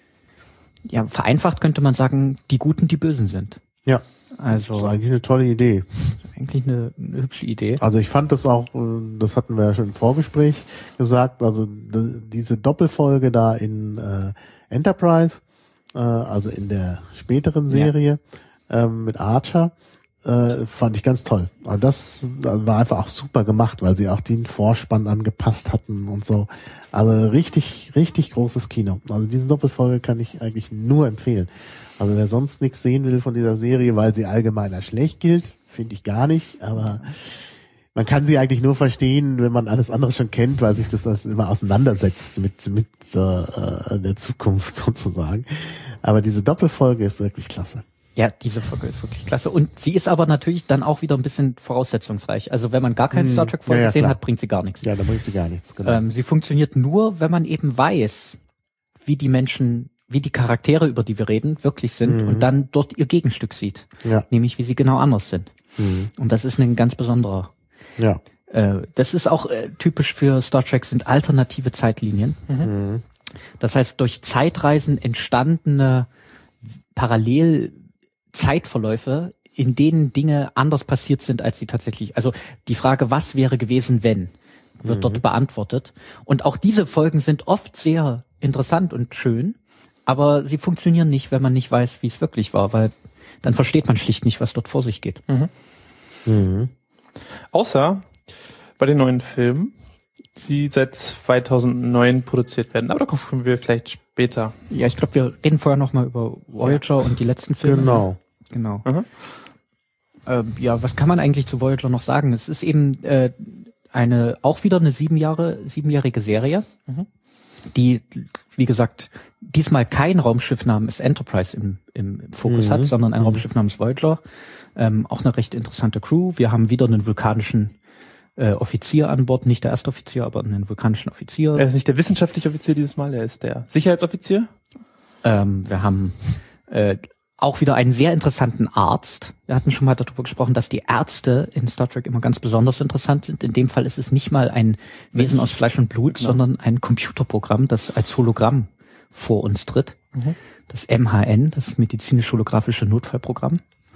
ja, vereinfacht könnte man sagen, die Guten die Bösen sind. Ja. Also. Das ist eigentlich eine tolle Idee. Eigentlich eine, eine hübsche Idee. Also ich fand das auch, das hatten wir ja schon im Vorgespräch gesagt, also diese Doppelfolge da in äh, Enterprise, äh, also in der späteren Serie ja. ähm, mit Archer, äh, fand ich ganz toll. Also das war einfach auch super gemacht, weil sie auch den Vorspann angepasst hatten und so. Also richtig, richtig großes Kino. Also diese Doppelfolge kann ich eigentlich nur empfehlen. Also wer sonst nichts sehen will von dieser Serie, weil sie allgemein als schlecht gilt, finde ich gar nicht, aber man kann sie eigentlich nur verstehen, wenn man alles andere schon kennt, weil sich das, das immer auseinandersetzt mit mit äh, der Zukunft sozusagen. Aber diese Doppelfolge ist wirklich klasse. Ja, diese Folge ist wirklich klasse. Und sie ist aber natürlich dann auch wieder ein bisschen voraussetzungsreich. Also wenn man gar keine hm. Star Trek-Folge ja, ja, gesehen klar. hat, bringt sie gar nichts. Ja, dann bringt sie gar nichts. Genau. Ähm, sie funktioniert nur, wenn man eben weiß, wie die Menschen, wie die Charaktere, über die wir reden, wirklich sind mhm. und dann dort ihr Gegenstück sieht. Ja. Nämlich, wie sie genau anders sind. Mhm. Und das ist ein ganz besonderer. Ja. Äh, das ist auch äh, typisch für Star Trek, sind alternative Zeitlinien. Mhm. Das heißt, durch Zeitreisen entstandene parallel Zeitverläufe, in denen Dinge anders passiert sind, als sie tatsächlich, also die Frage, was wäre gewesen, wenn, wird mhm. dort beantwortet. Und auch diese Folgen sind oft sehr interessant und schön, aber sie funktionieren nicht, wenn man nicht weiß, wie es wirklich war, weil dann versteht man schlicht nicht, was dort vor sich geht. Mhm. Mhm. Außer bei den neuen Filmen, die seit zweitausendneun produziert werden. Aber da kommen wir vielleicht später. Ja, ich glaube, wir reden vorher nochmal über Voyager ja. und die letzten Filme. Genau. Genau. Mhm. Äh, ja, was kann man eigentlich zu Voyager noch sagen? Es ist eben äh, eine, auch wieder eine sieben Jahre, siebenjährige Serie, mhm. die, wie gesagt, diesmal kein Raumschiff namens Enterprise im, im, im Fokus mhm. hat, sondern ein mhm. Raumschiff namens Voyager. Ähm, auch eine recht interessante Crew. Wir haben wieder einen vulkanischen Äh, Offizier an Bord, nicht der Erstoffizier, aber einen vulkanischen Offizier. Er ist nicht der wissenschaftliche Offizier dieses Mal, er ist der Sicherheitsoffizier. Ähm, wir haben äh, auch wieder einen sehr interessanten Arzt. Wir hatten schon mal darüber gesprochen, dass die Ärzte in Star Trek immer ganz besonders interessant sind. In dem Fall ist es nicht mal ein Wesen aus Fleisch und Blut, genau. sondern ein Computerprogramm, das als Hologramm vor uns tritt. Mhm. Das M H N, das medizinisch-holographische Notfallprogramm.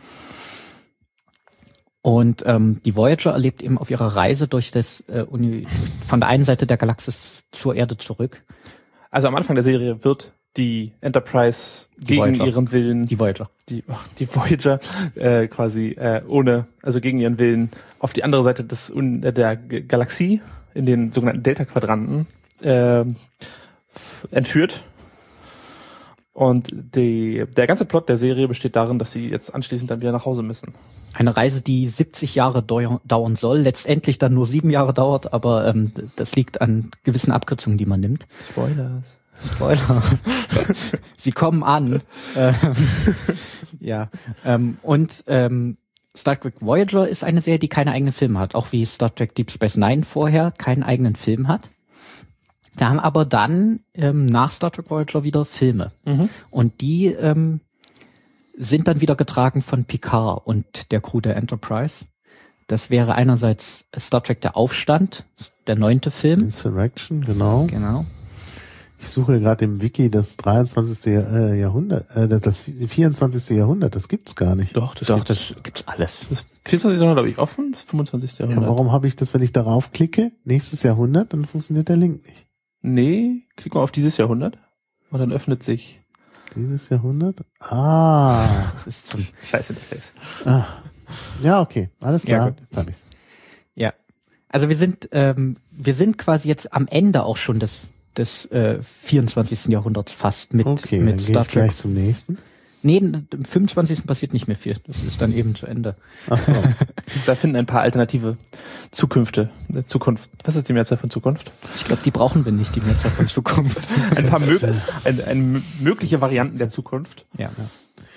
Und ähm, die Voyager erlebt eben auf ihrer Reise durch das äh, Uni von der einen Seite der Galaxis zur Erde zurück. Also am Anfang der Serie wird die Enterprise die gegen Voyager. ihren Willen, die Voyager, die, die Voyager äh, quasi äh, ohne, also gegen ihren Willen auf die andere Seite des äh, der Galaxie in den sogenannten Delta-Quadranten äh, entführt. Und die, der ganze Plot der Serie besteht darin, dass sie jetzt anschließend dann wieder nach Hause müssen. Eine Reise, die siebzig Jahre deu- dauern soll, letztendlich dann nur sieben Jahre dauert, aber ähm, das liegt an gewissen Abkürzungen, die man nimmt. Spoilers. Spoiler. Sie kommen an. Ähm, ja. Ähm, und ähm, Star Trek Voyager ist eine Serie, die keine eigenen Filme hat, auch wie Star Trek Deep Space Nine vorher keinen eigenen Film hat. Wir haben aber dann ähm, nach Star Trek Voyager wieder Filme. Mhm. Und die ähm, sind dann wieder getragen von Picard und der Crew der Enterprise. Das wäre einerseits Star Trek der Aufstand, der neunte Film. Insurrection, genau. Genau. Ich suche gerade im Wiki das dreiundzwanzigste Jahrhundert, äh, das, das vierundzwanzigste Jahrhundert, das gibt's gar nicht. Doch, das, Doch, gibt's. das gibt's alles. Das vierundzwanzigste Jahrhundert habe ich offen, das fünfundzwanzigste Jahrhundert. Ja, warum habe ich das, wenn ich darauf klicke, nächstes Jahrhundert, dann funktioniert der Link nicht. Nee, klick mal auf dieses Jahrhundert und dann öffnet sich. Dieses Jahrhundert? Ah. Das ist zum scheiß Interface. Ah. Ja, okay, alles klar, ja, jetzt habe ich's. Ja, also wir sind ähm, wir sind quasi jetzt am Ende auch schon des des äh, vierundzwanzigsten Jahrhunderts fast mit okay, mit dann Star gehe ich Trek. Gleich zum nächsten. Nee, im fünfundzwanzigsten passiert nicht mehr viel. Das ist dann eben zu Ende. Ach so. Da finden ein paar alternative Zukünfte. Zukunft. Was ist die Mehrzahl von Zukunft? Ich glaube, die brauchen wir nicht, die Mehrzahl von Zukunft. ein paar mög- ein, ein mögliche Varianten der Zukunft. Ja.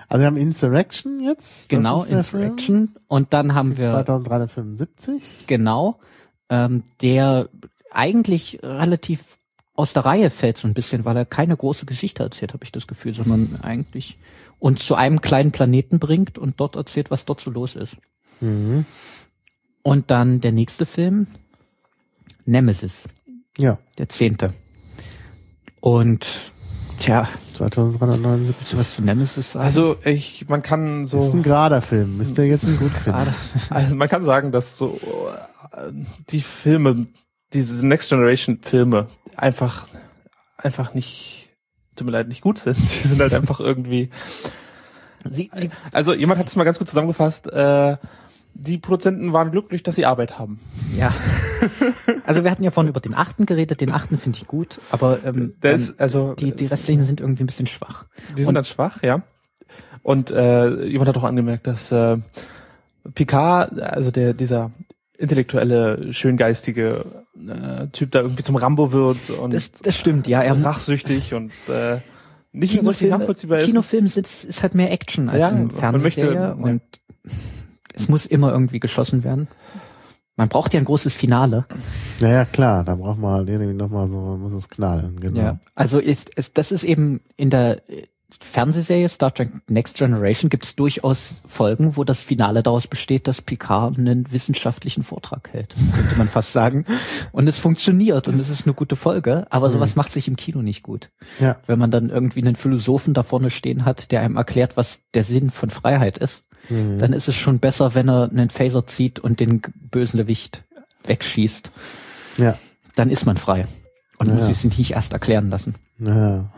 Also wir haben Insurrection jetzt. Genau, Insurrection. Und dann haben wir zweitausenddreihundertfünfundsiebzig. Genau, ähm, der eigentlich relativ aus der Reihe fällt so ein bisschen, weil er keine große Geschichte erzählt, habe ich das Gefühl, sondern eigentlich uns zu einem kleinen Planeten bringt und dort erzählt, was dort so los ist. Mhm. Und dann der nächste Film, Nemesis. Ja. Der zehnte. Und tja, zweitausenddreihundertneunundsiebzig. was zu Nemesis sagen? Also ich, man kann so. Das ist ein gerader Film. Müsst ihr jetzt einen gut finden. Also man kann sagen, dass so äh, die Filme, diese Next Generation Filme einfach, einfach nicht, tut mir leid, nicht gut sind. Die sind halt einfach irgendwie. Sie, sie, Also jemand hat es mal ganz gut zusammengefasst. Äh, die Produzenten waren glücklich, dass sie Arbeit haben. ja. Also wir hatten ja vorhin über den achten geredet. Den achten finde ich gut, aber ähm, Der dann, ist, also die, die restlichen sind irgendwie ein bisschen schwach. Die sind Und- dann schwach, ja. Und äh, jemand hat auch angemerkt, dass äh, Picard, also der dieser intellektuelle, schöngeistige äh, Typ da irgendwie zum Rambo wird und Das, das stimmt, ja. Er rachsüchtig und äh, nicht mehr so richtig Kinofilme, nachvollziehbar ist. Kinofilm ist, ist halt mehr Action als Ja, eine man Fernsehserie möchte- und es muss immer irgendwie geschossen werden. Man braucht ja ein großes Finale. Ja, ja, klar. Da braucht man halt irgendwie nochmal so, muss es knallen. Genau. Also ist, ist das ist eben in der Fernsehserie Star Trek Next Generation gibt es durchaus Folgen, wo das Finale daraus besteht, dass Picard einen wissenschaftlichen Vortrag hält, könnte man fast sagen. Und es funktioniert und es ist eine gute Folge, aber sowas macht sich im Kino nicht gut. Ja. Wenn man dann irgendwie einen Philosophen da vorne stehen hat, der einem erklärt, was der Sinn von Freiheit ist, Mhm. dann ist es schon besser, wenn er einen Phaser zieht und den Bösewicht wegschießt. Ja. Dann ist man frei und Ja. muss es sich nicht erst erklären lassen. Naja.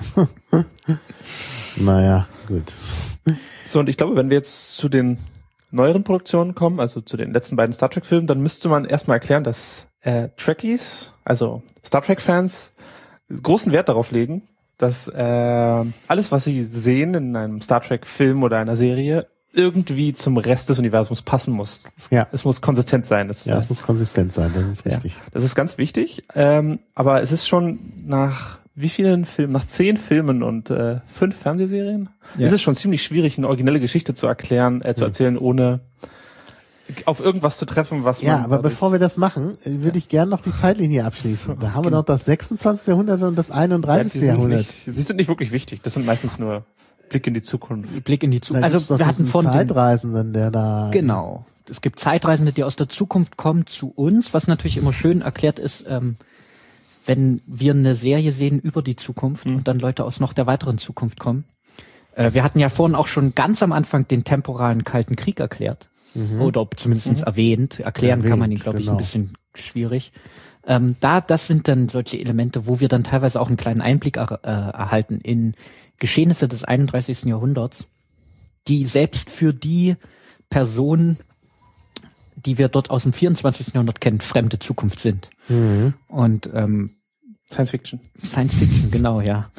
naja, gut. So, und ich glaube, wenn wir jetzt zu den neueren Produktionen kommen, also zu den letzten beiden Star Trek Filmen, dann müsste man erstmal erklären, dass äh, Trekkies, also Star Trek Fans, großen Wert darauf legen, dass äh, alles, was sie sehen in einem Star Trek Film oder einer Serie, irgendwie zum Rest des Universums passen muss. Es, Ja. es muss konsistent sein. Es, Ja, es muss konsistent sein, das ist ja, richtig. das ist ganz wichtig. Ähm, aber es ist schon nach wie vielen Filmen, nach zehn Filmen und äh, fünf Fernsehserien, Ja. ist es schon ziemlich schwierig, eine originelle Geschichte zu erklären, äh, zu erzählen, ohne auf irgendwas zu treffen, was Ja, man. aber dadurch- bevor wir das machen, äh, würde ich gerne noch die Zeitlinie abschließen. Da haben wir noch das sechsundzwanzigste. Jahrhundert und das ja, einunddreißigste. die, sind Jahrhundert. nicht, die sind nicht wirklich wichtig. Das sind meistens nur Blick in die Zukunft. Blick in die Da Zukunft. gibt's Also doch wir hatten diesen von den, Zeitreisenden, der da... genau. Es gibt Zeitreisende, die aus der Zukunft kommen zu uns, was natürlich immer schön erklärt ist, ähm, wenn wir eine Serie sehen über die Zukunft und dann Leute aus noch der weiteren Zukunft kommen. Äh, wir hatten ja vorhin auch schon ganz am Anfang den temporalen Kalten Krieg erklärt. Oder zumindest erwähnt. Erklären kann man ihn, Erwähnt, glaube ich, genau. ein bisschen schwierig. Ähm, da, das sind dann solche Elemente, wo wir dann teilweise auch einen kleinen Einblick er, äh, erhalten in Geschehnisse des einunddreißigsten. Jahrhunderts, die selbst für die Personen, die wir dort aus dem vierundzwanzigsten. Jahrhundert kennen, fremde Zukunft sind. Mhm. Und ähm, Science Fiction. Science Fiction, genau, ja.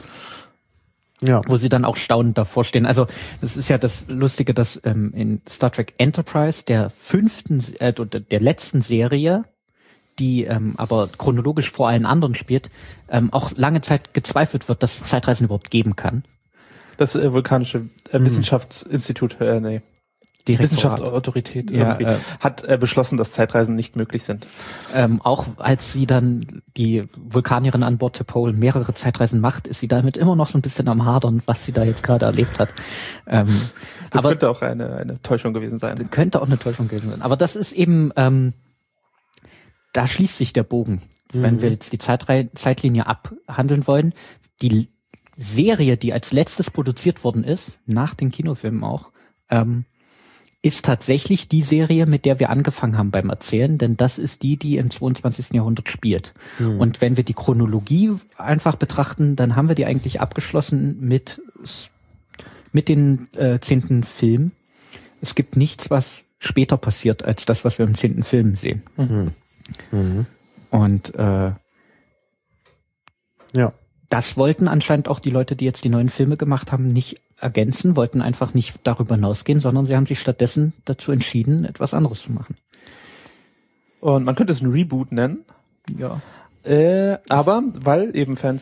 Ja. Wo sie dann auch staunend davor stehen. Also das ist ja das Lustige, dass ähm, in Star Trek Enterprise, der fünften, äh, oder der letzten Serie, die ähm, aber chronologisch vor allen anderen spielt, ähm, auch lange Zeit gezweifelt wird, dass es Zeitreisen überhaupt geben kann. Das äh, vulkanische äh, Wissenschaftsinstitut, äh, nee, Direktorat. Wissenschaftsautorität Ja, irgendwie, äh, hat äh, beschlossen, dass Zeitreisen nicht möglich sind. Ähm, auch als sie dann die Vulkanierin an Bord T'Pol mehrere Zeitreisen macht, ist sie damit immer noch so ein bisschen am Hadern, was sie da jetzt gerade erlebt hat. Ähm, Das aber könnte auch eine, eine Täuschung gewesen sein. könnte auch eine Täuschung gewesen sein. Aber das ist eben, ähm, da schließt sich der Bogen. Wenn wir jetzt die Zeitrei- Zeitlinie abhandeln wollen, die Serie, die als letztes produziert worden ist, nach den Kinofilmen auch, ähm, ist tatsächlich die Serie, mit der wir angefangen haben beim Erzählen, denn das ist die, die im zweiundzwanzigsten. Jahrhundert spielt. Und wenn wir die Chronologie einfach betrachten, dann haben wir die eigentlich abgeschlossen mit, mit den äh, zehnten Film. Es gibt nichts, was später passiert, als das, was wir im zehnten Film sehen. Mhm. Mhm. Und äh, Ja. das wollten anscheinend auch die Leute, die jetzt die neuen Filme gemacht haben, nicht ergänzen, wollten einfach nicht darüber hinausgehen, sondern sie haben sich stattdessen dazu entschieden, etwas anderes zu machen. Und man könnte es ein Reboot nennen, Ja. äh, aber weil eben Fans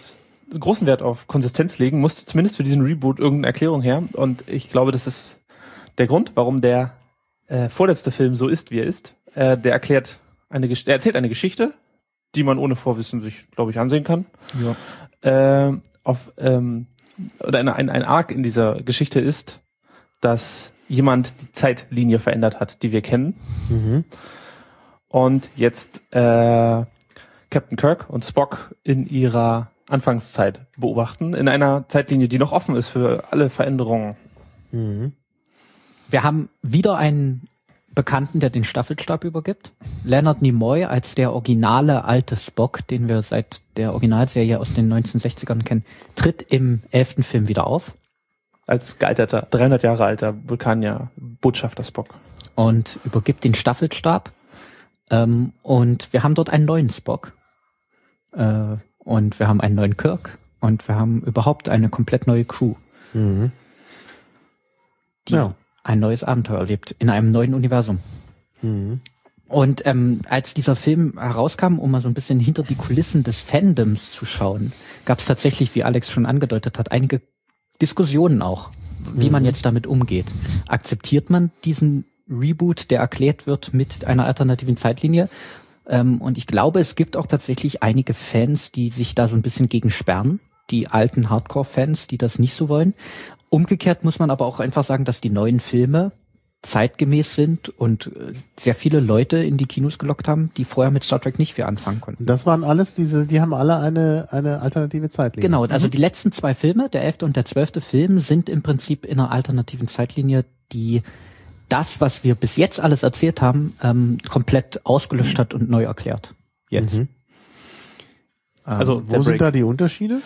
großen Wert auf Konsistenz legen, musste zumindest für diesen Reboot irgendeine Erklärung her. Und ich glaube, das ist der Grund, warum der äh, vorletzte Film so ist, wie er ist. Äh, der erklärt eine, er erzählt eine Geschichte, die man ohne Vorwissen sich, glaube ich, ansehen kann. Ja. Äh, auf ähm, oder ein, ein, ein Arc in dieser Geschichte ist, dass jemand die Zeitlinie verändert hat, die wir kennen. Mhm. Und jetzt äh, Captain Kirk und Spock in ihrer Anfangszeit beobachten, in einer Zeitlinie, die noch offen ist für alle Veränderungen. Mhm. Wir haben wieder einen Bekannten, der den Staffelstab übergibt. Leonard Nimoy als der originale alte Spock, den wir seit der Originalserie aus den neunzehnhundertsechzigern kennen, tritt im elften Film wieder auf. Als gealterter, dreihundert Jahre alter Vulkanier, Botschafter Spock. Und übergibt den Staffelstab. Ähm, und wir haben dort einen neuen Spock. Äh, und wir haben einen neuen Kirk. Und wir haben überhaupt eine komplett neue Crew. Mhm. Die ja. ein neues Abenteuer erlebt in einem neuen Universum. Mhm. Und ähm, als dieser Film herauskam, um mal so ein bisschen hinter die Kulissen des Fandoms zu schauen, gab es tatsächlich, wie Alex schon angedeutet hat, einige Diskussionen auch, wie mhm. man jetzt damit umgeht. Akzeptiert man diesen Reboot, der erklärt wird mit einer alternativen Zeitlinie? Ähm, und ich glaube, es gibt auch tatsächlich einige Fans, die sich da so ein bisschen gegen sperren. Die alten Hardcore-Fans, die das nicht so wollen. Umgekehrt muss man aber auch einfach sagen, dass die neuen Filme zeitgemäß sind und sehr viele Leute in die Kinos gelockt haben, die vorher mit Star Trek nicht viel anfangen konnten. Das waren alles diese, die haben alle eine eine alternative Zeitlinie. Genau, also die letzten zwei Filme, der elfte und der zwölfte Film, sind im Prinzip in einer alternativen Zeitlinie, die das, was wir bis jetzt alles erzählt haben, ähm, komplett ausgelöscht hat und neu erklärt. Jetzt. Mhm. Also wo sind da die Unterschiede?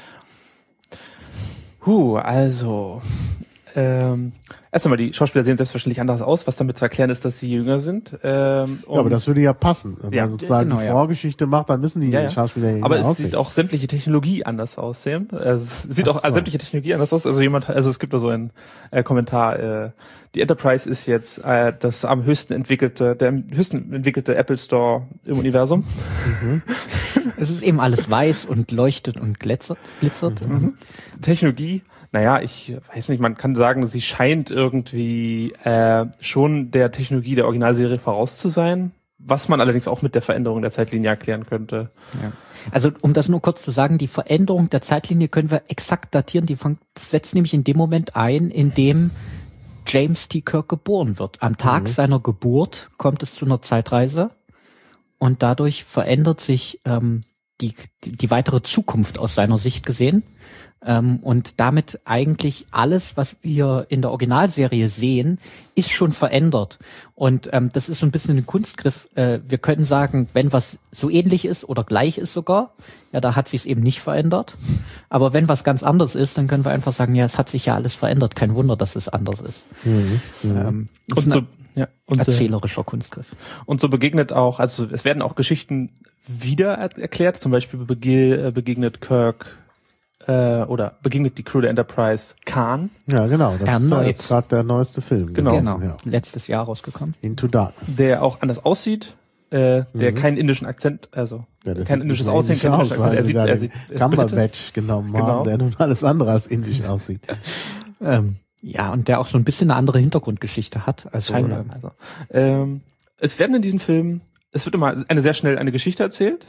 Huh, also ähm, erst einmal, die Schauspieler sehen selbstverständlich anders aus, was damit zu erklären ist, dass sie jünger sind. Ähm, ja, aber das würde ja passen. Wenn ja, man sozusagen genau, die Vorgeschichte ja. macht, dann müssen die ja, ja. Schauspieler jünger Aber es aussehen. sieht auch sämtliche Technologie anders aussehen. Es sieht Ach auch so. sämtliche Technologie anders aus. Also jemand, also es gibt da so einen äh, Kommentar, äh, die Enterprise ist jetzt äh, das am höchsten entwickelte, der am höchsten entwickelte Apple Store im Universum. Mhm. Es ist eben alles weiß und leuchtet und glitzert. glitzert. Mhm. Technologie, naja, ich weiß nicht, man kann sagen, sie scheint irgendwie äh, schon der Technologie der Originalserie voraus zu sein, was man allerdings auch mit der Veränderung der Zeitlinie erklären könnte. Ja. Also um das nur kurz zu sagen, die Veränderung der Zeitlinie können wir exakt datieren, die setzt nämlich in dem Moment ein, in dem James T. Kirk geboren wird. Am Tag mhm. seiner Geburt kommt es zu einer Zeitreise und dadurch verändert sich ähm, die, die, die weitere Zukunft aus seiner Sicht gesehen. Ähm, und damit eigentlich alles, was wir in der Originalserie sehen, ist schon verändert. Und ähm, das ist so ein bisschen ein Kunstgriff. Äh, wir können sagen, wenn was so ähnlich ist oder gleich ist sogar, ja, da hat sich's eben nicht verändert. Aber wenn was ganz anders ist, dann können wir einfach sagen, ja, es hat sich ja alles verändert. Kein Wunder, dass es anders ist. Mhm. Ähm, und so, ja, und erzählerischer Kunstgriff. Und so begegnet auch, also es werden auch Geschichten wieder er- erklärt. Zum Beispiel bege- begegnet Kirk Äh, oder begegnet die Crew der Enterprise Khan. Ja, genau. Das Erneut. ist ja jetzt gerade der neueste Film. Genau. gewesen, genau. Ja. Letztes Jahr rausgekommen. Into Darkness. Der auch anders aussieht, äh, der Mhm. keinen indischen Akzent, also Ja, das kein sieht indisches ein bisschen Aussehen, kein indisch indischer aus, Akzent. Er weil sieht, sie da er den sieht, er ist Brite. Cumberbatch genommen Genau. haben, der nun alles andere als indisch aussieht. Ähm, ja, und der auch so ein bisschen eine andere Hintergrundgeschichte hat. Also, Scheinbar. Also, ähm, es werden in diesem Film, es wird immer eine sehr schnell eine Geschichte erzählt,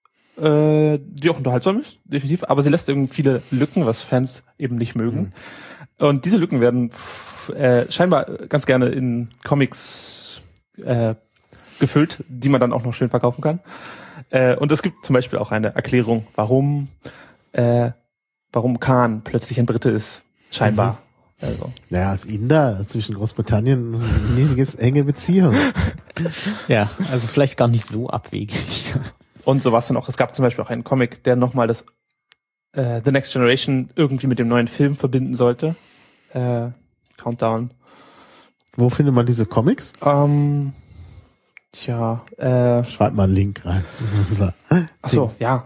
äh, die auch unterhaltsam ist, definitiv, aber sie lässt irgendwie viele Lücken, was Fans eben nicht mögen. Mhm. Und diese Lücken werden f- äh, scheinbar ganz gerne in Comics äh, gefüllt, die man dann auch noch schön verkaufen kann. Äh, und es gibt zum Beispiel auch eine Erklärung, warum äh, warum Khan plötzlich ein Brite ist, scheinbar. Mhm. Also. Naja, als Inder zwischen Großbritannien und Indien gibt es enge Beziehungen. ja, also vielleicht gar nicht so abwegig. Und so war es dann auch. Es gab zum Beispiel auch einen Comic, der nochmal das äh, The Next Generation irgendwie mit dem neuen Film verbinden sollte. Äh, Countdown. Wo findet man diese Comics? Ähm, tja, äh, Schreibt mal einen Link rein. So. ach so, ja.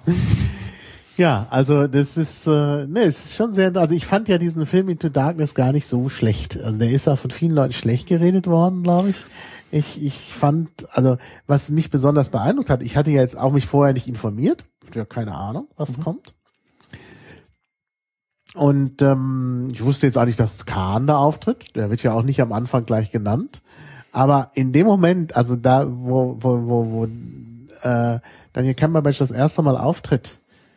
Ja, also das ist, äh, ne, es ist schon sehr, also ich fand ja diesen Film Into Darkness gar nicht so schlecht. Also der ist ja von vielen Leuten schlecht geredet worden, glaube ich. Ich, ich fand, also was mich besonders beeindruckt hat, ich hatte ja jetzt auch mich vorher nicht informiert, ich hatte ja keine Ahnung, was mhm. kommt. Und ähm, ich wusste jetzt auch nicht, dass Khan da auftritt. Der wird ja auch nicht am Anfang gleich genannt. Aber in dem Moment, also da, wo, wo, wo, wo äh, Daniel Cumberbatch das erste Mal auftritt,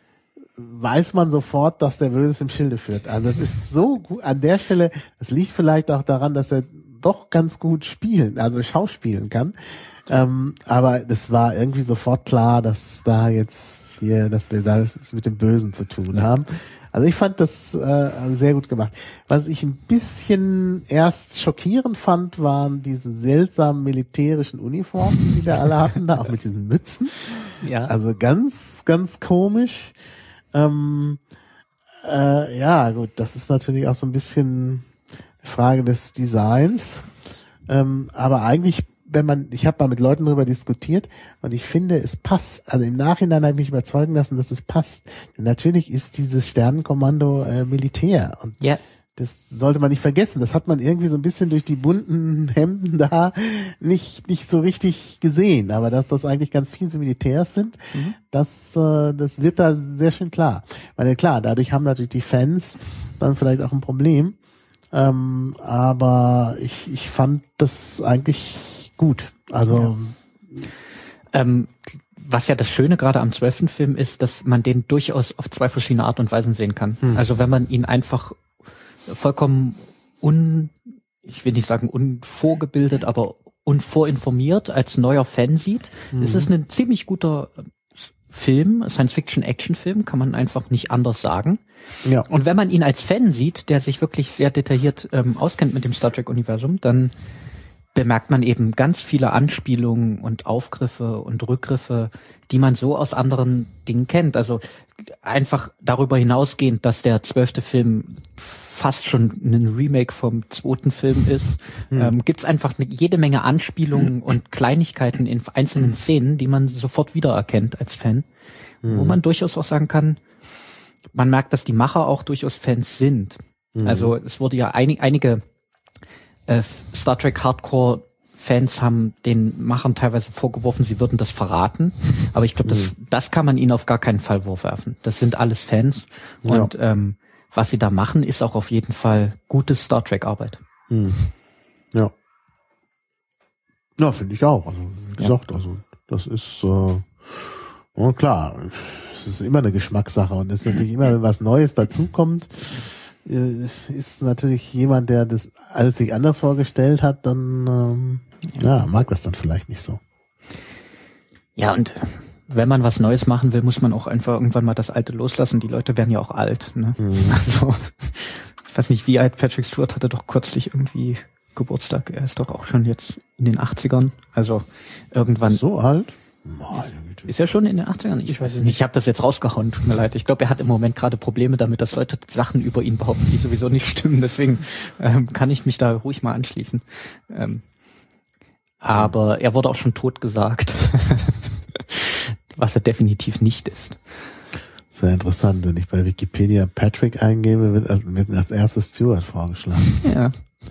weiß man sofort, dass der Böses im Schilde führt. Also das ist so gut. An der Stelle, das liegt vielleicht auch daran, dass er doch ganz gut spielen, also schauspielen kann. Ähm, aber das war irgendwie sofort klar, dass da jetzt hier, dass wir da es mit dem Bösen zu tun haben. Also ich fand das äh, sehr gut gemacht. Was ich ein bisschen erst schockierend fand, waren diese seltsamen militärischen Uniformen, die da alle hatten, da auch mit diesen Mützen. Ja. Also ganz, ganz komisch. Ähm, äh, ja, gut, das ist natürlich auch so ein bisschen eine Frage des Designs. Ähm, aber eigentlich, wenn man, ich habe mal mit Leuten darüber diskutiert und ich finde, es passt. Also im Nachhinein habe ich mich überzeugen lassen, dass es passt. Denn natürlich ist dieses Sternenkommando äh, Militär und Ja. das sollte man nicht vergessen. Das hat man irgendwie so ein bisschen durch die bunten Hemden da nicht nicht so richtig gesehen. Aber dass das eigentlich ganz fiese Militärs sind, mhm. das äh, das wird da sehr schön klar. Weil klar, dadurch haben natürlich die Fans dann vielleicht auch ein Problem. Ähm, aber ich ich fand das eigentlich gut. Also ja. ähm, was ja das Schöne gerade am zwölften Film ist, dass man den durchaus auf zwei verschiedene Art und Weisen sehen kann. Hm. Also wenn man ihn einfach vollkommen un, ich will nicht sagen unvorgebildet, aber unvorinformiert als neuer Fan sieht, hm. ist es ein ziemlich guter Film, Science-Fiction-Action-Film, kann man einfach nicht anders sagen. Ja. Und wenn man ihn als Fan sieht, der sich wirklich sehr detailliert ähm, auskennt mit dem Star Trek-Universum, dann bemerkt man eben ganz viele Anspielungen und Aufgriffe und Rückgriffe, die man so aus anderen Dingen kennt. Also einfach darüber hinausgehend, dass der zwölfte Film fast schon ein Remake vom zweiten Film ist, hm. ähm, gibt's einfach eine, jede Menge Anspielungen und Kleinigkeiten in einzelnen Szenen, die man sofort wiedererkennt als Fan, hm. wo man durchaus auch sagen kann, man merkt, dass die Macher auch durchaus Fans sind. Hm. Also es wurde ja einig, einige Äh, Star Trek Hardcore Fans haben den Machern teilweise vorgeworfen, sie würden das verraten. Aber ich glaube, das, mhm. das kann man ihnen auf gar keinen Fall vorwerfen. Das sind alles Fans. Ja. Und ähm, was sie da machen, ist auch auf jeden Fall gute Star Trek Arbeit. Mhm. Ja. Ja, finde ich auch. Also, wie ja. gesagt, also das ist äh, oh, klar, es ist immer eine Geschmackssache und es ist natürlich immer, wenn was Neues dazukommt, ist natürlich jemand, der das alles sich anders vorgestellt hat, dann ähm, ja, mag das dann vielleicht nicht so. Ja, und wenn man was Neues machen will, muss man auch einfach irgendwann mal das Alte loslassen. Die Leute werden ja auch alt. Ne? Mhm. Also, ich weiß nicht, wie alt Patrick Stewart hatte doch kürzlich irgendwie Geburtstag. Er ist doch auch schon jetzt in den achtzigern. Also irgendwann. So alt? Ist er schon in den achtzigern? Ich, ich weiß es nicht. Ich habe das jetzt rausgehauen, tut mir leid. Ich glaube, er hat im Moment gerade Probleme damit, dass Leute Sachen über ihn behaupten, die sowieso nicht stimmen. Deswegen ähm, kann ich mich da ruhig mal anschließen. Ähm, aber er wurde auch schon tot gesagt. Was er definitiv nicht ist. Sehr interessant. Wenn ich bei Wikipedia Patrick eingebe, wird als, wird als erstes Stewart vorgeschlagen. Ja.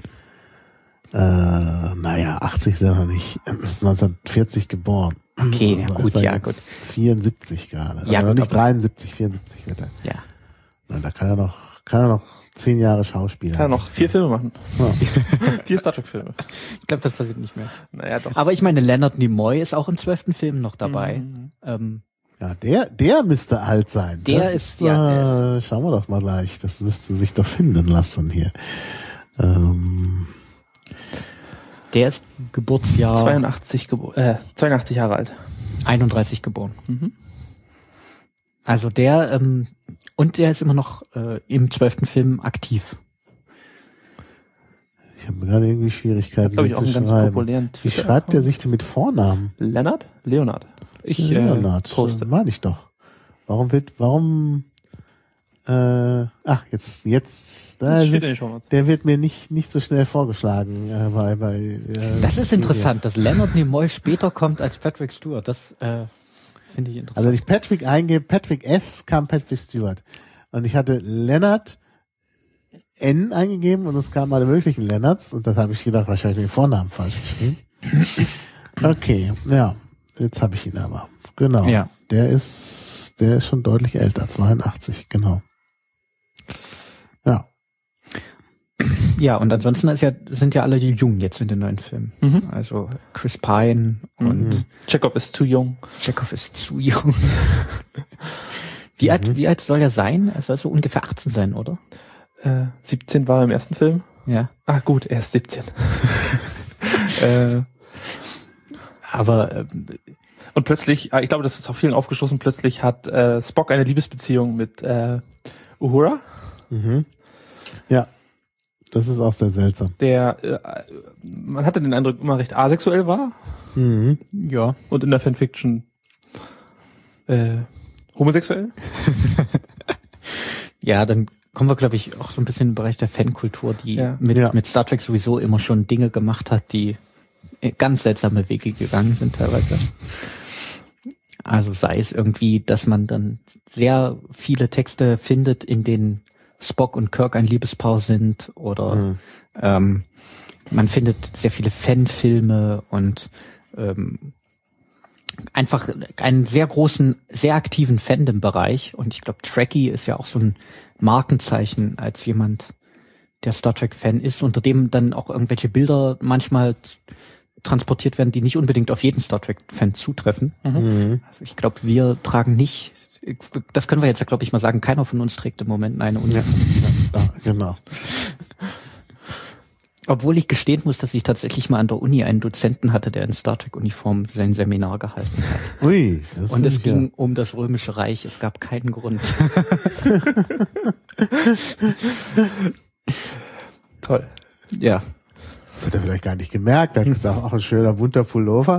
Äh, naja, achtzig ist er noch nicht. Er ist neunzehnhundertvierzig geboren. Okay, also gut, ja, gut. vierundsiebzig gerade. Ja, also gut, nicht dreiundsiebzig, vierundsiebzig wird er. Ja. Na, da kann er noch, kann er noch zehn Jahre Schauspieler. Kann er noch vier Filme machen. Ja. Vier Star Trek Filme. Ich glaube, das passiert nicht mehr. Naja, doch. Aber ich meine, Leonard Nimoy ist auch im zwölften Film noch dabei. Mhm. Ähm, Ja, der, der müsste alt sein. Der das ist, ja, der ist. Schauen wir doch mal gleich. Das müsste sich doch finden lassen hier. Ähm, Der ist Geburtsjahr zweiundachtzig, gebo- äh, zweiundachtzig Jahre alt. einunddreißig geboren. Mhm. Also der, ähm, und der ist immer noch äh, im zwölften Film aktiv. ich habe gerade irgendwie Schwierigkeiten, Glaube ich den auch zu einen ganz schreiben. populären Wie Twitter- schreibt der sich denn mit Vornamen? Leonard? Leonard. Ich Leonard, äh, poste. meine ich doch. Warum wird, warum, äh, ach, jetzt, jetzt, da Das steht in wird, den Shownotes. der wird mir nicht, nicht so schnell vorgeschlagen, äh, bei, bei, äh, Das ist interessant, dass Leonard Nimoy später kommt als Patrick Stewart. Das äh, finde ich interessant. Also wenn ich Patrick eingebe, Patrick S, kam Patrick Stewart. Und ich hatte Leonard N eingegeben und es kamen alle möglichen Leonards und das habe ich gedacht, wahrscheinlich den Vornamen falsch geschrieben. Okay, ja, jetzt habe ich ihn aber. Genau. Ja. Der ist, der ist schon deutlich älter, zweiundachtzig, genau. Ja, und ansonsten ist ja, sind ja alle die jung jetzt in den neuen Filmen. Mhm. Also Chris Pine und Mhm. Chekhov ist zu jung. Chekhov ist zu jung. Wie alt, mhm. wie alt soll er sein? Er soll so ungefähr achtzehn sein, oder? Äh, siebzehn war er im ersten Film. Ja. Ah, gut, er ist siebzehn. äh, Aber äh, und plötzlich, ich glaube, das ist auch vielen aufgestoßen, plötzlich hat äh, Spock eine Liebesbeziehung mit äh, Uhura. Mhm. Ja, das ist auch sehr seltsam. Der, äh, man hatte den Eindruck, immer recht asexuell war. Mhm. Ja. Und in der Fanfiction äh, homosexuell. Ja, dann kommen wir, glaube ich, auch so ein bisschen im Bereich der Fankultur, die ja. mit, ja. mit Star Trek sowieso immer schon Dinge gemacht hat, die ganz seltsame Wege gegangen sind teilweise. Also sei es irgendwie, dass man dann sehr viele Texte findet, in denen Spock und Kirk ein Liebespaar sind, oder mhm. ähm, man findet sehr viele Fanfilme und ähm, einfach einen sehr großen, sehr aktiven Fandom-Bereich. Und ich glaube, Trekkie ist ja auch so ein Markenzeichen als jemand, der Star Trek-Fan ist, unter dem dann auch irgendwelche Bilder manchmal transportiert werden, die nicht unbedingt auf jeden Star Trek-Fan zutreffen. Mhm. Also ich glaube, wir tragen nicht, das können wir jetzt ja, glaube ich, mal sagen, keiner von uns trägt im Moment eine Uniform. Ja, ja, genau. Obwohl ich gestehen muss, dass ich tatsächlich mal an der Uni einen Dozenten hatte, der in Star Trek-Uniform sein Seminar gehalten hat. Ui, das Und es ja. ging um das Römische Reich. Es gab keinen Grund. Toll. Ja. Das hat er vielleicht gar nicht gemerkt. Er hat gesagt, auch ein schöner bunter Pullover.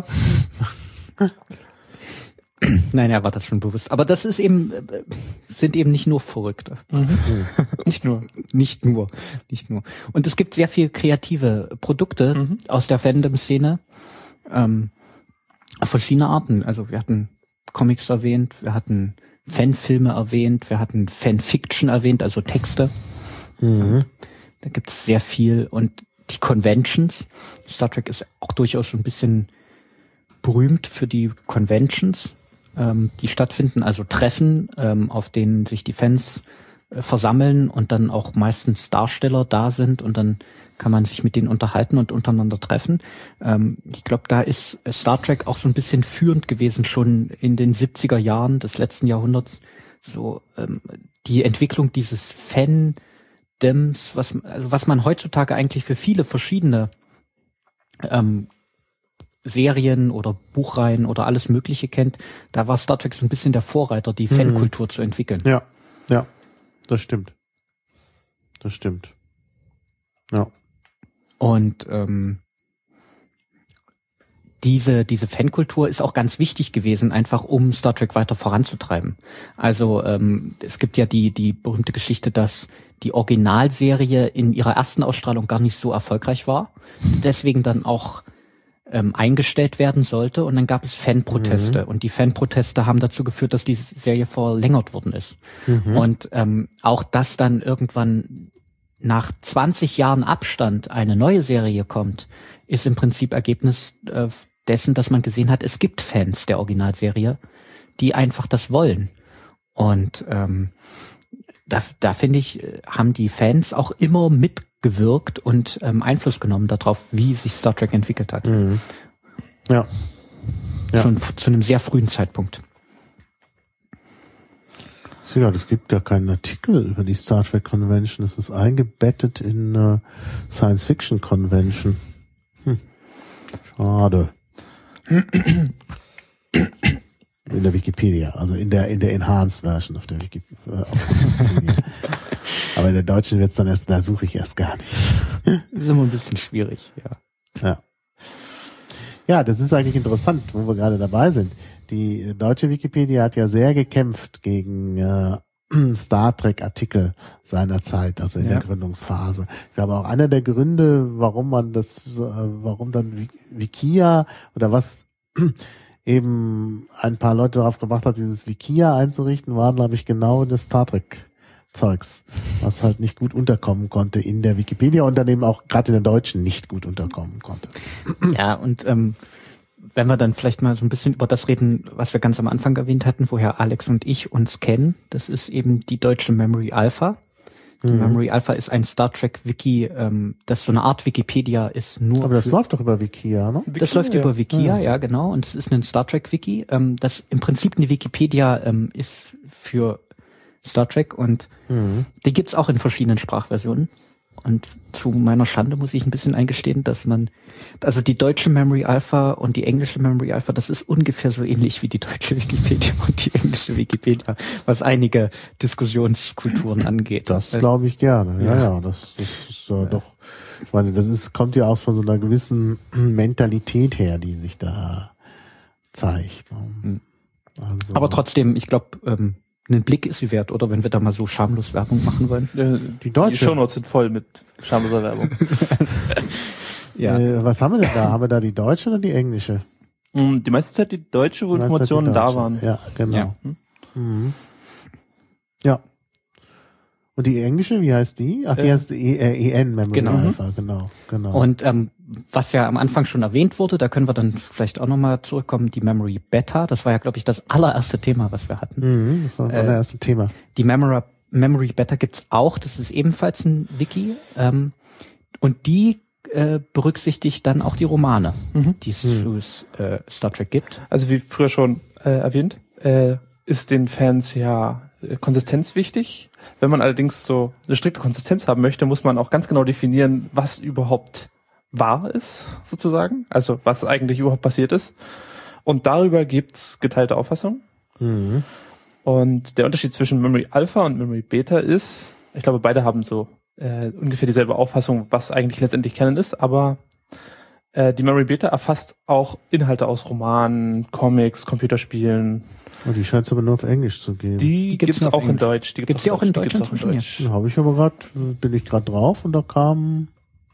Nein, er war das schon bewusst. Aber das ist eben, sind eben nicht nur Verrückte. Mhm. Nicht nur. Nicht nur. Nicht nur. Und es gibt sehr viel kreative Produkte mhm. aus der Fandom-Szene. Ähm, auf verschiedene Arten. Also wir hatten Comics erwähnt, wir hatten Fanfilme erwähnt, wir hatten Fanfiction erwähnt, also Texte. Mhm. Da gibt es sehr viel. Und die Conventions. Star Trek ist auch durchaus so ein bisschen berühmt für die Conventions, ähm, die stattfinden, also Treffen, ähm, auf denen sich die Fans äh, versammeln und dann auch meistens Darsteller da sind und dann kann man sich mit denen unterhalten und untereinander treffen. Ähm, ich glaube, da ist Star Trek auch so ein bisschen führend gewesen, schon in den siebziger Jahren des letzten Jahrhunderts. So ähm, die Entwicklung dieses Fandoms, was also was man heutzutage eigentlich für viele verschiedene ähm, Serien oder Buchreihen oder alles Mögliche kennt, da war Star Trek so ein bisschen der Vorreiter, die mhm. Fankultur zu entwickeln. Ja, ja, das stimmt. Das stimmt. Ja. Und ähm, diese diese Fankultur ist auch ganz wichtig gewesen, einfach um Star Trek weiter voranzutreiben. Also ähm, es gibt ja die die berühmte Geschichte, dass die Originalserie in ihrer ersten Ausstrahlung gar nicht so erfolgreich war, deswegen dann auch ähm, eingestellt werden sollte, und dann gab es Fanproteste mhm. und die Fanproteste haben dazu geführt, dass diese Serie verlängert worden ist. Mhm. Und ähm, auch dass dann irgendwann nach zwanzig Jahren Abstand eine neue Serie kommt, ist im Prinzip Ergebnis äh, dessen, dass man gesehen hat, es gibt Fans der Originalserie, die einfach das wollen. Und ähm, da, da finde ich, haben die Fans auch immer mitgewirkt und ähm, Einfluss genommen darauf, wie sich Star Trek entwickelt hat. Mhm. Ja. ja. Schon zu einem sehr frühen Zeitpunkt. Ja, es gibt gar keinen Artikel über die Star Trek Convention. Es ist eingebettet in uh, Science Fiction Convention. Hm. Schade. In der Wikipedia, also in der in der Enhanced Version auf der Wikipedia. Äh, auf der Wikipedia. Aber in der deutschen wird's dann erst, da suche ich erst gar nicht. Das ist immer ein bisschen schwierig, ja. Ja. Ja, das ist eigentlich interessant, wo wir gerade dabei sind. Die deutsche Wikipedia hat ja sehr gekämpft gegen äh, Star Trek Artikel seiner Zeit, also in ja. der Gründungsphase. Ich glaube auch einer der Gründe, warum man das, äh, warum dann Wikia oder was eben ein paar Leute darauf gebracht hat, dieses Wikia einzurichten, war, glaube ich, genau das Star Trek Zeugs, was halt nicht gut unterkommen konnte in der Wikipedia und dann eben auch gerade in der deutschen nicht gut unterkommen konnte. Ja, und ähm, wenn wir dann vielleicht mal so ein bisschen über das reden, was wir ganz am Anfang erwähnt hatten, woher Alex und ich uns kennen, das ist eben die deutsche Memory Alpha, Die mhm. Memory Alpha ist ein Star Trek Wiki, ähm, das so eine Art Wikipedia ist, nur. Aber das für, läuft doch über Wikia, ne? Das Wikia, läuft ja. über Wikia, ja. ja genau. Und es ist ein Star Trek Wiki, ähm, das im Prinzip eine Wikipedia ähm, ist für Star Trek und mhm. die gibt's auch in verschiedenen Sprachversionen. Und zu meiner Schande muss ich ein bisschen eingestehen, dass man, also die deutsche Memory Alpha und die englische Memory Alpha, das ist ungefähr so ähnlich wie die deutsche Wikipedia und die englische Wikipedia, was einige Diskussionskulturen angeht. Das glaube ich gerne, ja, ja, ja das, das ist äh, ja. doch, ich meine, das ist, kommt ja auch von so einer gewissen Mentalität her, die sich da zeigt. Also, aber trotzdem, ich glaube, ähm, einen Blick ist sie wert, oder wenn wir da mal so schamlos Werbung machen wollen. Die deutsche. Die Shownotes sind voll mit schamloser Werbung. ja. Äh, was haben wir denn da? Haben wir da die deutsche oder die englische? Die meiste Zeit die deutsche, wo Informationen da waren. Ja, genau. Ja. Mhm. ja. Und die englische, wie heißt die? Ach, die äh, heißt E N Memory genau. Alpha, genau, genau. Und ähm, was ja am Anfang schon erwähnt wurde, da können wir dann vielleicht auch nochmal zurückkommen, die Memory Beta, das war ja, glaube ich, das allererste Thema, was wir hatten. Mhm, das war das äh, allererste Thema. Die Memory, Memory Beta gibt's auch, das ist ebenfalls ein Wiki. Ähm, und die äh, berücksichtigt dann auch die Romane, mhm. die es mhm. zu äh, Star Trek gibt. Also wie früher schon äh, erwähnt, äh, ist den Fans ja äh, Konsistenz wichtig. Wenn man allerdings so eine strikte Konsistenz haben möchte, muss man auch ganz genau definieren, was überhaupt wahr ist, sozusagen. Also was eigentlich überhaupt passiert ist. Und darüber gibt's geteilte Auffassungen. Mhm. Und der Unterschied zwischen Memory Alpha und Memory Beta ist, ich glaube, beide haben so äh, ungefähr dieselbe Auffassung, was eigentlich letztendlich Canon ist, aber äh, die Memory Beta erfasst auch Inhalte aus Romanen, Comics, Computerspielen. Oh, die scheint es aber nur auf Englisch zu geben. Die, die gibt's, gibt's auch in Deutsch. Die gibt's, gibt's die auch in Deutsch. Die gibt's auch in Deutsch. Ja. Habe ich aber gerade, bin ich gerade drauf und da kam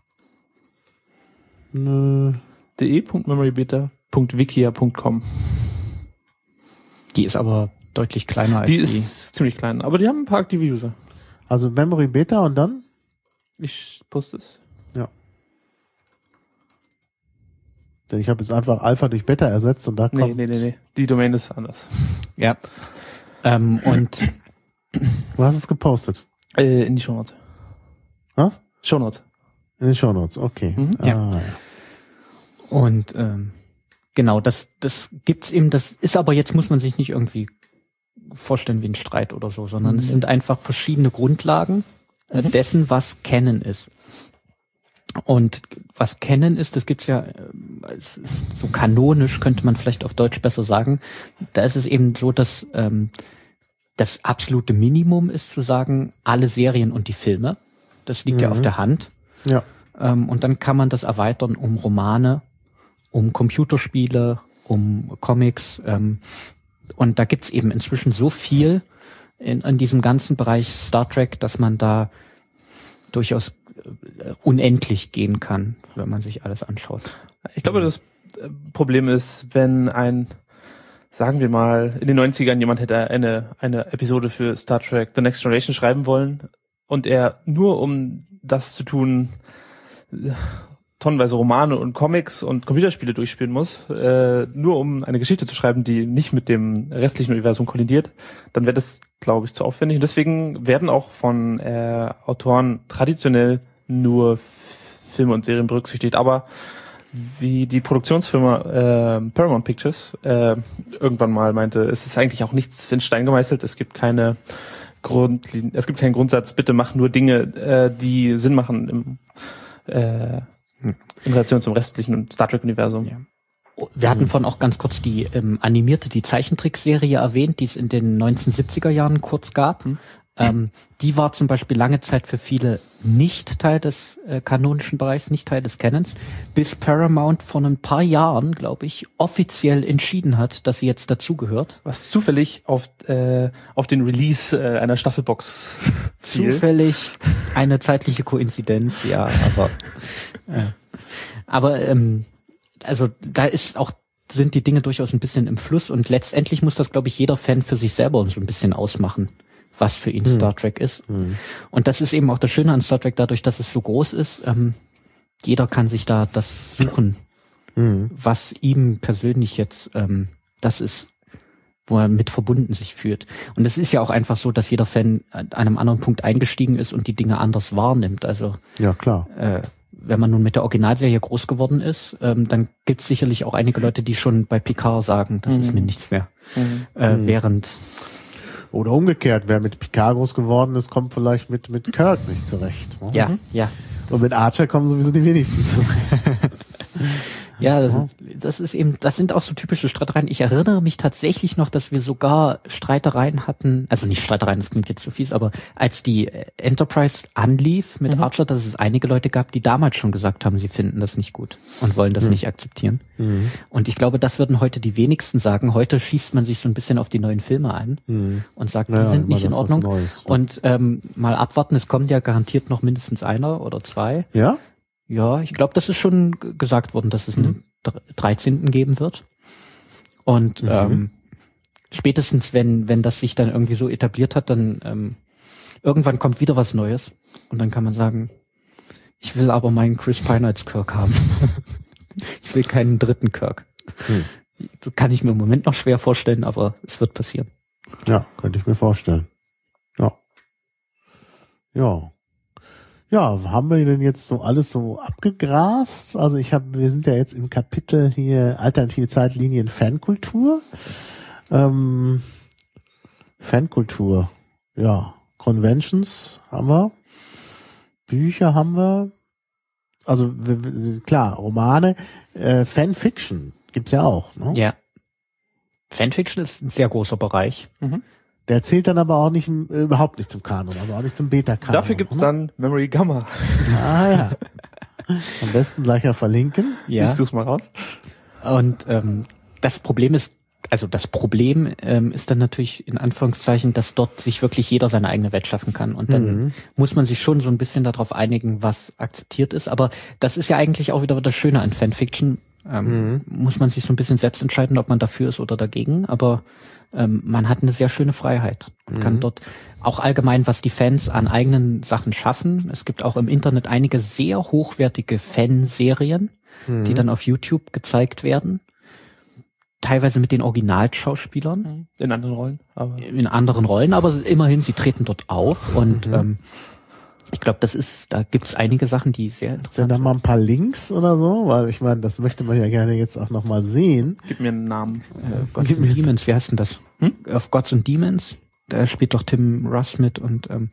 ne de punkt memorybeta punkt wikia punkt com. Die ist aber deutlich kleiner als die. Die ist ziemlich klein, aber die haben ein paar aktive User. Also Memory Beta und dann? Ich poste es. Ja. Denn ich habe jetzt einfach Alpha durch Beta ersetzt und da kommt... Nee, nee, nee, nee. Die Domain ist anders. Ja. Ähm, und du hast es gepostet? Äh, in die Shownotes. Was? Shownotes. In den Shownotes, okay. Mhm, ah, ja. ja. Und ähm, genau, das das gibt's eben, das ist aber jetzt, muss man sich nicht irgendwie vorstellen wie ein Streit oder so, sondern mhm. es sind einfach verschiedene Grundlagen äh, mhm. dessen, was Canon ist. Und was Canon ist, das gibt's ja äh, so kanonisch, könnte man vielleicht auf Deutsch besser sagen. Da ist es eben so, dass ähm, das absolute Minimum ist zu sagen, alle Serien und die Filme. Das liegt mhm. ja auf der Hand. Ja. Ähm, und dann kann man das erweitern um Romane, um Computerspiele, um Comics. Ähm, und da gibt's eben inzwischen so viel in, in diesem ganzen Bereich Star Trek, dass man da durchaus äh, unendlich gehen kann, wenn man sich alles anschaut. Ich glaube, das Problem ist, wenn ein, sagen wir mal, in den neunzigern jemand hätte eine, eine Episode für Star Trek The Next Generation schreiben wollen und er nur um das zu tun, tonnenweise Romane und Comics und Computerspiele durchspielen muss, äh, nur um eine Geschichte zu schreiben, die nicht mit dem restlichen Universum kollidiert, dann wäre das, glaube ich, zu aufwendig. Und deswegen werden auch von äh, Autoren traditionell nur Filme und Serien berücksichtigt. Aber wie die Produktionsfirma äh, Paramount Pictures äh, irgendwann mal meinte, es ist eigentlich auch nichts in Stein gemeißelt. Es gibt keine Grundlinien, es gibt keinen Grundsatz, bitte mach nur Dinge, äh, die Sinn machen im äh, in Relation zum restlichen Star Trek-Universum. Ja. Wir hatten vorhin auch ganz kurz die ähm, animierte, die Zeichentrickserie erwähnt, die es in den neunzehnhundertsiebziger Jahren kurz gab. Hm. Ähm, die war zum Beispiel lange Zeit für viele nicht Teil des äh, kanonischen Bereichs, nicht Teil des Canons, bis Paramount vor ein paar Jahren, glaube ich, offiziell entschieden hat, dass sie jetzt dazugehört. Was zufällig auf äh, auf den Release äh, einer Staffelbox zielt. Zufällig eine zeitliche Koinzidenz, ja, aber äh, aber ähm, also da ist auch sind die Dinge durchaus ein bisschen im Fluss und letztendlich muss das, glaube ich, jeder Fan für sich selber so ein bisschen ausmachen, was für ihn hm. Star Trek ist. Hm. Und das ist eben auch das Schöne an Star Trek, dadurch, dass es so groß ist. Ähm, jeder kann sich da das suchen, hm. was ihm persönlich jetzt, ähm, das ist wo er mit verbunden sich fühlt. Und es ist ja auch einfach so, dass jeder Fan an einem anderen Punkt eingestiegen ist und die Dinge anders wahrnimmt. Also ja, klar. Äh, wenn man nun mit der Originalserie groß geworden ist, ähm, dann gibt es sicherlich auch einige Leute, die schon bei Picard sagen, das mhm. ist mir nichts mehr. Mhm. Äh, mhm. Während oder umgekehrt, wer mit Picard groß geworden ist, kommt vielleicht mit mit Kirk nicht zurecht. Ne? Ja, ja. Und mit Archer kommen sowieso die wenigsten zurecht. Ja, das, das ist eben, das sind auch so typische Streitereien. Ich erinnere mich tatsächlich noch, dass wir sogar Streitereien hatten, also nicht Streitereien, das klingt jetzt zu fies, aber als die Enterprise anlief mit mhm. Archer, dass es einige Leute gab, die damals schon gesagt haben, sie finden das nicht gut und wollen das mhm. nicht akzeptieren. Mhm. Und ich glaube, das würden heute die wenigsten sagen. Heute schießt man sich so ein bisschen auf die neuen Filme ein mhm. und sagt, die naja, sind nicht in Ordnung. Neues, ja. Und ähm, mal abwarten, es kommt ja garantiert noch mindestens einer oder zwei. Ja? Ja, ich glaube, das ist schon gesagt worden, dass es einen mhm. dreizehnten geben wird. Und mhm. ähm, spätestens, wenn wenn das sich dann irgendwie so etabliert hat, dann ähm, irgendwann kommt wieder was Neues. Und dann kann man sagen, ich will aber meinen Chris Pine als Kirk haben. Ich will keinen dritten Kirk. Mhm. Das kann ich mir im Moment noch schwer vorstellen, aber es wird passieren. Ja, könnte ich mir vorstellen. Ja. Ja. Ja, haben wir denn jetzt so alles so abgegrast? Also ich habe, wir sind ja jetzt im Kapitel hier alternative Zeitlinien Fankultur. Ähm, Fankultur, ja, Conventions haben wir, Bücher haben wir, also klar, Romane, äh, Fanfiction gibt's ja auch, ne? Ja. Fanfiction ist ein sehr großer Bereich. Mhm. Der zählt dann aber auch nicht überhaupt nicht zum Kanon, also auch nicht zum Beta-Kanon. Dafür gibt's oder? Dann Memory Gamma. Ah ja. Am besten gleich mal verlinken. Ja. Ich such's mal raus. Und ähm, das Problem ist, also das Problem ähm, ist dann natürlich in Anführungszeichen, dass dort sich wirklich jeder seine eigene Welt schaffen kann. Und dann mhm. muss man sich schon so ein bisschen darauf einigen, was akzeptiert ist. Aber das ist ja eigentlich auch wieder das Schöne an Fanfiction. Ähm, mhm. Muss man sich so ein bisschen selbst entscheiden, ob man dafür ist oder dagegen. Aber ähm, man hat eine sehr schöne Freiheit und mhm. kann dort auch allgemein, was die Fans an eigenen Sachen schaffen. Es gibt auch im Internet einige sehr hochwertige Fanserien, mhm. die dann auf YouTube gezeigt werden. Teilweise mit den Originalschauspielern. In anderen Rollen. Aber in anderen Rollen, aber immerhin, sie treten dort auf und mhm. ähm, ich glaube, das ist, da gibt's einige Sachen, die sehr interessant sind. Sind da mal ein paar Links oder so? Weil ich meine, das möchte man ja gerne jetzt auch nochmal sehen. Gib mir einen Namen. Äh, Gods and Demons, wie heißt denn das? Hm? Auf Gods and Demons. Da spielt doch Tim Russ mit und ähm,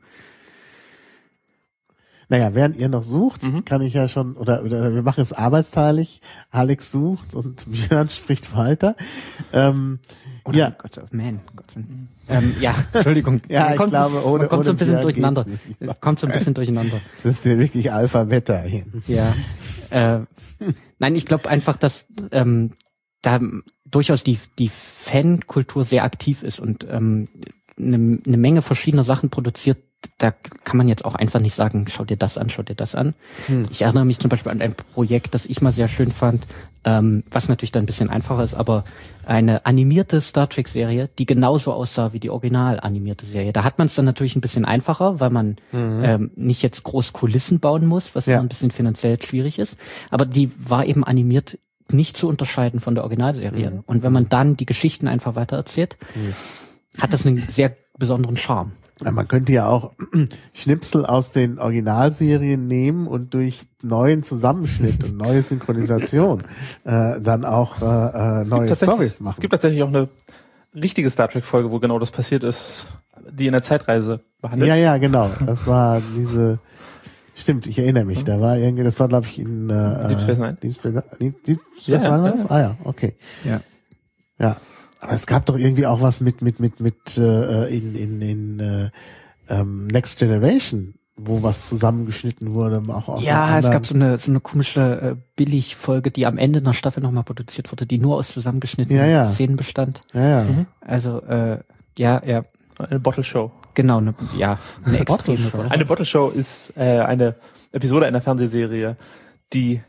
naja, während ihr noch sucht, mhm. kann ich ja schon, oder, oder wir machen es arbeitsteilig. Alex sucht und Björn spricht weiter. Ähm, oder ja. Gott, oh man, Gott. Ähm, ja, Entschuldigung. ja, man ich kommt, glaube, ohne, man kommt ohne so ein bisschen Björn durcheinander. Kommt so ein bisschen durcheinander. Das ist ja wirklich Alpha-Beta hier. Ja. Äh, nein, ich glaube einfach, dass ähm, da durchaus die die Fankultur sehr aktiv ist und ähm, eine, eine Menge verschiedener Sachen produziert. Da kann man jetzt auch einfach nicht sagen, schau dir das an, schau dir das an. Hm. Ich erinnere mich zum Beispiel an ein Projekt, das ich mal sehr schön fand, ähm, was natürlich dann ein bisschen einfacher ist, aber eine animierte Star Trek-Serie, die genauso aussah wie die original animierte Serie. Da hat man es dann natürlich ein bisschen einfacher, weil man mhm. ähm, nicht jetzt groß Kulissen bauen muss, was ja immer ein bisschen finanziell schwierig ist. Aber die war eben animiert nicht zu unterscheiden von der Originalserie. Mhm. Und wenn man dann die Geschichten einfach weitererzählt, mhm. hat das einen sehr besonderen Charme. Ja, man könnte ja auch Schnipsel aus den Originalserien nehmen und durch neuen Zusammenschnitt und neue Synchronisation äh, dann auch äh, neue Storys machen. Es gibt tatsächlich auch eine richtige Star Trek Folge, wo genau das passiert ist, die in der Zeitreise behandelt. Ja, ja, genau. Das war diese. Stimmt, ich erinnere mich. Da war irgendwie, das war glaube ich in äh, Deep Space Nine. Deep Space, Deep, Deep Space Nine war das? Ah ja, okay. Ja. Ja. Aber es gab doch irgendwie auch was mit mit mit mit äh, in in in äh, ähm, Next Generation, wo was zusammengeschnitten wurde, auch aus ja, es gab so eine so eine komische äh, Billigfolge, die am Ende einer Staffel nochmal produziert wurde, die nur aus zusammengeschnittenen ja, ja. Szenen bestand. Ja, ja. Mhm. Also äh, ja, ja. Eine Bottle Show. Genau, eine, ja, eine extreme Bottle Show. Eine Bottle Show ist äh, eine Episode einer Fernsehserie, die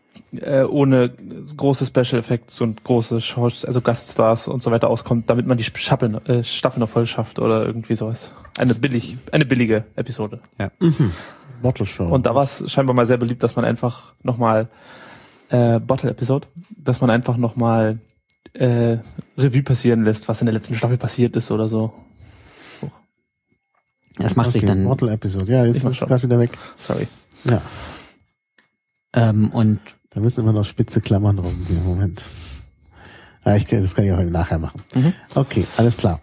äh, ohne große Special Effects und große Shows, also Gaststars und so weiter auskommt, damit man die Staffeln, äh, Staffeln noch voll schafft oder irgendwie sowas. Eine billig, eine billige Episode. Ja. Mhm. Bottle Show. Und da war es scheinbar mal sehr beliebt, dass man einfach nochmal äh, Bottle Episode, dass man einfach nochmal äh, Revue passieren lässt, was in der letzten Staffel passiert ist oder so. Oh. Das macht okay, sich dann... Mortal-Episode, ja, jetzt ist es gerade wieder weg. Sorry. Ja. Ähm, und Da müssen immer noch spitze Klammern rum im Moment. Ja, ich, das kann ich auch nachher machen. Mhm. Okay, alles klar.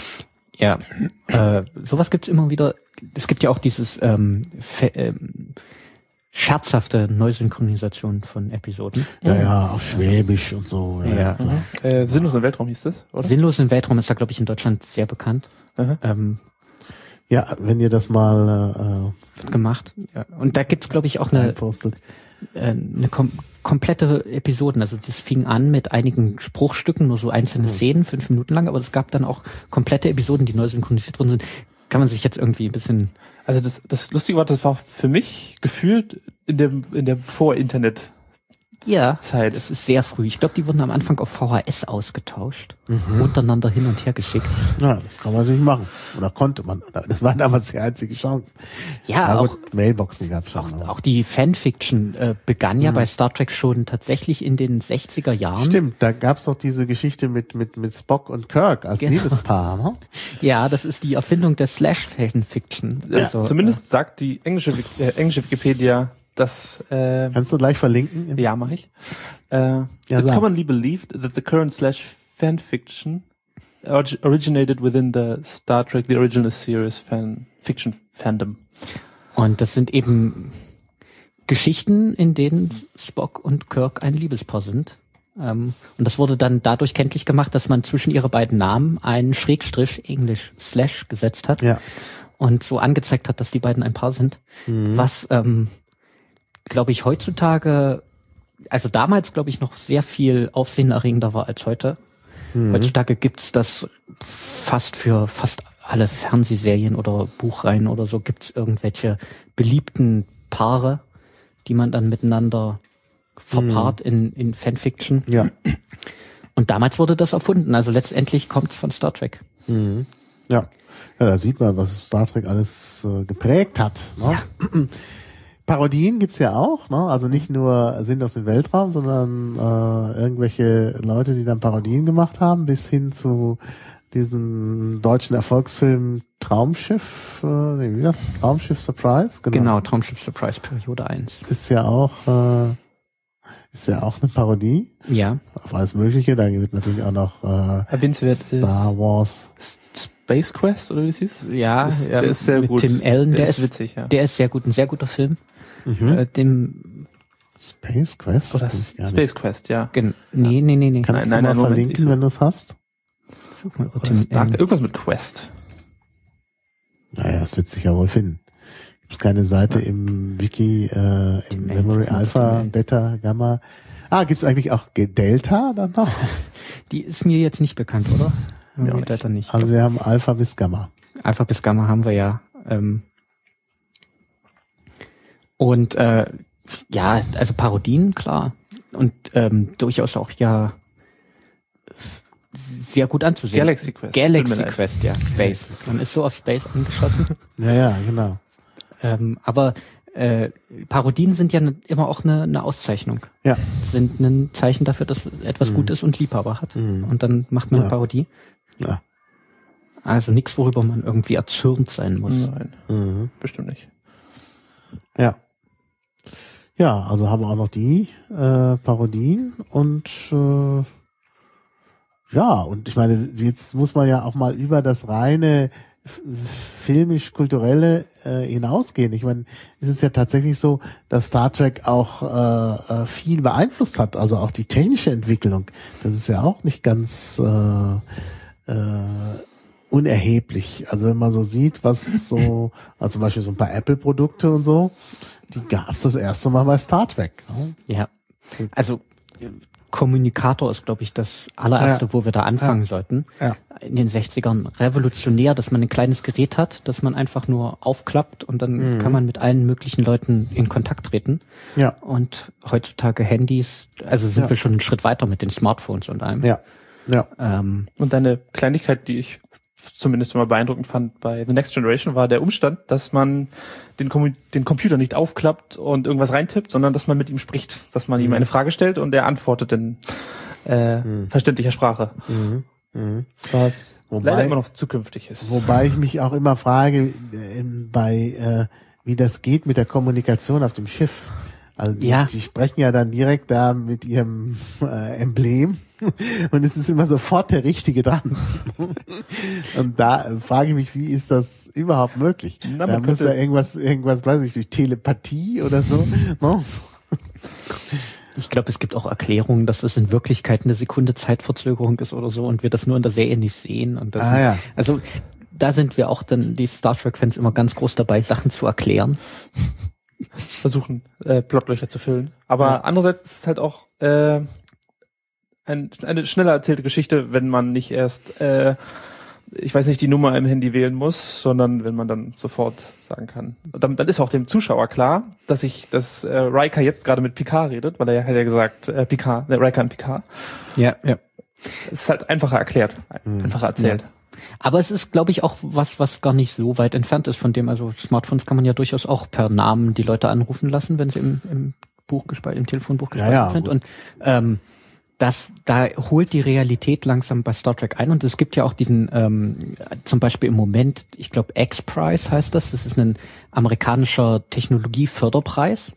ja, äh, sowas gibt's immer wieder. Es gibt ja auch dieses ähm, fe- ähm, scherzhafte Neusynchronisation von Episoden. Ja, ja, auf Schwäbisch und so. Ja, Ja. klar. Äh, Sinnlos im Weltraum hieß das, oder? Sinnlos im Weltraum ist da, glaube ich, in Deutschland sehr bekannt. Aha. Ähm, Ja, wenn ihr das mal wird gemacht. Ja. Und da gibt's, glaube ich, auch äh, eine, postet. äh, eine kom komplette Episoden. Also das fing an mit einigen Spruchstücken, nur so einzelne Szenen, fünf Minuten lang, aber es gab dann auch komplette Episoden, die neu synchronisiert worden sind. Kann man sich jetzt irgendwie ein bisschen... Also das, das Lustige war, das war für mich gefühlt in dem, in der Vor-Internet Ja, Zeit. das ist sehr früh. Ich glaube, die wurden am Anfang auf V H S ausgetauscht, untereinander hin und her geschickt. Ja, das kann man natürlich machen. Oder konnte man. Das war damals die einzige Chance. Ja, Aber auch, gut, Mailboxen gab es schon. auch, aber- auch die Fanfiction äh, begann ja bei Star Trek schon tatsächlich in den sechziger Jahren. Stimmt, da gab's doch diese Geschichte mit mit mit Spock und Kirk als Genau. Liebespaar. Ne? Ja, das ist die Erfindung der Slash-Fanfiction. Ja, Also, zumindest sagt die englische, Wik- äh, englische Wikipedia, dass äh, Kannst du gleich verlinken? ja, mache ich. Äh, it's sag. commonly believed that the current slash fanfiction orig- originated within the Star Trek the Original Series fan fiction fandom. Und das sind eben Geschichten, in denen Spock und Kirk ein Liebespaar sind. Ähm, und das wurde dann dadurch kenntlich gemacht, dass man zwischen ihre beiden Namen einen Schrägstrich, Englisch Slash, gesetzt hat. Ja. Und so angezeigt hat, dass die beiden ein Paar sind. Was, ähm, glaube ich, heutzutage, also damals, glaube ich, noch sehr viel aufsehenerregender war als heute. Heutzutage gibt's das fast für fast alle Fernsehserien oder Buchreihen oder so, gibt's irgendwelche beliebten Paare, die man dann miteinander verpaart in, in Fanfiction. Ja. Und damals wurde das erfunden. Also letztendlich kommt's von Star Trek. Mhm. Ja. Ja, da sieht man, was Star Trek alles äh, geprägt hat. Ne? Parodien gibt's ja auch, ne? Also nicht nur Sind aus dem Weltraum, sondern äh, irgendwelche Leute, die dann Parodien gemacht haben, bis hin zu diesem deutschen Erfolgsfilm Traumschiff, äh, nee, wie das? Traumschiff Surprise? Genau, Traumschiff Surprise Periode eins. Ist ja auch äh, ist ja auch eine Parodie Ja. auf alles Mögliche. Da wird natürlich auch noch äh, Erwähnenswert Star Wars. ist Space Quest, oder wie es hieß? Ja, Ist- ja, der ist sehr mit gut. Tim Allen, Der der, ist ist witzig, ja. Der ist sehr gut, ein sehr guter Film. Mhm. Äh, dem, Space Quest? Oder Kenn ich gar nicht. Space Quest, ja. gen, nee, nee, nee, nee. Kannst Nein, du nein, mal nein, Moment, verlinken, ich so- wenn du es hast? Such mal, Oder Tim Star- Allen. Irgendwas mit Quest. Naja, das wird sich ja wohl finden. Gibt es keine Seite im Wiki, äh, im Tim Allen, Memory such mal Alpha, Tim Allen. Beta, Gamma? Ah, gibt es eigentlich auch G- Delta dann noch? Die ist mir jetzt nicht bekannt, oder? Mir auch Nee, nicht. Delta nicht. Also wir haben Alpha bis Gamma. Alpha bis Gamma haben wir ja. Ähm, und äh, ja, also Parodien, klar. Und ähm, durchaus auch ja sehr gut anzusehen. Galaxy Quest. Tut Galaxy mir leid. Quest, ja, Space. Man ist so auf Space angeschossen. Ja, ja, genau. ähm, aber äh, Parodien sind ja ne, immer auch eine ne Auszeichnung. Ja. Sind ein Zeichen dafür, dass etwas gut ist und Liebhaber hat. Mhm. Und dann macht man Ja. eine Parodie. Ja. Also nichts, worüber man irgendwie erzürnt sein muss. Nein, Mhm. bestimmt nicht. Ja. Ja, also haben wir auch noch die äh, Parodien und äh, ja, und ich meine, jetzt muss man ja auch mal über das reine f- filmisch-kulturelle äh, hinausgehen. Ich meine, es ist ja tatsächlich so, dass Star Trek auch äh, äh, viel beeinflusst hat, also auch die technische Entwicklung. Das ist ja auch nicht ganz äh, äh, unerheblich. Also wenn man so sieht, was so, also zum Beispiel so ein paar Apple-Produkte und so, die gab's das erste Mal bei Star Trek. Ne? Ja. Also äh, Kommunikator ist, glaube ich, das allererste, Ja. wo wir da anfangen sollten. Ja. In den sechzigern revolutionär, dass man ein kleines Gerät hat, das man einfach nur aufklappt und dann Mhm. kann man mit allen möglichen Leuten in Kontakt treten. Ja, Und heutzutage Handys, also sind Ja. wir schon einen Schritt weiter mit den Smartphones und allem. ja, ja. Ähm, Und eine Kleinigkeit, die ich zumindest mal beeindruckend fand bei The Next Generation, war der Umstand, dass man den, Commu- den Computer nicht aufklappt und irgendwas reintippt, sondern dass man mit ihm spricht, dass man ihm eine Frage stellt und er antwortet dann äh, Mhm. verständlicher Sprache. Mhm. Mhm. Was Wobei- leider immer noch zukünftig ist. Wobei ich mich auch immer frage, äh, bei äh, wie das geht mit der Kommunikation auf dem Schiff. Also die, Ja. die sprechen ja dann direkt da mit ihrem äh, Emblem und es ist immer sofort der Richtige dran. Und da äh, frage ich mich, wie ist das überhaupt möglich? Na, da man muss könnte- da irgendwas, irgendwas, weiß ich, durch Telepathie oder so. No? Ich glaube, es gibt auch Erklärungen, dass das in Wirklichkeit eine Sekunde Zeitverzögerung ist oder so und wir das nur in der Serie nicht sehen. Und das Ah, ja. Also da sind wir auch dann, die Star Trek-Fans, immer ganz groß dabei, Sachen zu erklären. Versuchen, äh, Plotlöcher zu füllen. Aber Ja. andererseits ist es halt auch äh, ein, eine schneller erzählte Geschichte, wenn man nicht erst, äh, ich weiß nicht, die Nummer im Handy wählen muss, sondern wenn man dann sofort sagen kann. Und dann, dann ist auch dem Zuschauer klar, dass ich, dass äh, Riker jetzt gerade mit Picard redet, weil er hat ja gesagt, äh, Picard, äh, Riker und Picard. Ja, ja. Es ist halt einfacher erklärt, einfacher erzählt. Aber es ist, glaube ich, auch was, was gar nicht so weit entfernt ist von dem. Also Smartphones kann man ja durchaus auch per Namen die Leute anrufen lassen, wenn sie im, im Buch gespeichert, im Telefonbuch Ja, gespeichert ja, sind. gut. Und ähm, das, da holt die Realität langsam bei Star Trek ein. Und es gibt ja auch diesen, ähm, zum Beispiel im Moment, ich glaube X-Prize heißt das. Das ist ein amerikanischer Technologieförderpreis,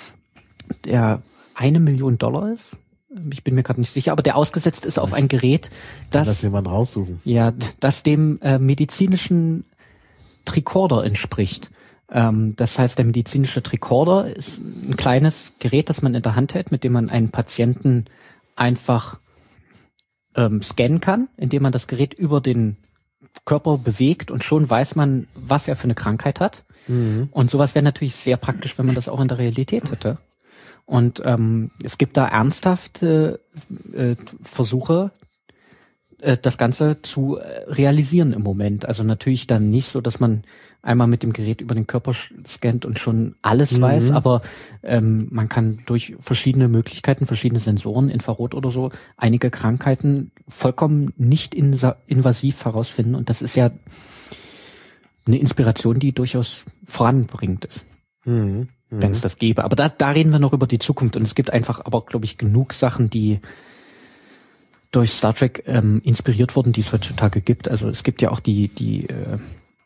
der eine Million Dollar ist. Ich bin mir gerade nicht sicher, aber der ausgesetzt ist auf ein Gerät, Kann das das jemand raussuchen? ja, das dem äh, medizinischen Tricorder entspricht. Ähm, das heißt, der medizinische Tricorder ist ein kleines Gerät, das man in der Hand hält, mit dem man einen Patienten einfach ähm, scannen kann, indem man das Gerät über den Körper bewegt und schon weiß man, was er für eine Krankheit hat. Mhm. Und sowas wäre natürlich sehr praktisch, wenn man das auch in der Realität hätte. Und ähm, es gibt da ernsthafte äh, Versuche, äh, das Ganze zu äh, realisieren im Moment. Also natürlich dann nicht so, dass man einmal mit dem Gerät über den Körper scannt und schon alles Mhm. weiß, aber ähm, man kann durch verschiedene Möglichkeiten, verschiedene Sensoren, Infrarot oder so, einige Krankheiten vollkommen nicht insa- invasiv herausfinden. Und das ist ja eine Inspiration, die durchaus voranbringend ist, Mhm. wenn es das gäbe. Aber da, da reden wir noch über die Zukunft. Und es gibt einfach aber, glaube ich, genug Sachen, die durch Star Trek ähm, inspiriert wurden, die es heutzutage gibt. Also es gibt ja auch die die äh,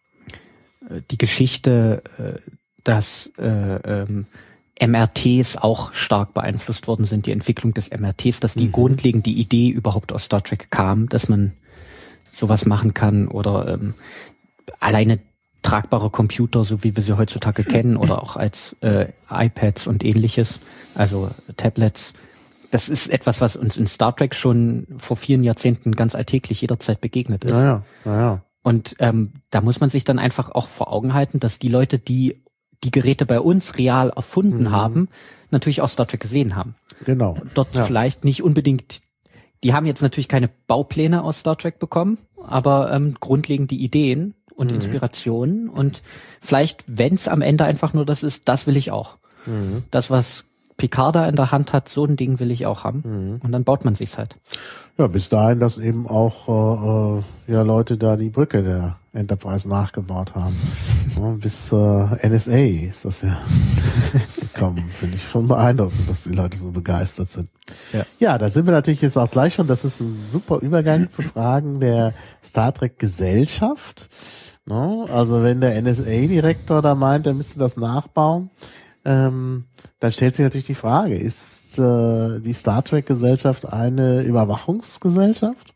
die Geschichte, äh, dass äh, ähm, M R Ts auch stark beeinflusst worden sind, die Entwicklung des M R Ts, dass die Mhm. grundlegend die Idee überhaupt aus Star Trek kam, dass man sowas machen kann oder ähm, alleine tragbare Computer, so wie wir sie heutzutage kennen, oder auch als äh, iPads und ähnliches, also Tablets. Das ist etwas, was uns in Star Trek schon vor vielen Jahrzehnten ganz alltäglich jederzeit begegnet ist. Ja, ja, ja, ja. Und ähm, da muss man sich dann einfach auch vor Augen halten, dass die Leute, die die Geräte bei uns real erfunden Mhm. haben, natürlich auch Star Trek gesehen haben. Genau. Dort Ja. vielleicht nicht unbedingt, die haben jetzt natürlich keine Baupläne aus Star Trek bekommen, aber ähm, grundlegend die Ideen und Mhm. Inspirationen und vielleicht, wenn es am Ende einfach nur das ist, das will ich auch. Mhm. Das, was Picard da in der Hand hat, so ein Ding will ich auch haben. Mhm. Und dann baut man sich's halt. Ja, bis dahin, dass eben auch äh, äh, ja Leute da die Brücke der Enterprise nachgebaut haben. Ja, bis äh, N S A ist das ja gekommen. Finde ich schon beeindruckend, dass die Leute so begeistert sind. Ja. Ja, da sind wir natürlich jetzt auch gleich schon. Das ist ein super Übergang zu Fragen der Star Trek Gesellschaft. No? Also wenn der N S A-Direktor da meint, er müsste das nachbauen, ähm, dann stellt sich natürlich die Frage, ist äh, die Star Trek-Gesellschaft eine Überwachungsgesellschaft?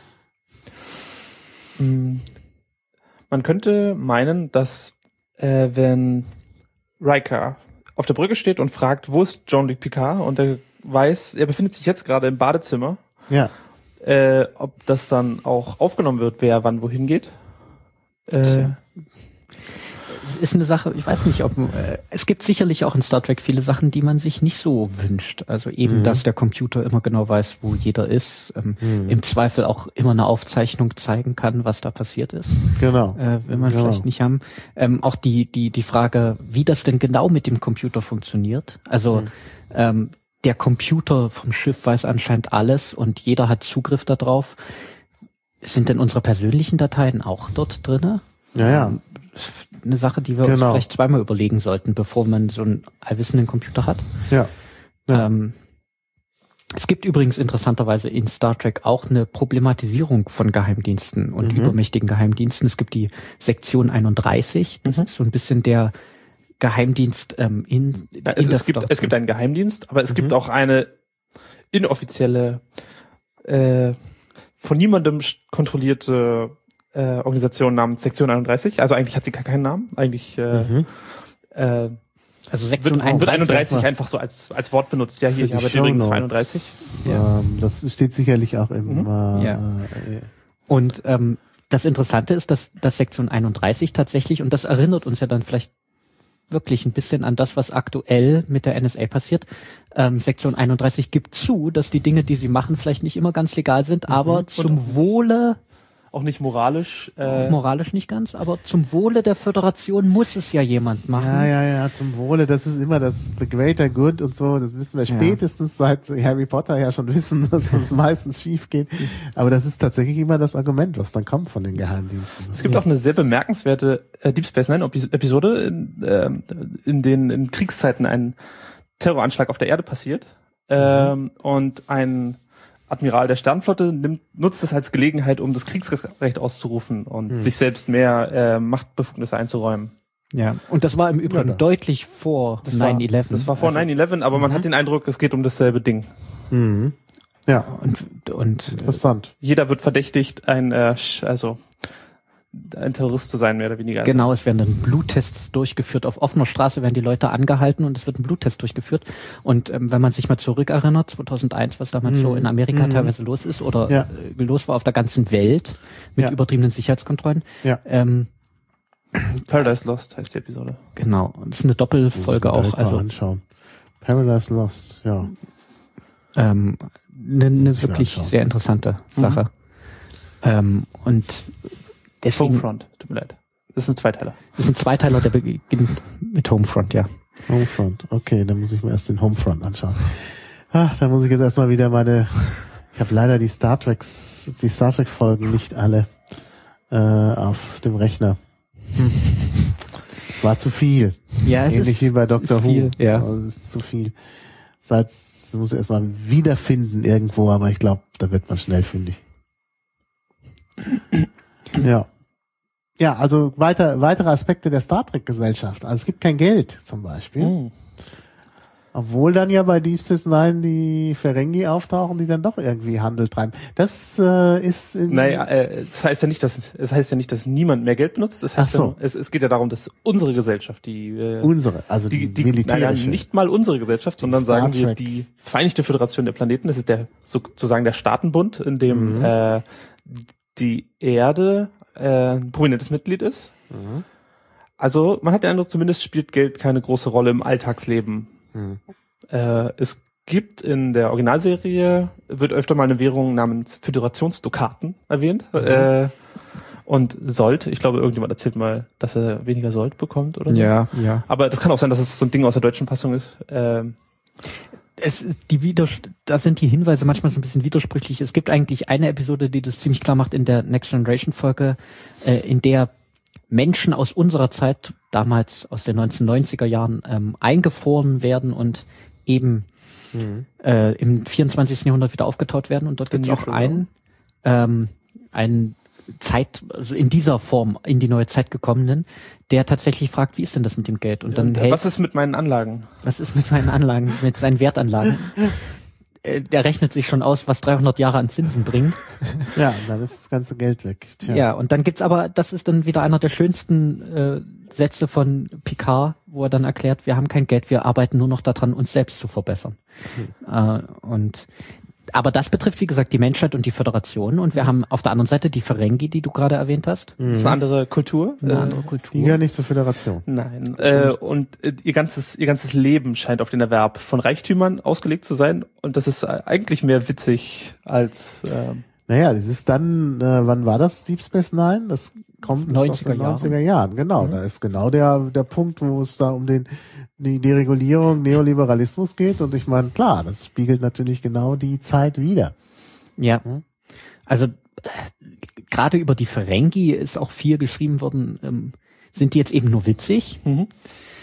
Mm, Man könnte meinen, dass äh, wenn Riker auf der Brücke steht und fragt, wo ist Jean-Luc Picard, und er weiß, er befindet sich jetzt gerade im Badezimmer, Ja. äh, ob das dann auch aufgenommen wird, wer wann wohin geht. Äh, Tja. Ist eine Sache, ich weiß nicht, ob äh, es gibt sicherlich auch in Star Trek viele Sachen, die man sich nicht so wünscht. Also eben, Mhm. dass der Computer immer genau weiß, wo jeder ist, ähm, Mhm. im Zweifel auch immer eine Aufzeichnung zeigen kann, was da passiert ist. Genau. Äh, will man Genau. vielleicht nicht haben. Ähm, auch die die die Frage, wie das denn genau mit dem Computer funktioniert. Also Mhm. ähm, der Computer vom Schiff weiß anscheinend alles und jeder hat Zugriff darauf. Sind denn unsere persönlichen Dateien auch dort drinne? Ja, ja. Ähm, eine Sache, die wir uns Genau. vielleicht zweimal überlegen sollten, bevor man so einen allwissenden Computer hat. Ja. Ja. Ähm, Es gibt übrigens interessanterweise in Star Trek auch eine Problematisierung von Geheimdiensten und mhm. übermächtigen Geheimdiensten. Es gibt die Sektion einunddreißig, das mhm. ist so ein bisschen der Geheimdienst ähm, in, ja, es, in es gibt es gibt einen Geheimdienst, aber es mhm. gibt auch eine inoffizielle, äh, von niemandem kontrollierte äh, Organisation namens Sektion einunddreißig. Also eigentlich hat sie gar keinen Namen. Eigentlich äh, mhm. äh, also Sektion wird, einunddreißig, wird einunddreißig einfach so als als Wort benutzt. Ja, hier, ich habe übrigens zweiunddreißig. Ja. Ähm, das steht sicherlich auch im... Mhm. Äh, ja. äh, Und ähm, das Interessante ist, dass, dass Sektion einunddreißig tatsächlich, und das erinnert uns ja dann vielleicht wirklich ein bisschen an das, was aktuell mit der N S A passiert. Ähm, Sektion einunddreißig gibt zu, dass die Dinge, die sie machen, vielleicht nicht immer ganz legal sind, mhm. aber zum und Wohle... Auch nicht moralisch. Äh moralisch nicht ganz, aber zum Wohle der Föderation muss es ja jemand machen. Ja, ja, ja, zum Wohle, das ist immer das the greater good und so, das müssen wir ja. spätestens seit Harry Potter ja schon wissen, dass es meistens schief geht. Aber das ist tatsächlich immer das Argument, was dann kommt von den Geheimdiensten. Es gibt auch eine sehr bemerkenswerte äh, Deep Space Nine Episode, in, äh, in denen in Kriegszeiten ein Terroranschlag auf der Erde passiert ähm, mhm. und ein Admiral der Sternflotte nimmt, nutzt es als Gelegenheit, um das Kriegsrecht auszurufen und hm. sich selbst mehr äh, Machtbefugnisse einzuräumen. Ja, und das war im Übrigen ja, deutlich vor neun elf. Das war vor also, neun elf, aber man mhm. hat den Eindruck, es geht um dasselbe Ding. Mhm. Ja, und, und interessant. Jeder wird verdächtigt, ein äh, also ein Terrorist zu sein, mehr oder weniger. Genau, es werden dann Bluttests durchgeführt. Auf offener Straße werden die Leute angehalten und es wird ein Bluttest durchgeführt. Und ähm, wenn man sich mal zurückerinnert, zweitausendeins, was damals mhm. so in Amerika mhm. teilweise los ist oder ja. äh, los war auf der ganzen Welt mit ja. übertriebenen Sicherheitskontrollen. Ja. Ähm, Paradise Lost heißt die Episode. Genau, und es ist eine Doppelfolge auch. Also anschauen. Paradise Lost, ja. Ähm, eine ne wirklich sehr interessante Sache. Mhm. Ähm, und deswegen, Homefront, tut mir leid. Das ist ein Zweiteiler. Das ist ein Zweiteiler, der beginnt mit Homefront, ja. Homefront, okay, dann muss ich mir erst den Homefront anschauen. Ach, da muss ich jetzt erstmal wieder meine, ich habe leider die Star Treks, die Star Trek Folgen nicht alle äh, auf dem Rechner. Hm. War zu viel. Ja, es Ähnlich ist, wie bei Doctor Who. Viel, ja. Also es ist zu viel. Das muss ich erstmal wiederfinden irgendwo, aber ich glaube, da wird man schnell fündig. Ja. Ja, also weiter, weitere Aspekte der Star Trek Gesellschaft. Also es gibt kein Geld zum Beispiel. Mm. Obwohl dann ja bei Deep Space Nine die Ferengi auftauchen, die dann doch irgendwie Handel treiben. Das äh, ist naja, äh, das heißt ja nicht, dass es heißt ja nicht, dass niemand mehr Geld benutzt. Das heißt Ach so. ja, es, es geht ja darum, dass unsere Gesellschaft, die äh, unsere, also die, die militärische, naja, nicht mal unsere Gesellschaft, sondern sagen wir die Vereinigte Föderation der Planeten. Das ist der sozusagen der Staatenbund, in dem mhm. äh, die Erde äh, ein prominentes Mitglied ist. Mhm. Also man hat den Eindruck, zumindest spielt Geld keine große Rolle im Alltagsleben. Mhm. Äh, es gibt in der Originalserie, wird öfter mal eine Währung namens Föderationsdukaten erwähnt. Mhm. Äh, und Sold, ich glaube, irgendjemand erzählt mal, dass er weniger Sold bekommt oder so. Ja, ja. Aber das kann auch sein, dass es so ein Ding aus der deutschen Fassung ist. Ähm, Es, die Widers- da sind die Hinweise manchmal so ein bisschen widersprüchlich. Es gibt eigentlich eine Episode, die das ziemlich klar macht in der Next Generation Folge, äh, in der Menschen aus unserer Zeit, damals aus den neunzehnhundertneunziger Jahren, ähm, eingefroren werden und eben mhm. äh, im vierundzwanzigsten Jahrhundert wieder aufgetaut werden. Und dort gibt es auch einen, ähm, einen Zeit, also in dieser Form in die neue Zeit gekommenen, der tatsächlich fragt, wie ist denn das mit dem Geld? Und dann ja, hält, was ist mit meinen Anlagen? Was ist mit meinen Anlagen, mit seinen Wertanlagen? äh, der rechnet sich schon aus, was dreihundert Jahre an Zinsen bringen. Ja, dann ist das ganze Geld weg. Tja. Ja, und dann gibt's aber, das ist dann wieder einer der schönsten äh, Sätze von Picard, wo er dann erklärt, wir haben kein Geld, wir arbeiten nur noch daran, uns selbst zu verbessern. Hm. Äh, und aber das betrifft, wie gesagt, die Menschheit und die Föderation. Und wir haben auf der anderen Seite die Ferengi, die du gerade erwähnt hast. Mhm. Das ist eine andere Kultur. Eine andere Kultur. Die gehören nicht zur Föderation. Nein. Äh, und äh, ihr ganzes ihr ganzes Leben scheint auf den Erwerb von Reichtümern ausgelegt zu sein. Und das ist eigentlich mehr witzig als... Äh, naja, das ist dann, äh, wann war das, Deep Space Nine? Das kommt aus den neunziger Jahren. Genau, mhm. Da ist genau der der Punkt, wo es da um den die Deregulierung, Neoliberalismus geht. Und ich meine, klar, das spiegelt natürlich genau die Zeit wider. Ja, also äh, gerade über die Ferengi ist auch viel geschrieben worden, ähm, sind die jetzt eben nur witzig? Mhm.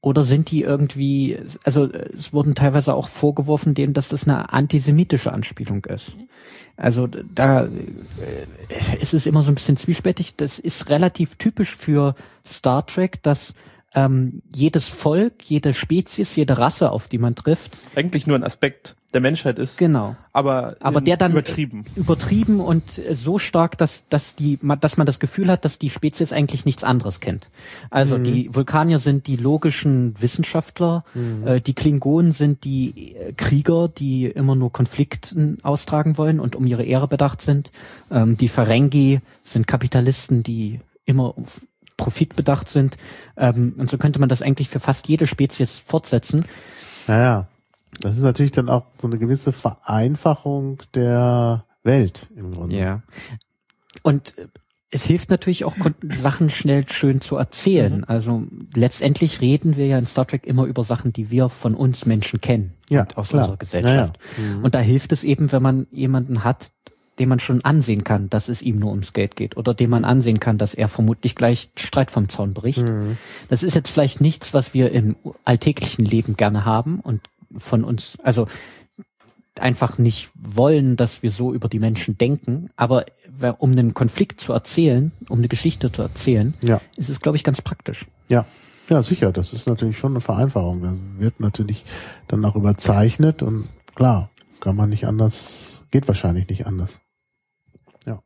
Oder sind die irgendwie, also es wurden teilweise auch vorgeworfen, denen, dass das eine antisemitische Anspielung ist. Also da äh, ist es immer so ein bisschen zwiespältig. Das ist relativ typisch für Star Trek, dass ähm, jedes Volk, jede Spezies, jede Rasse, auf die man trifft, eigentlich nur ein Aspekt der Menschheit ist. Genau. Aber, aber der dann übertrieben. Übertrieben und so stark, dass, dass die, dass man das Gefühl hat, dass die Spezies eigentlich nichts anderes kennt. Also mhm. die Vulkanier sind die logischen Wissenschaftler, mhm. äh, die Klingonen sind die äh, Krieger, die immer nur Konflikten austragen wollen und um ihre Ehre bedacht sind. Ähm, die Ferengi sind Kapitalisten, die immer auf Profit bedacht sind. Ähm, und so könnte man das eigentlich für fast jede Spezies fortsetzen. Naja. Das ist natürlich dann auch so eine gewisse Vereinfachung der Welt im Grunde. Ja. Und es hilft natürlich auch, Sachen schnell schön zu erzählen. Mhm. Also letztendlich reden wir ja in Star Trek immer über Sachen, die wir von uns Menschen kennen. Ja, und aus klar. unserer Gesellschaft. Ja, ja. Mhm. Und da hilft es eben, wenn man jemanden hat, dem man schon ansehen kann, dass es ihm nur ums Geld geht. Oder dem man ansehen kann, dass er vermutlich gleich Streit vom Zaun bricht. Mhm. Das ist jetzt vielleicht nichts, was wir im alltäglichen Leben gerne haben und von uns, also einfach nicht wollen, dass wir so über die Menschen denken, aber um einen Konflikt zu erzählen, um eine Geschichte zu erzählen, ja. ist es, glaube ich, ganz praktisch. Ja, ja, sicher, das ist natürlich schon eine Vereinfachung. Das wird natürlich dann auch überzeichnet und klar, kann man nicht anders, geht wahrscheinlich nicht anders. Ja.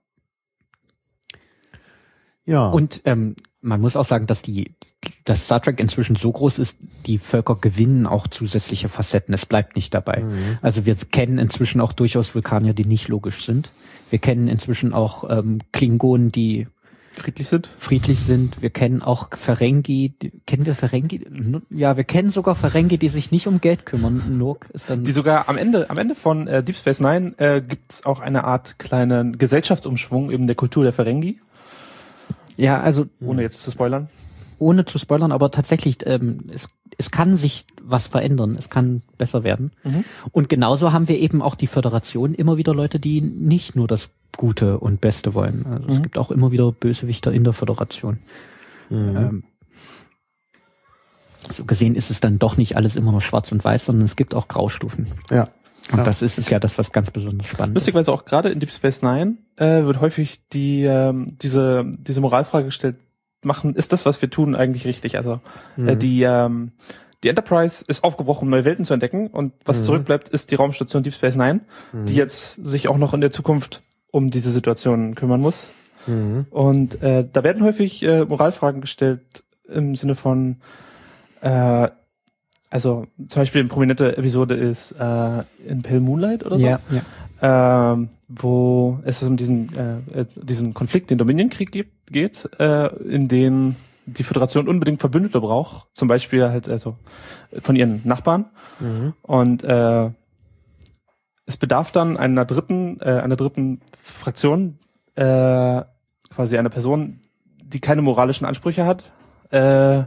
Ja. Und ähm, man muss auch sagen, dass die, dass Star Trek inzwischen so groß ist, die Völker gewinnen auch zusätzliche Facetten. Es bleibt nicht dabei. Mhm. Also wir kennen inzwischen auch durchaus Vulkanier, die nicht logisch sind. Wir kennen inzwischen auch ähm, Klingonen, die friedlich sind. Friedlich sind. Wir kennen auch Ferengi. Die, kennen wir Ferengi? Ja, wir kennen sogar Ferengi, die sich nicht um Geld kümmern. Nok ist dann die sogar am Ende, am Ende von äh, Deep Space Nine äh, gibt's auch eine Art kleinen Gesellschaftsumschwung eben der Kultur der Ferengi. Ja, also ohne jetzt zu spoilern. Ohne zu spoilern, aber tatsächlich, ähm, es, es kann sich was verändern, es kann besser werden. Mhm. Und genauso haben wir eben auch die Föderation immer wieder Leute, die nicht nur das Gute und Beste wollen. Also mhm. es gibt auch immer wieder Bösewichter in der Föderation. Mhm. Ähm, so gesehen ist es dann doch nicht alles immer nur schwarz und weiß, sondern es gibt auch Graustufen. Ja. Und ja. das ist es ja das, was ganz besonders spannend ist. Lustigerweise auch gerade in Deep Space Nine äh, wird häufig die ähm, diese diese Moralfrage gestellt, machen, ist das, was wir tun, eigentlich richtig? Also mhm. äh, die ähm, die Enterprise ist aufgebrochen, um neue Welten zu entdecken und was mhm. zurückbleibt, ist die Raumstation Deep Space Nine, mhm. die jetzt sich auch noch in der Zukunft um diese Situation kümmern muss. Mhm. Und äh, da werden häufig äh, Moralfragen gestellt im Sinne von äh, also zum Beispiel eine prominente Episode ist äh, in Pale Moonlight oder so, ja, ja. Ähm, wo es um diesen äh, diesen Konflikt, den Dominion-Krieg gibt, geht, äh, in dem die Föderation unbedingt Verbündete braucht, zum Beispiel halt also von ihren Nachbarn. Mhm. Und äh, es bedarf dann einer dritten, äh, einer dritten Fraktion, äh, quasi einer Person, die keine moralischen Ansprüche hat, äh,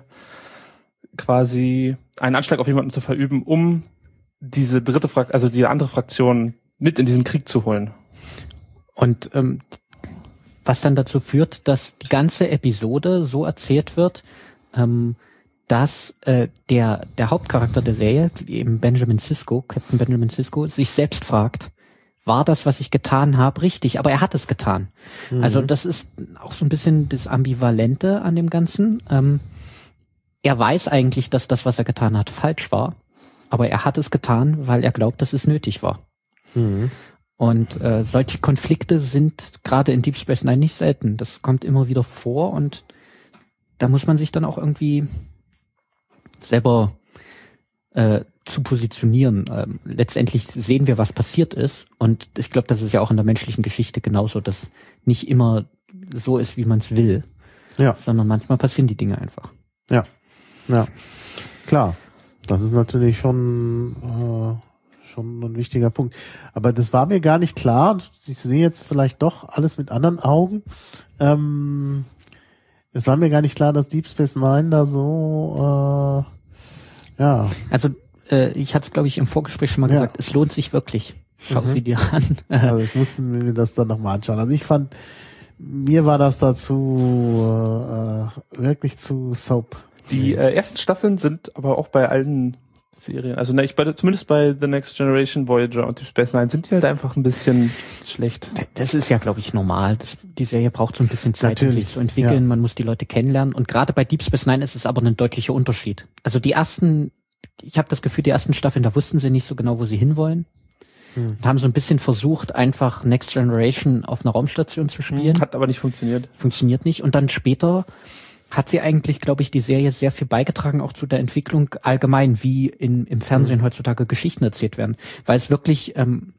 quasi einen Anschlag auf jemanden zu verüben, um diese dritte Fraktion, also die andere Fraktion mit in diesen Krieg zu holen. Und ähm, was dann dazu führt, dass die ganze Episode so erzählt wird, ähm, dass äh, der der Hauptcharakter der Serie, eben Benjamin Sisko, Captain Benjamin Sisko, sich selbst fragt, war das, was ich getan habe, richtig? Aber er hat es getan. Mhm. Also das ist auch so ein bisschen das Ambivalente an dem Ganzen. Ähm, er weiß eigentlich, dass das, was er getan hat, falsch war, aber er hat es getan, weil er glaubt, dass es nötig war. Mhm. Und äh, solche Konflikte sind gerade in Deep Space Nine nicht selten. Das kommt immer wieder vor und da muss man sich dann auch irgendwie selber äh, zu positionieren. Ähm, letztendlich sehen wir, was passiert ist und ich glaube, das ist ja auch in der menschlichen Geschichte genauso, dass nicht immer so ist, wie man es will, ja. sondern manchmal passieren die Dinge einfach. Ja, ja, klar. Das ist natürlich schon äh, schon ein wichtiger Punkt. Aber das war mir gar nicht klar. Ich sehe jetzt vielleicht doch alles mit anderen Augen. Ähm, es war mir gar nicht klar, dass Deep Space Nine da so äh, ja. Also äh, ich hatte es, glaube ich, im Vorgespräch schon mal ja. gesagt, es lohnt sich wirklich. Schau mhm. sie dir an. Also ich musste mir das dann nochmal anschauen. Also ich fand, mir war das dazu äh, wirklich zu Soap. Die äh, ersten Staffeln sind aber auch bei allen Serien, also ne, ich bei, zumindest bei The Next Generation, Voyager und Deep Space Nine sind die halt einfach ein bisschen schlecht. Das ist ja, glaube ich, normal. Das, die Serie braucht so ein bisschen Zeit, Natürlich, um sich zu entwickeln. ja. Man muss die Leute kennenlernen. Und gerade bei Deep Space Nine ist es aber ein deutlicher Unterschied. Also die ersten, ich habe das Gefühl, die ersten Staffeln, da wussten sie nicht so genau, wo sie hinwollen. Hm. Und haben so ein bisschen versucht, einfach Next Generation auf einer Raumstation zu spielen. Hat aber nicht funktioniert. Funktioniert nicht. Und dann später hat sie eigentlich, glaube ich, die Serie sehr viel beigetragen, auch zu der Entwicklung allgemein, wie in, im Fernsehen mhm. heutzutage Geschichten erzählt werden. Weil es wirklich ähm,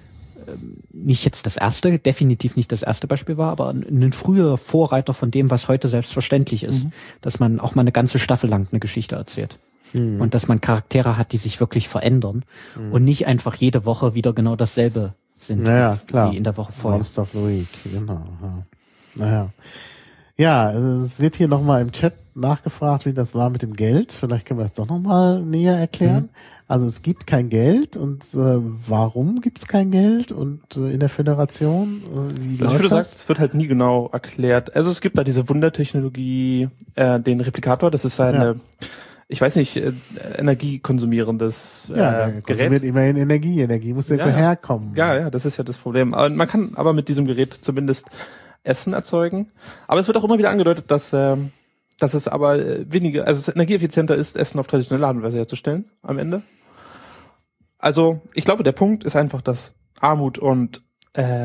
nicht jetzt das erste, definitiv nicht das erste Beispiel war, aber ein, ein früher Vorreiter von dem, was heute selbstverständlich ist, mhm. dass man auch mal eine ganze Staffel lang eine Geschichte erzählt. Mhm. Und dass man Charaktere hat, die sich wirklich verändern mhm. und nicht einfach jede Woche wieder genau dasselbe sind, naja, wie, klar. wie in der Woche vorher. Monster of the Week, genau. Ja. Naja. Ja, es wird hier nochmal im Chat nachgefragt, wie das war mit dem Geld. Vielleicht können wir das doch nochmal näher erklären. Mhm. Also es gibt kein Geld und äh, warum gibt es kein Geld und äh, in der Föderation? Äh, wie also läuft wie du das? sagst, es wird halt nie genau erklärt. Also es gibt da diese Wundertechnologie, äh, den Replikator, das ist eine, ja. ich weiß nicht, äh, energiekonsumierendes äh, ja, der Gerät. konsumiert immerhin Energie. Energie muss irgendwo ja, herkommen. Ja, ja, das ist ja das Problem. Aber man kann aber mit diesem Gerät zumindest Essen erzeugen. Aber es wird auch immer wieder angedeutet, dass, ähm, dass es aber weniger, also es energieeffizienter ist, Essen auf traditionelle Art und Weise herzustellen am Ende. Also ich glaube, der Punkt ist einfach, dass Armut und äh,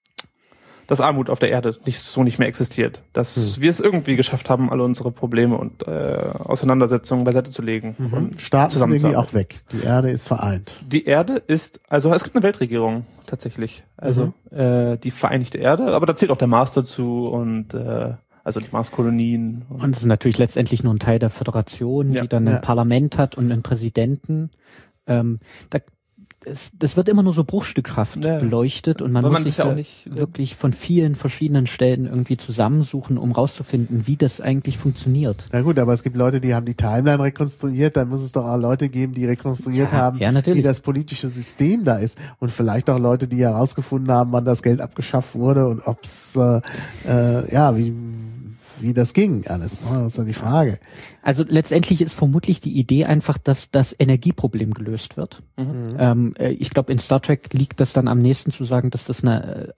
dass Armut auf der Erde nicht so nicht mehr existiert. Dass hm. wir es irgendwie geschafft haben, alle unsere Probleme und äh, Auseinandersetzungen beiseite zu legen. Mhm. Und Staaten sind irgendwie auch weg. Die Erde ist vereint. Die Erde ist, also es gibt eine Weltregierung tatsächlich. Also mhm. äh, die Vereinigte Erde, aber da zählt auch der Mars dazu und äh, also die Marskolonien. Und, und es ist natürlich letztendlich nur ein Teil der Föderation, ja. die dann ein ja. Parlament hat und einen Präsidenten. Ähm, da Es, das wird immer nur so bruchstückhaft ja. beleuchtet und man, man muss sich ja auch nicht wirklich von vielen verschiedenen Stellen irgendwie zusammensuchen, um rauszufinden, wie das eigentlich funktioniert. Na gut, aber es gibt Leute, die haben die Timeline rekonstruiert, dann muss es doch auch Leute geben, die rekonstruiert ja, haben, ja, wie das politische System da ist und vielleicht auch Leute, die herausgefunden haben, wann das Geld abgeschafft wurde und ob's äh, äh, ja, wie wie das ging alles. Das ist dann die Frage. Also letztendlich ist vermutlich die Idee einfach, dass das Energieproblem gelöst wird. Mhm. Ähm, ich glaube, in Star Trek liegt das dann am nächsten zu sagen, dass das eine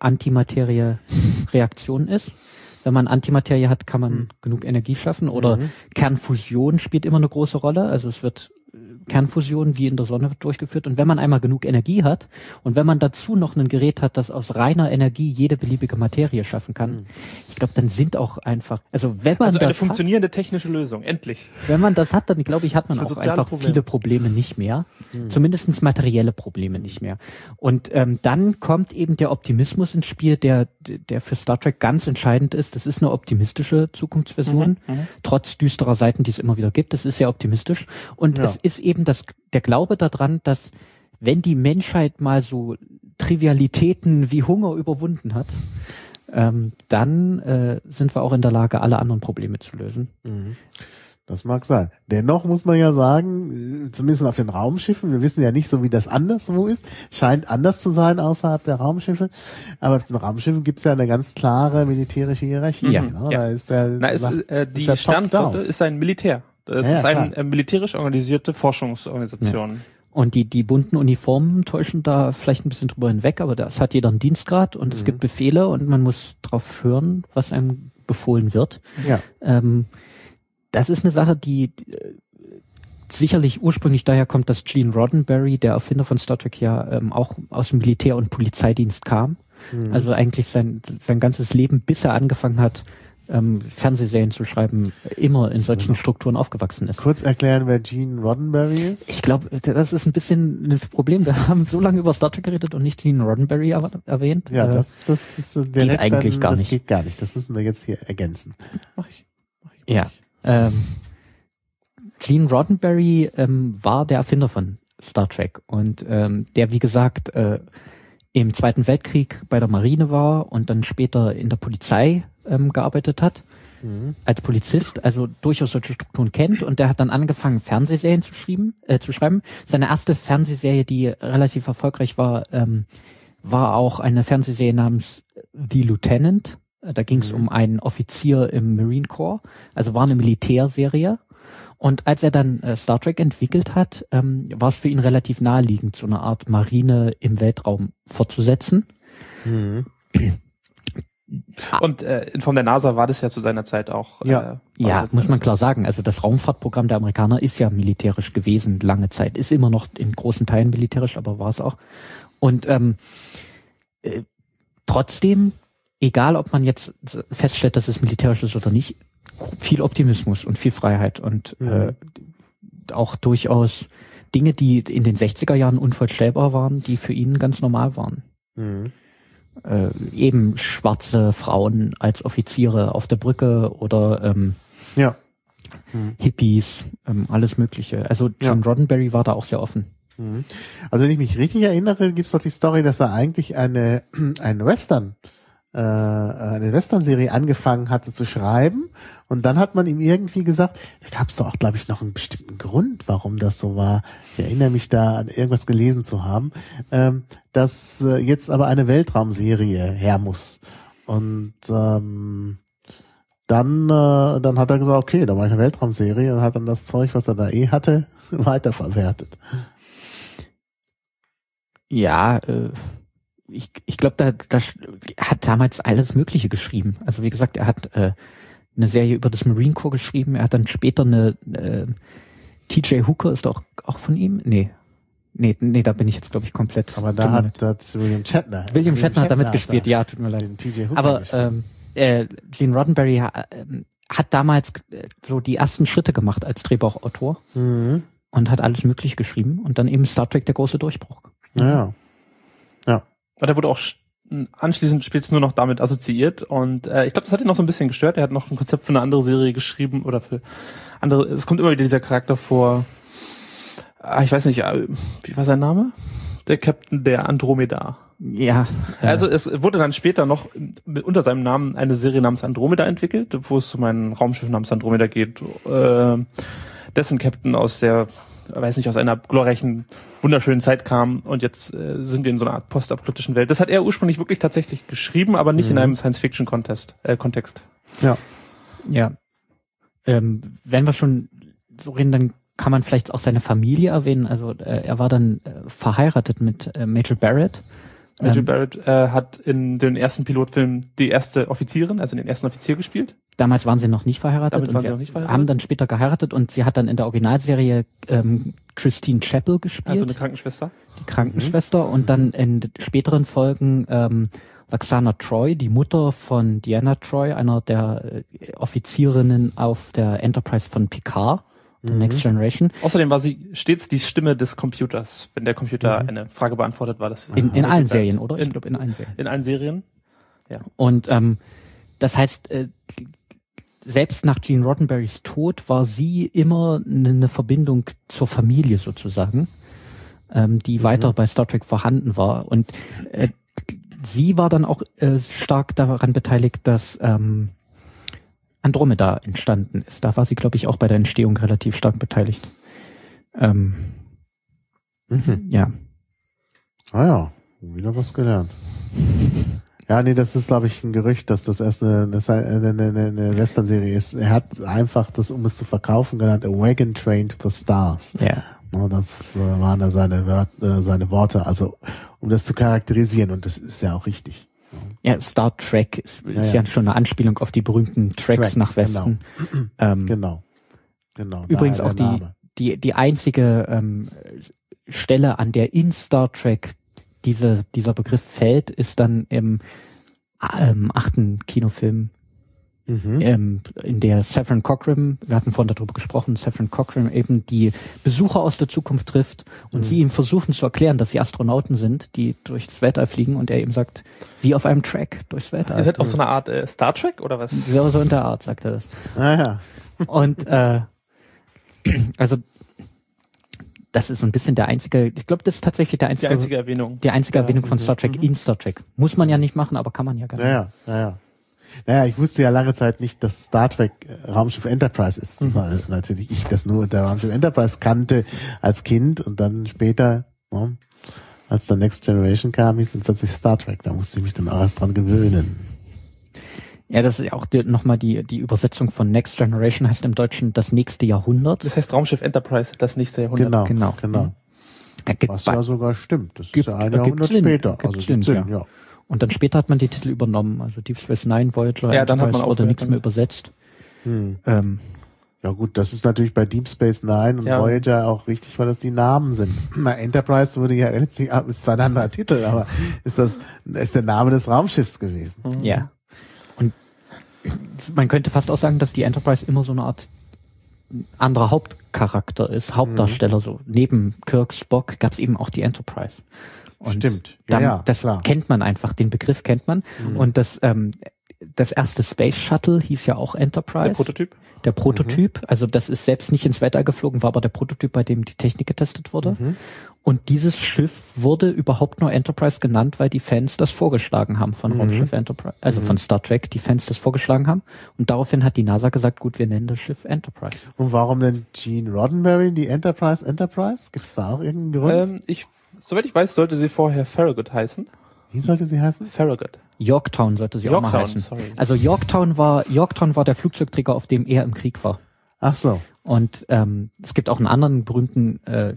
Antimaterie-Reaktion ist. Wenn man Antimaterie hat, kann man mhm. genug Energie schaffen. Oder mhm. Kernfusion spielt immer eine große Rolle. Also es wird Kernfusion wie in der Sonne durchgeführt. Und wenn man einmal genug Energie hat und wenn man dazu noch ein Gerät hat, das aus reiner Energie jede beliebige Materie schaffen kann, mhm. ich glaube, dann sind auch einfach, also wenn man also das eine funktionierende hat, technische Lösung, endlich. Wenn man das hat, dann glaube ich, hat man auch einfach Probleme. viele Probleme nicht mehr. Mhm. Zumindest materielle Probleme nicht mehr. Und ähm, dann kommt eben der Optimismus ins Spiel, der der für Star Trek ganz entscheidend ist. Das ist eine optimistische Zukunftsversion, mhm. Mhm. trotz düsterer Seiten, die es immer wieder gibt. Es ist sehr optimistisch. Und ja. es ist eben das, der Glaube daran, dass wenn die Menschheit mal so Trivialitäten wie Hunger überwunden hat, ähm, dann äh, sind wir auch in der Lage, alle anderen Probleme zu lösen. Mhm. Das mag sein. Dennoch muss man ja sagen, zumindest auf den Raumschiffen, wir wissen ja nicht so, wie das anderswo ist, scheint anders zu sein außerhalb der Raumschiffe, aber auf den Raumschiffen gibt es ja eine ganz klare militärische Hierarchie. Ja, ne? ja. Da ist ja, Na, ist, äh, die ja Sternflotte ist ein Militär. Das ja, ist ja, eine äh, militärisch organisierte Forschungsorganisation. Ja. Und die, die bunten Uniformen täuschen da vielleicht ein bisschen drüber hinweg, aber das hat jeder einen Dienstgrad und mhm. es gibt Befehle und man muss drauf hören, was einem befohlen wird. Ja. Ähm, das ist eine Sache, die, die sicherlich ursprünglich daher kommt, dass Gene Roddenberry, der Erfinder von Star Trek, ja ähm, auch aus dem Militär- und Polizeidienst kam. Mhm. Also eigentlich sein, sein ganzes Leben, bis er angefangen hat, ähm, Fernsehserien zu schreiben, immer in solchen Strukturen aufgewachsen ist. Kurz erklären, wer Gene Roddenberry ist? Ich glaube, das ist ein bisschen ein Problem. Wir haben so lange über Star Trek geredet und nicht Gene Roddenberry er- erwähnt. Ja, äh, das, das ist direkt geht eigentlich dann, gar das nicht. geht gar nicht. Das müssen wir jetzt hier ergänzen. Mach ich. Mach ich. Ja. Ähm, Gene Roddenberry ähm, war der Erfinder von Star Trek und ähm, der, wie gesagt, äh, im Zweiten Weltkrieg bei der Marine war und dann später in der Polizei ähm, gearbeitet hat, mhm. als Polizist, also durchaus solche Strukturen kennt und der hat dann angefangen, Fernsehserien zu schreiben. Äh, zu schreiben. Seine erste Fernsehserie, die relativ erfolgreich war, ähm, war auch eine Fernsehserie namens The Lieutenant. Da ging es mhm. um einen Offizier im Marine Corps, also war eine Militärserie. Und als er dann äh, Star Trek entwickelt hat, ähm, war es für ihn relativ naheliegend, so eine Art Marine im Weltraum fortzusetzen. Mhm. Und äh, in Form der NASA war das ja zu seiner Zeit auch. Ja, äh, ja, muss man klar sagen. Also das Raumfahrtprogramm der Amerikaner ist ja militärisch gewesen, lange Zeit. Ist immer noch in großen Teilen militärisch, aber war es auch. Und ähm, äh, trotzdem, egal ob man jetzt feststellt, dass es militärisch ist oder nicht, viel Optimismus und viel Freiheit und mhm. äh, auch durchaus Dinge, die in den sechziger Jahren unvorstellbar waren, die für ihn ganz normal waren. Mhm. Äh, eben schwarze Frauen als Offiziere auf der Brücke oder ähm, ja. mhm. Hippies, ähm, alles Mögliche. Also Gene ja. Roddenberry war da auch sehr offen. Mhm. Also wenn ich mich richtig erinnere, gibt's doch die Story, dass er eigentlich eine ein Western äh, eine Western-Serie angefangen hatte zu schreiben und dann hat man ihm irgendwie gesagt, da gab's doch auch, glaube ich, noch einen bestimmten Grund, warum das so war. Ich erinnere mich da an irgendwas gelesen zu haben, ähm, dass äh, jetzt aber eine Weltraumserie her muss. Und ähm, dann äh, dann hat er gesagt, okay, da war eine Weltraumserie und hat dann das Zeug, was er da eh hatte, weiterverwertet. Ja, äh Ich, ich glaube, da, da hat damals alles Mögliche geschrieben. Also wie gesagt, er hat äh, eine Serie über das Marine Corps geschrieben. Er hat dann später eine äh, T J Hooker ist auch auch von ihm. Nee, nee, nee, da bin ich jetzt glaube ich komplett. Aber da hat, hat William Shatner. William, William Shatner hat da mitgespielt. Ja, tut mir leid. T J Hooker Aber ähm, äh, Gene Roddenberry ha, äh, hat damals äh, so die ersten Schritte gemacht als Drehbuchautor mhm. und hat alles Mögliche geschrieben und dann eben Star Trek der große Durchbruch. Ja. Ja. Und er wurde auch anschließend später nur noch damit assoziiert und äh, ich glaube, das hat ihn noch so ein bisschen gestört. Er hat noch ein Konzept für eine andere Serie geschrieben oder für andere. Es kommt immer wieder dieser Charakter vor. Ah, ich weiß nicht, wie war sein Name? Der Captain der Andromeda. Ja. Äh, also es wurde dann später noch unter seinem Namen eine Serie namens Andromeda entwickelt, wo es um ein Raumschiff namens Andromeda geht, äh, dessen Captain aus der weiß nicht, aus einer glorreichen, wunderschönen Zeit kam und jetzt äh, sind wir in so einer Art postapokalyptischen Welt. Das hat er ursprünglich wirklich tatsächlich geschrieben, aber nicht mhm. in einem Science-Fiction-Kontext. Äh, Kontext. Ja. Ja. Ähm, wenn wir schon so reden, dann kann man vielleicht auch seine Familie erwähnen. Also äh, er war dann äh, verheiratet mit äh, Majel Barrett. Majel ähm, Barrett äh, hat in den ersten Pilotfilm die erste Offizierin, also den ersten Offizier gespielt. Damals waren sie noch nicht verheiratet. Damit und waren sie sie noch nicht verheiratet. Haben dann später geheiratet und sie hat dann in der Originalserie ähm, Christine Chappell gespielt. Also eine Krankenschwester. Die Krankenschwester. Mhm. Und dann in späteren Folgen ähm, Lwaxana Troi, die Mutter von Deanna Troi, einer der äh, Offizierinnen auf der Enterprise von Picard, The mhm. Next Generation. Außerdem war sie stets die Stimme des Computers, wenn der Computer mhm. eine Frage beantwortet, war das. In, in allen Serien, oder? Ich glaube in allen Serien. In allen Serien, ja. Und ähm, das heißt, äh, selbst nach Gene Roddenberrys Tod war sie immer eine Verbindung zur Familie sozusagen, ähm, die mhm. weiter bei Star Trek vorhanden war. Und äh, sie war dann auch äh, stark daran beteiligt, dass ähm, Andromeda entstanden ist. Da war sie, glaube ich, auch bei der Entstehung relativ stark beteiligt. Ähm, mhm. Ja. Ah ja, wieder was gelernt. Ja, nee, das ist, glaube ich, ein Gerücht, dass das erst eine, eine, eine, eine Western-Serie ist. Er hat einfach das, um es zu verkaufen, genannt A Wagon Train to the Stars. Ja. No, das äh, waren da seine, Wör- äh, seine Worte, also um das zu charakterisieren, und das ist ja auch richtig. Ja, Star Trek ist, ist ja, ja. ja schon eine Anspielung auf die berühmten Tracks Track, nach Westen. Genau. Ähm, genau. genau. Übrigens Daher auch der die, Name. die, die einzige ähm, Stelle, an der in Star Trek diese, dieser Begriff fällt, ist dann im ähm, achten Kinofilm, Mhm. ähm, in der Saffron Cochran, wir hatten vorhin darüber gesprochen, Saffron Cochran eben die Besucher aus der Zukunft trifft und Mhm. sie ihm versuchen zu erklären, dass sie Astronauten sind, die durchs Weltall fliegen, und er eben sagt, wie auf einem Track durchs Weltall. Ihr seid auch so eine Art äh, Star Trek oder was? Wäre so in der Art, sagt er das. Ah ja. Und äh, also das ist so ein bisschen der einzige, ich glaube, das ist tatsächlich der Die einzige, einzige Erwähnung. die einzige Ja, Erwähnung von mhm. Star Trek in Star Trek. Muss man ja nicht machen, aber kann man ja gar nicht. Naja, naja. Naja, ich wusste ja lange Zeit nicht, dass Star Trek äh, Raumschiff Enterprise ist, Mhm. weil natürlich ich das nur unter Raumschiff Enterprise kannte als Kind, und dann später, ne, als der Next Generation kam, hieß es plötzlich Star Trek. Da musste ich mich dann auch erst dran gewöhnen. Ja, das ist ja auch die, nochmal die, die Übersetzung von Next Generation heißt im Deutschen das nächste Jahrhundert. Das heißt Raumschiff Enterprise, das nächste Jahrhundert. Genau, Genau. genau. Ergibt Was bei- ja sogar stimmt. Das Gibt- ist ja ein ergibt Jahrhundert Sinn, später. ergibt Also Sinn, gibt Sinn, ja. ja. Und dann später hat man die Titel übernommen. Also Deep Space Nine, Voyager, Ja, dann hat man Enterprise wurde aufgehört, nichts dann. mehr übersetzt. Hm. Ähm, Ja gut, das ist natürlich bei Deep Space Nine und Ja. Voyager auch wichtig, weil das die Namen sind. Bei Enterprise wurde ja letztlich, ist zwar ein anderer Titel, aber ist das, ist der Name des Raumschiffs gewesen. Ja. Und man könnte fast auch sagen, dass die Enterprise immer so eine Art anderer Hauptcharakter ist, Hauptdarsteller. So neben Kirk, Spock gab es eben auch die Enterprise. Und Stimmt. Ja, Dann, ja, das klar. kennt man einfach, den Begriff kennt man. Und das ähm, das erste Space Shuttle hieß ja auch Enterprise. Der Prototyp. Der Prototyp, also das ist selbst nicht ins Weltall geflogen, war aber der Prototyp, bei dem die Technik getestet wurde. Und dieses Schiff wurde überhaupt nur Enterprise genannt, weil die Fans das vorgeschlagen haben von Raumschiff Enterprise, also von Star Trek, die Fans das vorgeschlagen haben. Und daraufhin hat die NASA gesagt, gut, wir nennen das Schiff Enterprise. Und warum denn Gene Roddenberry die Enterprise Enterprise? Gibt es da auch irgendeinen Grund? Ähm, ich, soweit ich weiß, sollte sie vorher Farragut heißen. Wie sollte sie heißen? Farragut. Yorktown sollte sie auch mal Yorktown, heißen. sorry. Also Yorktown war, Yorktown war der Flugzeugträger, auf dem er im Krieg war. Ach so. Und ähm, es gibt auch einen anderen berühmten äh,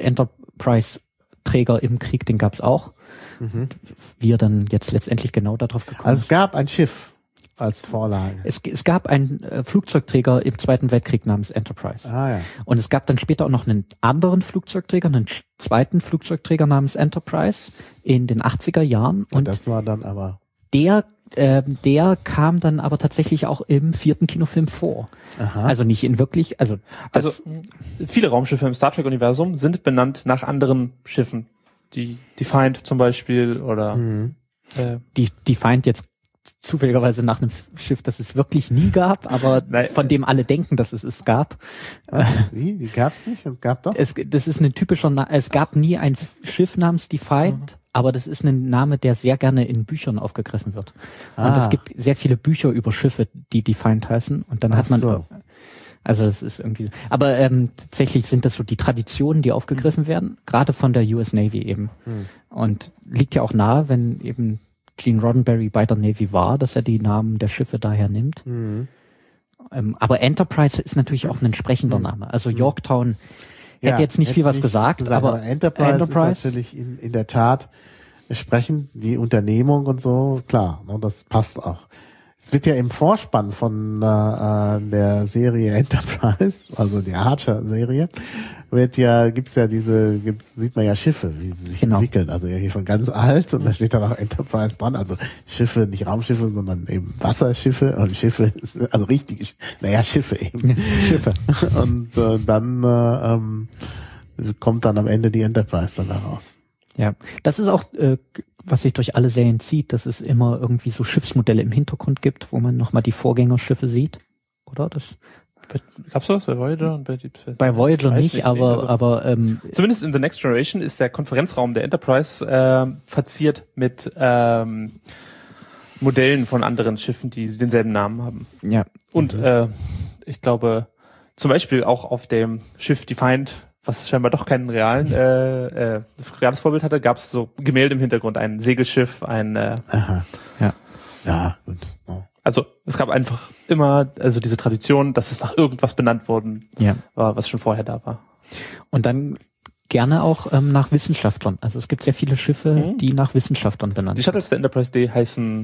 Enterprise-Träger im Krieg, den gab's auch. Wie er dann jetzt letztendlich genau darauf gekommen Also es ist. gab ein Schiff als Vorlage. Es, es gab einen äh, Flugzeugträger im Zweiten Weltkrieg namens Enterprise. Ah ja. Und es gab dann später auch noch einen anderen Flugzeugträger, einen sch- zweiten Flugzeugträger namens Enterprise in den achtziger Jahren. Und Und das war dann aber. der, äh, der kam dann aber tatsächlich auch im vierten Kinofilm vor. Aha. Also nicht in wirklich, also das, Also mh, viele Raumschiffe im Star Trek-Universum sind benannt nach anderen Schiffen. Die Defiant zum Beispiel oder äh, die, die Feind jetzt zufälligerweise nach einem Schiff, das es wirklich nie gab, aber Nein. von dem alle denken, dass es es gab. Was? Wie? Die gab's nicht? Es gab doch. Es, das ist ein typischer, Na es gab nie ein Schiff namens Defiant, aber das ist ein Name, der sehr gerne in Büchern aufgegriffen wird. Und Ah. es gibt sehr viele Bücher über Schiffe, die Defiant heißen. Und dann Ach hat man, so. also das ist irgendwie, aber ähm, tatsächlich sind das so die Traditionen, die aufgegriffen werden, gerade von der U S Navy eben. Und liegt ja auch nahe, wenn eben Gene Roddenberry bei der Navy war, dass er die Namen der Schiffe daher nimmt. Mhm. Ähm, aber Enterprise ist natürlich auch ein entsprechender Name. Also Yorktown hätte Ja, jetzt nicht hätte viel was nichts gesagt, aber Enterprise, Enterprise ist natürlich in, in der Tat entsprechend die Unternehmung und so, klar, ne, das passt auch. Es wird ja im Vorspann von äh, der Serie Enterprise, also die Archer-Serie, wird ja, gibt's ja diese, gibt's, sieht man ja Schiffe, wie sie sich Genau. entwickeln. Also ja hier von ganz alt und da steht dann auch Enterprise dran. Also Schiffe, nicht Raumschiffe, sondern eben Wasserschiffe und Schiffe, also richtige, Sch- naja, Schiffe eben. Schiffe. Und äh, dann äh, ähm, kommt dann am Ende die Enterprise dann da raus. Ja, das ist auch, äh, was sich durch alle Serien zieht, dass es immer irgendwie so Schiffsmodelle im Hintergrund gibt, wo man nochmal die Vorgängerschiffe sieht, oder? Das gab's sowas bei Voyager und bei Deep Space? bei Voyager Ich weiß nicht, nicht, aber nee, also- aber ähm, Zumindest in The Next Generation ist der Konferenzraum der Enterprise äh, verziert mit ähm, Modellen von anderen Schiffen, die denselben Namen haben. ja, Und äh, ich glaube, zum Beispiel auch auf dem Schiff Defiant, was scheinbar doch keinen realen äh, äh, reales Vorbild hatte, gab es so Gemälde im Hintergrund, ein Segelschiff, ein äh, Aha. ja. Ja, gut. Oh. also es gab einfach immer also diese Tradition, dass es nach irgendwas benannt worden Ja. war, was schon vorher da war. Und dann gerne auch ähm, nach Wissenschaftlern. Also es gibt sehr viele Schiffe, Mhm. die nach Wissenschaftlern benannt Die sind. Shuttles der Enterprise D heißen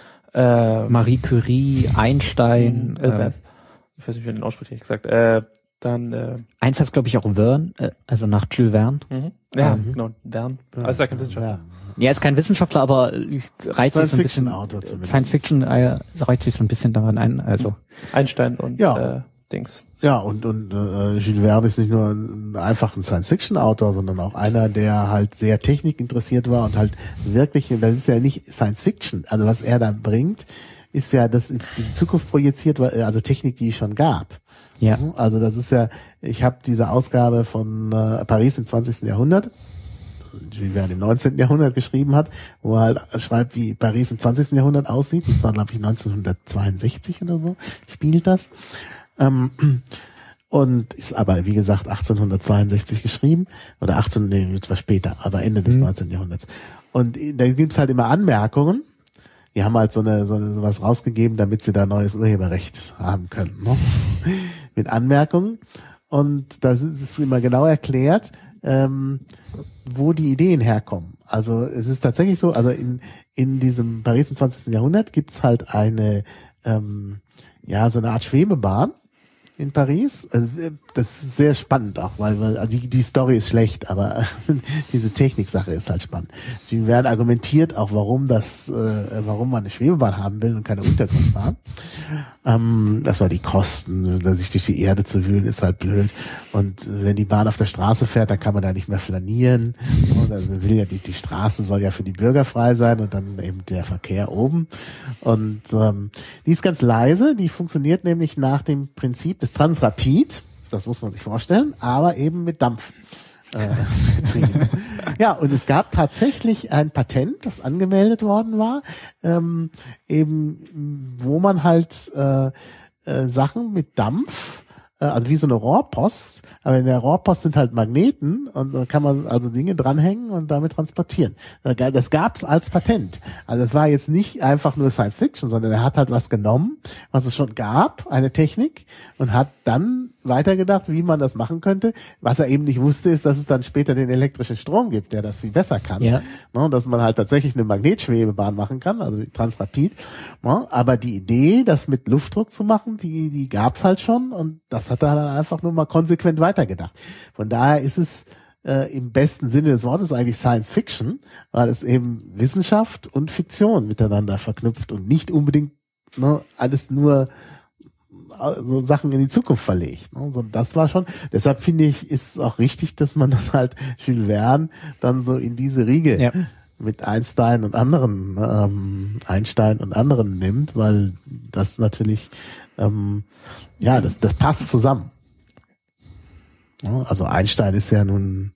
äh, Marie Curie, Einstein, äh, äh, ich weiß nicht, wie man den ausspricht, ehrlich gesagt. Äh, dann äh, eins heißt glaube ich auch Verne, äh, also nach Jules Verne. mhm. ja, Mhm. genau, Verne. Also ja kein Wissenschaftler. Ja. Ja, ist kein Wissenschaftler, aber äh, reizt sich so ein bisschen. Science-Fiction-Autor zumindest. Science Fiction äh, reizt sich so ein bisschen daran ein. Also Einstein und Ja. äh, Dings. Ja, und, und äh, Jules Verne ist nicht nur ein, einfach ein Science-Fiction-Autor, sondern auch einer, der halt sehr technikinteressiert war und halt wirklich, das ist ja nicht Science-Fiction, also was er da bringt, ist ja, das ins die Zukunft projiziert, also Technik, die es schon gab. ja, Also das ist ja, ich habe diese Ausgabe von äh, Paris im zwanzigsten Jahrhundert, Jules Verne im neunzehnten Jahrhundert geschrieben hat, wo er halt schreibt, wie Paris im zwanzigsten Jahrhundert aussieht, und zwar glaube ich neunzehnhundertzweiundsechzig oder so, spielt das. Ähm, und ist aber, wie gesagt, achtzehnhundertzweiundsechzig geschrieben, oder achtzehn, nee, etwas später, aber Ende des Mhm. neunzehnten Jahrhunderts. Und da gibt's halt immer Anmerkungen, die haben halt so eine, so eine sowas rausgegeben, damit sie da neues Urheberrecht haben können, ne? Mit Anmerkungen. Und da ist es immer genau erklärt, ähm, wo die Ideen herkommen. Also es ist tatsächlich so, also in in diesem Paris im zwanzigsten Jahrhundert gibt's halt eine, ähm, ja, so eine Art Schwebebahn in Paris. Also das ist sehr spannend auch, weil, weil also die, die Story ist schlecht, aber diese Techniksache ist halt spannend. Die werden argumentiert auch, warum das, äh, warum man eine Schwebebahn haben will und keine Untergrundbahn. Ähm, das war die Kosten, sich durch die Erde zu wühlen, ist halt blöd. Und wenn die Bahn auf der Straße fährt, dann kann man da nicht mehr flanieren. Und also will ja die, die Straße soll ja für die Bürger frei sein und dann eben der Verkehr oben. Und ähm, die ist ganz leise, die funktioniert nämlich nach dem Prinzip des Transrapid. Das muss man sich vorstellen, aber eben mit Dampf äh, betrieben. Ja, und es gab tatsächlich ein Patent, das angemeldet worden war, ähm, eben wo man halt äh, äh, Sachen mit Dampf, äh, also wie so eine Rohrpost, aber in der Rohrpost sind halt Magneten und da kann man also Dinge dranhängen und damit transportieren. Das gab's als Patent. Also es war jetzt nicht einfach nur Science Fiction, sondern er hat halt was genommen, was es schon gab, eine Technik, und hat dann weitergedacht, wie man das machen könnte. Was er eben nicht wusste, ist, dass es dann später den elektrischen Strom gibt, der das viel besser kann. Ja. Ne, dass man halt tatsächlich eine Magnetschwebebahn machen kann, also Transrapid. Ne, aber die Idee, das mit Luftdruck zu machen, die, die gab's halt schon, und das hat er dann einfach nur mal konsequent weitergedacht. Von daher ist es äh, im besten Sinne des Wortes eigentlich Science Fiction, weil es eben Wissenschaft und Fiktion miteinander verknüpft und nicht unbedingt, ne, alles nur so Sachen in die Zukunft verlegt. Ne? So, das war schon, deshalb finde ich, ist es auch richtig, dass man dann halt Jules Verne dann so in diese Riege ja. mit Einstein und anderen, ähm, Einstein und anderen nimmt, weil das natürlich, ähm, ja, das, das passt zusammen. Ja, also Einstein ist ja nun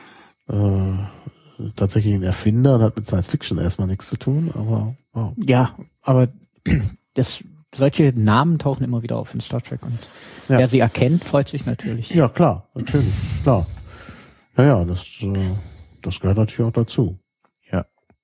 äh, tatsächlich ein Erfinder und hat mit Science Fiction erstmal nichts zu tun, aber wow. Ja, aber das solche Namen tauchen immer wieder auf in Star Trek, und ja. wer sie erkennt, freut sich natürlich. Ja, klar, natürlich, klar. Ja, ja, das, äh, das gehört natürlich auch dazu. Ja.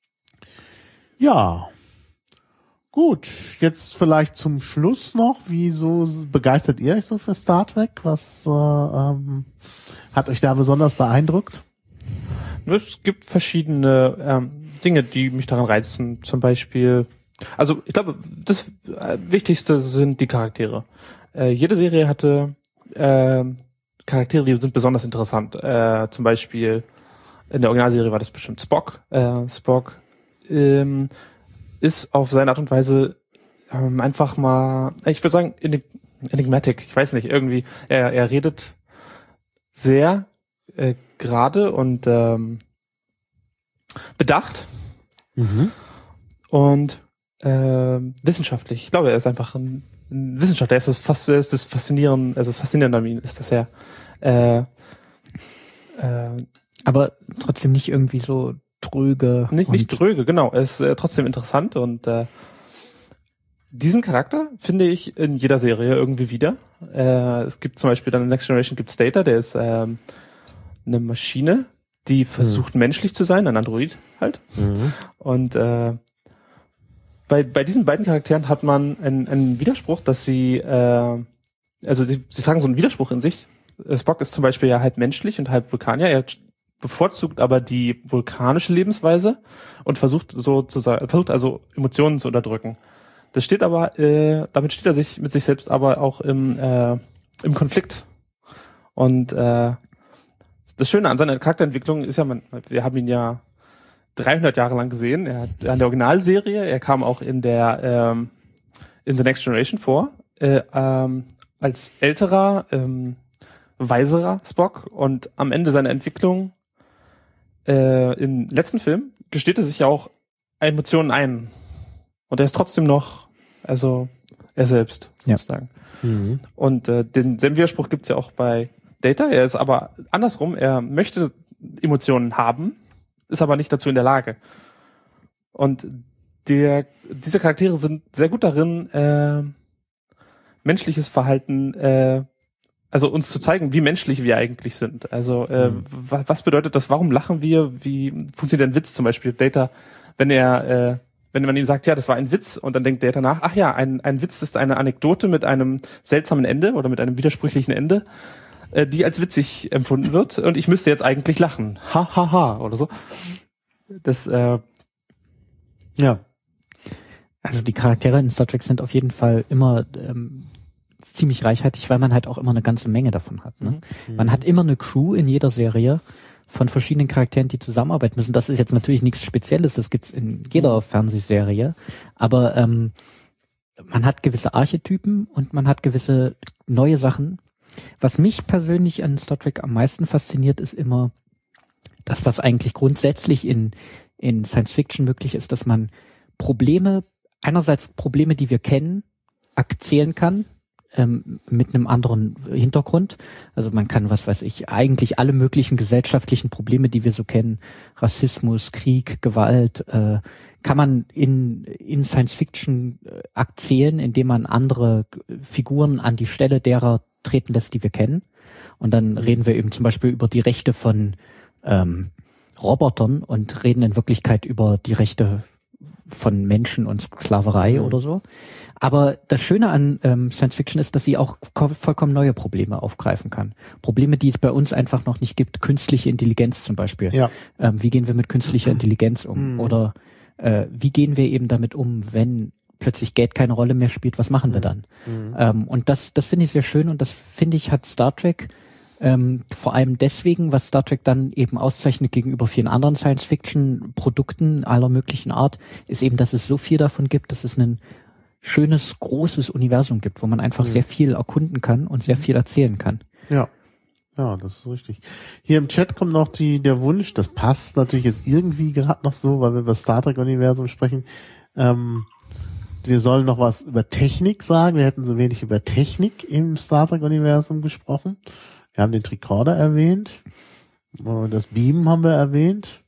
Ja. Gut, jetzt vielleicht zum Schluss noch, wieso begeistert ihr euch so für Star Trek? Was äh, ähm, hat euch da besonders beeindruckt? Es gibt verschiedene ähm, Dinge, die mich daran reizen. Zum Beispiel, also ich glaube, das äh, Wichtigste sind die Charaktere. Äh, jede Serie hatte äh, Charaktere, die sind besonders interessant. Äh, zum Beispiel in der Originalserie war das bestimmt Spock. Äh, Spock ähm, ist auf seine Art und Weise ähm, einfach mal, ich würde sagen, enigmatic. Ich weiß nicht, irgendwie, er, er redet sehr äh, gerade und ähm, bedacht mhm. und äh, wissenschaftlich. Ich glaube, er ist einfach ein, ein Wissenschaftler. Er ist das, fast, er ist das Faszinierende, also das Faszinierende an ihm ist, dass er äh, äh, aber trotzdem nicht irgendwie so tröge. Nicht, nicht tröge, genau. Er ist äh, trotzdem interessant, und äh, diesen Charakter finde ich in jeder Serie irgendwie wieder. Äh, es gibt zum Beispiel dann in Next Generation gibt's Data, der ist ähm, eine Maschine, die versucht mhm. menschlich zu sein, ein Android halt. Mhm. Und äh, bei bei diesen beiden Charakteren hat man einen, einen Widerspruch, dass sie, äh, also sie, sie tragen so einen Widerspruch in sich. Spock ist zum Beispiel ja halb menschlich und halb Vulkanier. Er bevorzugt aber die vulkanische Lebensweise und versucht so zu sagen, versucht also Emotionen zu unterdrücken. Das steht aber, äh, damit steht er sich mit sich selbst aber auch im äh, im Konflikt. Und äh, das Schöne an seiner Charakterentwicklung ist ja, man, wir haben ihn ja dreihundert Jahre lang gesehen. Er hat an der Originalserie, er kam auch in der ähm, in The Next Generation vor, äh, ähm, als älterer, ähm, weiserer Spock, und am Ende seiner Entwicklung äh, im letzten Film gesteht er sich ja auch Emotionen ein. Und er ist trotzdem noch, also er selbst, sozusagen. Ja. Mhm. Und äh, denselben Widerspruch gibt's ja auch bei Data. Er ist aber andersrum, er möchte Emotionen haben, ist aber nicht dazu in der Lage. Und der, diese Charaktere sind sehr gut darin, äh, menschliches Verhalten, äh, also uns zu zeigen, wie menschlich wir eigentlich sind. Also äh, mhm. was, was bedeutet das? Warum lachen wir? Wie funktioniert ein Witz zum Beispiel? Data, wenn er äh, wenn man ihm sagt, ja, das war ein Witz, und dann denkt der danach, ach ja, ein, ein Witz ist eine Anekdote mit einem seltsamen Ende oder mit einem widersprüchlichen Ende, äh, die als witzig empfunden wird, und ich müsste jetzt eigentlich lachen. Ha, ha, ha, oder so. Das, äh, Ja. Also die Charaktere in Star Trek sind auf jeden Fall immer ähm, ziemlich reichhaltig, weil man halt auch immer eine ganze Menge davon hat. Ne? Mhm. Man hat immer eine Crew in jeder Serie von verschiedenen Charakteren, die zusammenarbeiten müssen. Das ist jetzt natürlich nichts Spezielles, das gibt's in jeder Fernsehserie, aber ähm, man hat gewisse Archetypen und man hat gewisse neue Sachen. Was mich persönlich an Star Trek am meisten fasziniert, ist immer das, was eigentlich grundsätzlich in in Science Fiction möglich ist, dass man Probleme, einerseits Probleme, die wir kennen, erzählen kann, ähm, mit einem anderen Hintergrund. Also man kann, was weiß ich, eigentlich alle möglichen gesellschaftlichen Probleme, die wir so kennen, Rassismus, Krieg, Gewalt, äh, kann man in, in Science Fiction erzählen, indem man andere Figuren an die Stelle derer treten lässt, die wir kennen. Und dann reden wir eben zum Beispiel über die Rechte von ähm, Robotern und reden in Wirklichkeit über die Rechte von Menschen und Sklaverei mhm. oder so. Aber das Schöne an ähm, Science Fiction ist, dass sie auch ko- vollkommen neue Probleme aufgreifen kann. Probleme, die es bei uns einfach noch nicht gibt. Künstliche Intelligenz zum Beispiel. Ja. Ähm, wie gehen wir mit künstlicher Intelligenz um? Mhm. Oder äh, wie gehen wir eben damit um, wenn plötzlich Geld keine Rolle mehr spielt? Was machen mhm. wir dann? Mhm. Ähm, und das, das finde ich sehr schön, und das finde ich hat Star Trek Ähm, vor allem deswegen, was Star Trek dann eben auszeichnet gegenüber vielen anderen Science-Fiction-Produkten aller möglichen Art, ist eben, dass es so viel davon gibt, dass es ein schönes, großes Universum gibt, wo man einfach mhm. sehr viel erkunden kann und sehr viel erzählen kann. Ja, ja, das ist richtig. Hier im Chat kommt noch die der Wunsch, das passt natürlich jetzt irgendwie gerade noch so, weil wir über das Star Trek-Universum sprechen, ähm, wir sollen noch was über Technik sagen. Wir hätten so wenig über Technik im Star Trek-Universum gesprochen. Wir haben den Tricorder erwähnt. Das Beamen haben wir erwähnt.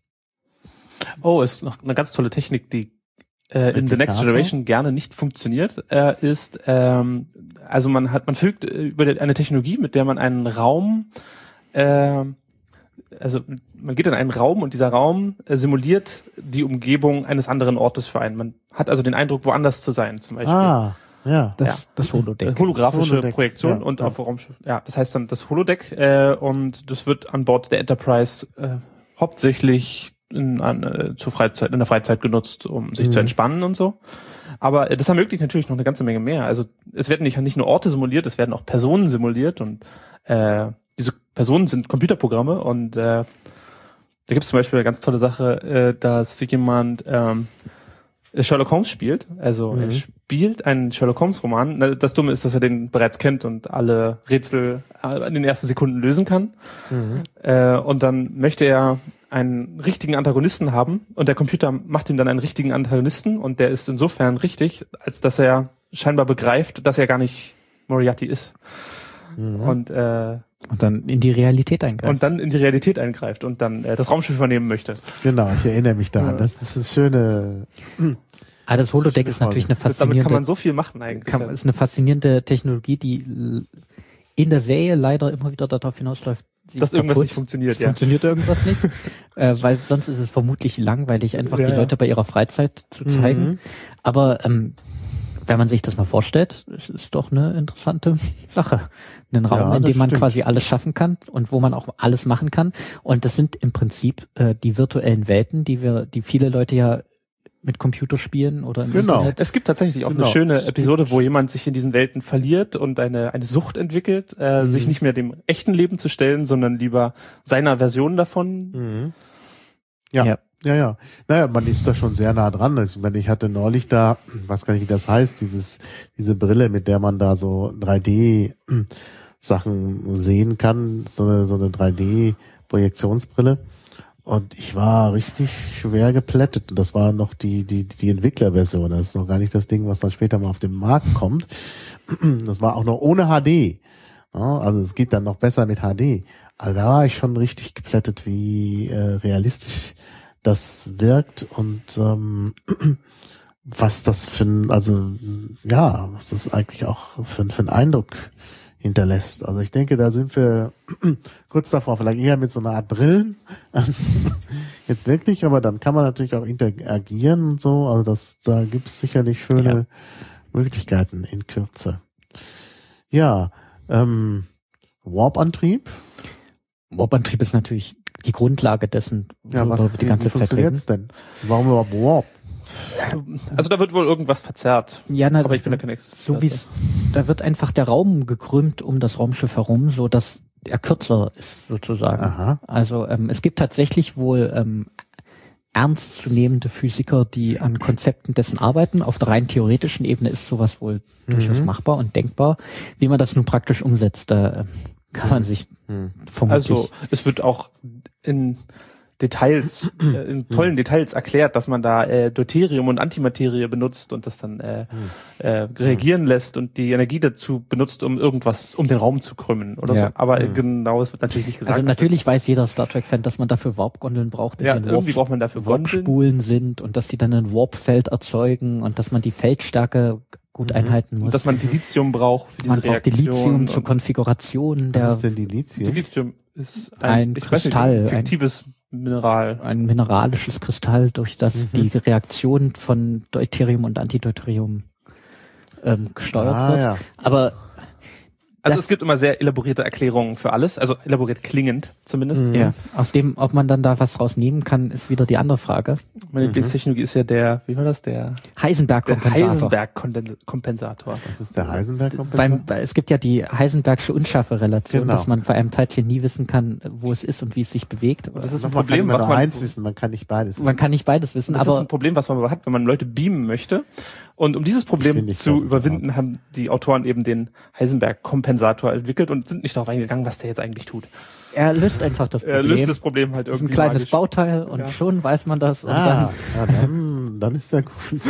Oh, ist noch eine ganz tolle Technik, die äh, in The Next Generation gerne nicht funktioniert. Äh, ist ähm, also man hat man verfügt über eine Technologie, mit der man einen Raum, äh, also man geht in einen Raum und dieser Raum äh, simuliert die Umgebung eines anderen Ortes für einen. Man hat also den Eindruck, woanders zu sein, zum Beispiel. Ah. Ja, das, ja. das Holodeck. Holographische Holodeck. Projektion Ja, und ja. auf Raumschiff. Ja, das heißt dann das Holodeck äh, und das wird an Bord der Enterprise äh, hauptsächlich in, an, äh, zur Freizeit, in der Freizeit genutzt, um sich mhm. zu entspannen und so. Aber äh, das ermöglicht natürlich noch eine ganze Menge mehr. Also es werden nicht, nicht nur Orte simuliert, es werden auch Personen simuliert, und äh, diese Personen sind Computerprogramme, und äh, da gibt es zum Beispiel eine ganz tolle Sache, äh, dass jemand ähm, Sherlock Holmes spielt. Also mhm. er spielt einen Sherlock Holmes Roman. Das Dumme ist, dass er den bereits kennt und alle Rätsel in den ersten Sekunden lösen kann. Mhm. Äh, und dann möchte er einen richtigen Antagonisten haben, und der Computer macht ihm dann einen richtigen Antagonisten, und der ist insofern richtig, als dass er scheinbar begreift, dass er gar nicht Moriarty ist. Mhm. Und äh, Und dann in die Realität eingreift. Und dann in die Realität eingreift und dann äh, das Raumschiff übernehmen möchte. Genau, ich erinnere mich daran. Ja. Das ist das schöne... Ah, das Holodeck ist natürlich eine faszinierende... Damit kann man so viel machen eigentlich. Kann, ist eine faszinierende Technologie, die in der Serie leider immer wieder darauf hinausläuft, dass irgendwas kaputt. nicht funktioniert. Ja. Funktioniert irgendwas nicht, äh, weil sonst ist es vermutlich langweilig, einfach ja, die Leute ja. bei ihrer Freizeit zu zeigen. Mhm. Aber ähm, wenn man sich das mal vorstellt, es ist doch eine interessante Sache. Einen Raum, ja, in dem man stimmt. quasi alles schaffen kann und wo man auch alles machen kann. Und das sind im Prinzip äh, die virtuellen Welten, die wir, die viele Leute ja mit Computerspielen oder im genau. Internet. Es gibt tatsächlich auch genau. eine schöne Episode, wo jemand sich in diesen Welten verliert und eine eine Sucht entwickelt, äh, mhm. sich nicht mehr dem echten Leben zu stellen, sondern lieber seiner Version davon. Mhm. Ja. ja. Ja, ja. Naja, man ist da schon sehr nah dran. Also, ich meine, ich hatte neulich da, weiß gar nicht, wie das heißt, dieses, diese Brille, mit der man da so drei D Sachen sehen kann, so eine, so eine drei D Projektionsbrille. Und ich war richtig schwer geplättet. Und das war noch die, die, die Entwicklerversion. Das ist noch gar nicht das Ding, was dann später mal auf den Markt kommt. Das war auch noch ohne H D. Ja, also es geht dann noch besser mit H D. Also da war ich schon richtig geplättet, wie äh, realistisch das wirkt und ähm, was das für ein, also ja, was das eigentlich auch für, für einen Eindruck hinterlässt. Also ich denke, da sind wir kurz davor, vielleicht eher mit so einer Art Brillen jetzt wirklich, aber dann kann man natürlich auch interagieren und so. Also das, da gibt's sicherlich schöne ja. Möglichkeiten in Kürze. Ja, ähm, Warp-Antrieb. Warp-Antrieb ist natürlich die Grundlage dessen, ja, was wir die ganze Zeit reden. Jetzt denn? Warum überhaupt Warp? Also da wird wohl irgendwas verzerrt. Ja, na, aber ich bin da kein Experte. So wie da wird einfach der Raum gekrümmt um das Raumschiff herum, so dass er kürzer ist sozusagen. Aha. Also ähm, es gibt tatsächlich wohl ähm, ernstzunehmende Physiker, die an Konzepten dessen arbeiten. Auf der rein theoretischen Ebene ist sowas wohl mhm. durchaus machbar und denkbar. Wie man das nun praktisch umsetzt, da äh, kann man sich mhm. vermutlich... Also es wird auch in Details, äh, in tollen Details erklärt, dass man da äh, Deuterium und Antimaterie benutzt und das dann äh, äh, reagieren lässt und die Energie dazu benutzt, um irgendwas, um den Raum zu krümmen oder ja. so. Aber mhm. genau, es wird natürlich nicht gesagt. Also natürlich weiß jeder Star Trek-Fan, dass man dafür Warp-Gondeln braucht, ja, irgendwie braucht man dafür Warp-Spulen sind und dass die dann ein Warp-Feld erzeugen und dass man die Feldstärke gut mhm. einhalten muss. Und dass man Dilithium braucht für diese man braucht Reaktion. Dilithium zur Konfiguration der... Was ist denn Dilithium? Dilithium ist ein, ein ich Kristall, weiß nicht, ein fiktives Mineral. Ein mineralisches Kristall, durch das mhm. die Reaktion von Deuterium und Antideuterium ähm, gesteuert ah, wird. Ja. Aber also es gibt immer sehr elaborierte Erklärungen für alles, also elaboriert klingend zumindest. Mhm. Ja, aus dem, ob man dann da was draus nehmen kann, ist wieder die andere Frage. Meine Mhm. Lieblingstechnologie ist ja der, wie war das, der Heisenberg-Kompensator. Heisenberg-Kompensator. Was ist der Heisenberg-Kompensator? Beim, es gibt ja die Heisenbergsche Unschärferelation, Genau. dass man bei einem Teilchen nie wissen kann, wo es ist und wie es sich bewegt. Das ist ein man Problem, kann was nur man eins wissen, man kann nicht beides wissen. Man kann nicht beides wissen, das aber ist ein Problem, was man hat, wenn man Leute beamen möchte. Und um dieses Problem zu überwinden, haben die Autoren eben den Heisenberg-Kompensator entwickelt und sind nicht darauf eingegangen, was der jetzt eigentlich tut. er löst einfach das Problem. Er löst das Problem halt irgendwie. Das ist ein kleines magisch. Bauteil und Ja. schon weiß man das. Und Ah, dann, ja, dann, dann ist ja gut.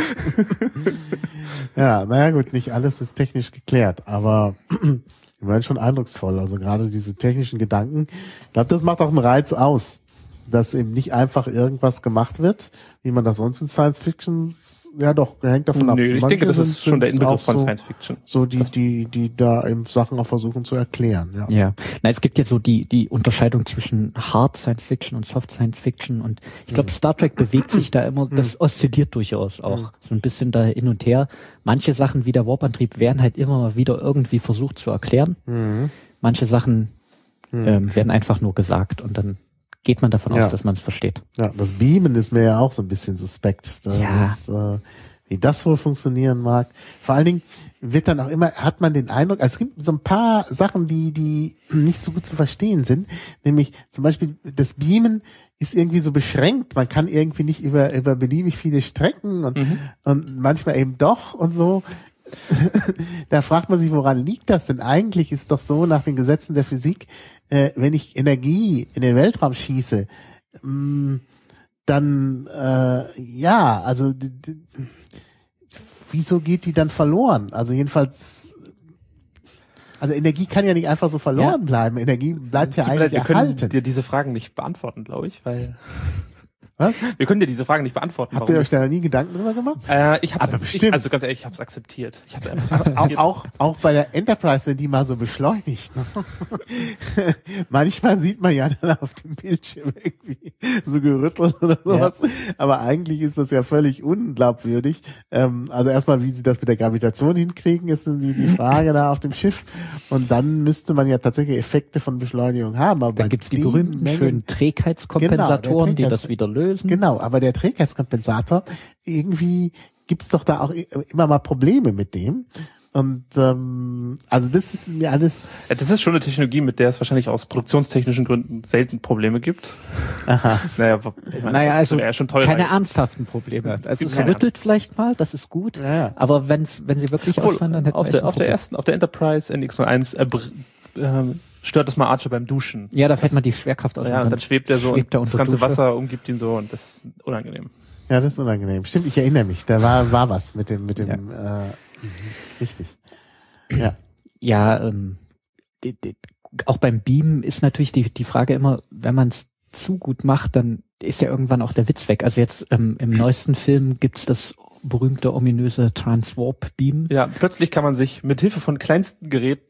Ja, naja gut, nicht alles ist technisch geklärt, aber ich meine schon eindrucksvoll. Also gerade diese technischen Gedanken, ich glaube, das macht auch einen Reiz aus, dass eben nicht einfach irgendwas gemacht wird, wie man das sonst in Science Fiction, ja doch, hängt davon ab. Nee, ich Manche denke, das sind- ist schon der sind Inbegriff auch von so, Science Fiction. So die, die, die da eben Sachen auch versuchen zu erklären, ja. ja, na, es gibt ja so die die Unterscheidung zwischen Hard Science Fiction und Soft Science Fiction und ich glaube, Star Trek bewegt sich da immer, das oszilliert durchaus auch so ein bisschen da hin und her. Manche Sachen wie der Warp-Antrieb werden halt immer mal wieder irgendwie versucht zu erklären. Mhm. Manche Sachen ähm, werden einfach nur gesagt und dann geht man davon Ja. aus, dass man es versteht. Ja, das Beamen ist mir ja auch so ein bisschen suspekt. Das Ja. ist, äh, wie das wohl funktionieren mag. Vor allen Dingen wird dann auch immer, hat man den Eindruck, also es gibt so ein paar Sachen, die, die nicht so gut zu verstehen sind. Nämlich zum Beispiel das Beamen ist irgendwie so beschränkt. Man kann irgendwie nicht über, über beliebig viele Strecken und, Mhm. und manchmal eben doch und so. Da fragt man sich, woran liegt das denn? Eigentlich ist doch so nach den Gesetzen der Physik, äh, wenn ich Energie in den Weltraum schieße, mh, dann äh, ja, also d- d- wieso geht die dann verloren? Also jedenfalls, also Energie kann ja nicht einfach so verloren Ja. bleiben. Energie bleibt ja Tut mir leid, eigentlich wir können erhalten. dir diese Fragen nicht beantworten, glaube ich, weil Was? wir können dir diese Fragen nicht beantworten. Habt ihr warum euch da noch nie Gedanken drüber gemacht? das- äh, ich hab's, Aber ich, bestimmt. also ganz ehrlich, ich hab's akzeptiert. Ich hab's einfach Auch, akzeptiert. auch, auch bei der Enterprise, wenn die mal so beschleunigt. Ne? Manchmal sieht man ja dann auf dem Bildschirm irgendwie so gerüttelt oder sowas. Aber eigentlich ist das ja völlig unglaubwürdig. Ähm, also erstmal, wie sie das mit der Gravitation hinkriegen, ist die, die Frage da auf dem Schiff. Und dann müsste man ja tatsächlich Effekte von Beschleunigung haben. Aber Da bei gibt's die den berühmten Mengen- schönen Trägheitskompensatoren, die Genau, der das wieder lösen. Genau, aber der Trägheitskompensator, irgendwie gibt's doch da auch i- immer mal Probleme mit dem. Und ähm, also das ist mir alles. Ja, das ist schon eine Technologie, mit der es wahrscheinlich aus produktionstechnischen Gründen selten Probleme gibt. Aha. Naja, ich meine, Naja, das also wäre schon teuer. keine ernsthaften Probleme. Also es Ja. rüttelt vielleicht mal, das ist gut. Ja, ja. Aber wenn's, wenn sie wirklich Obwohl, ausfallen, dann hätten auf wir der, echt ein auf der Problem. ersten, auf der Enterprise N X null eins äh, br- ähm, stört das mal Archer beim Duschen. Ja, da fällt man die Schwerkraft aus. Ja, und dann schwebt er so schwebt er und das unter ganze Dusche. Wasser umgibt ihn so und das ist unangenehm. Ja, das ist unangenehm. Stimmt, ich erinnere mich. Da war war was mit dem mit dem. Äh, mhm, richtig. Ja. Ja, ähm, die, die, auch beim Beamen ist natürlich die, die Frage immer, wenn man es zu gut macht, dann ist ja irgendwann auch der Witz weg. Also jetzt ähm, im neuesten Film gibt's das berühmte, ominöse Transwarp-Beam. Ja, plötzlich kann man sich mit Hilfe von kleinsten Geräten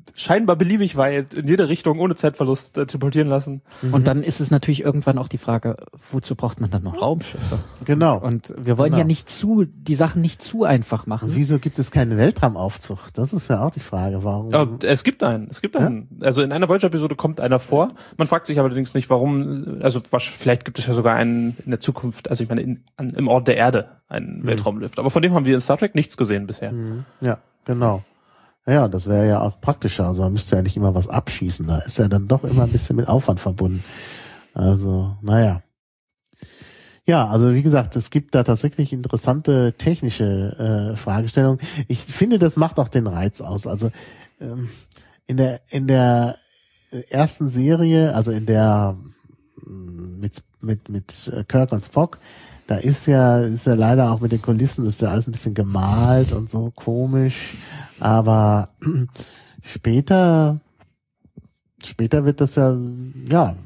scheinbar beliebig weit in jede Richtung ohne Zeitverlust äh, teleportieren lassen. Mhm. Und dann ist es natürlich irgendwann auch die Frage, wozu braucht man dann noch Raumschiffe? Genau. Und, und wir wollen genau. ja nicht zu, die Sachen nicht zu einfach machen. Und wieso gibt es keinen Weltraumaufzug? Das ist ja auch die Frage, warum. Ja, es gibt einen, es gibt einen. Ja? Also in einer Voyager-Episode kommt einer vor. Man fragt sich allerdings nicht, warum, also was, vielleicht gibt es ja sogar einen in der Zukunft, also ich meine in, an, im Ort der Erde einen mhm. Weltraumlift. Aber von dem haben wir in Star Trek nichts gesehen bisher. Mhm. Ja, genau. Ja, das wäre ja auch praktischer. Also man müsste ja nicht immer was abschießen. Da ist ja dann doch immer ein bisschen mit Aufwand verbunden. Also, naja. Ja, also wie gesagt, es gibt da tatsächlich interessante technische äh, Fragestellungen. Ich finde, das macht auch den Reiz aus. Also ähm, in der in der ersten Serie, also in der mit mit mit Kirk und Spock, da ist ja ist ja leider auch mit den Kulissen ist ja alles ein bisschen gemalt und so komisch. Aber später, später wird das ja, ja,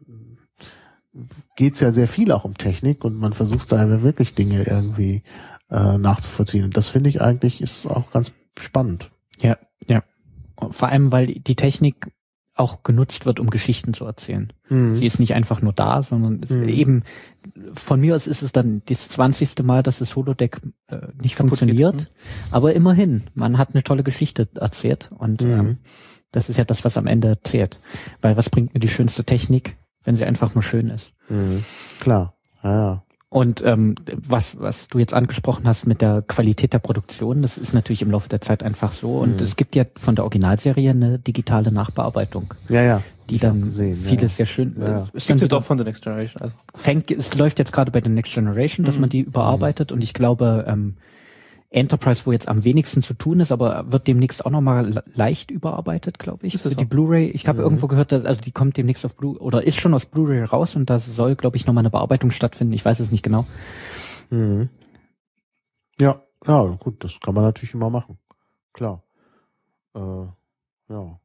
geht's ja sehr viel auch um Technik und man versucht da wirklich Dinge irgendwie äh, nachzuvollziehen. Und das finde ich eigentlich ist auch ganz spannend. Ja, ja. Vor allem, weil die Technik auch genutzt wird, um Geschichten zu erzählen. Mhm. Sie ist nicht einfach nur da, sondern mhm. eben von mir aus ist es dann das zwanzigste Mal, dass das Holodeck äh, nicht Kaputt funktioniert. Geht. Aber immerhin, man hat eine tolle Geschichte erzählt und mhm. ähm, das ist ja das, was am Ende zählt. Weil was bringt mir die schönste Technik, wenn sie einfach nur schön ist? Mhm. Klar, ja, ja. Und ähm, was was du jetzt angesprochen hast mit der Qualität der Produktion, das ist natürlich im Laufe der Zeit einfach so. Und mhm. es gibt ja von der Originalserie eine digitale Nachbearbeitung. Ja, ja. Die ich dann gesehen, vieles ja. sehr schön. Ja, ja. Es gibt jetzt auch von The Next Generation. Also. Fängt, es läuft jetzt gerade bei The Next Generation, dass mhm. man die überarbeitet. Und ich glaube, ähm, Enterprise, wo jetzt am wenigsten zu tun ist, aber wird demnächst auch nochmal leicht überarbeitet, glaube ich. Für die Blu-ray. Ich habe mhm. irgendwo gehört, dass, also die kommt demnächst auf Blu oder ist schon aus Blu-ray raus und da soll, glaube ich, nochmal eine Bearbeitung stattfinden. Ich weiß es nicht genau. Mhm. Ja, ja, gut, das kann man natürlich immer machen. Klar. Äh, ja.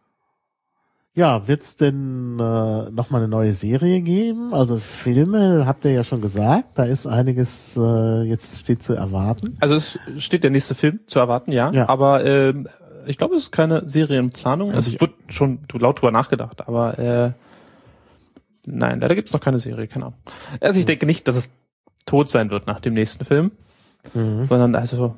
Ja, wird's denn äh, nochmal eine neue Serie geben? Also Filme, habt ihr ja schon gesagt, da ist einiges äh, jetzt steht zu erwarten. Also es steht der nächste Film zu erwarten, ja. ja. Aber äh, ich glaube, es ist keine Serienplanung. Also ich wurde schon laut drüber nachgedacht, aber äh, nein, leider gibt's noch keine Serie, keine Ahnung. Also ich mhm. denke nicht, dass es tot sein wird nach dem nächsten Film, mhm. sondern also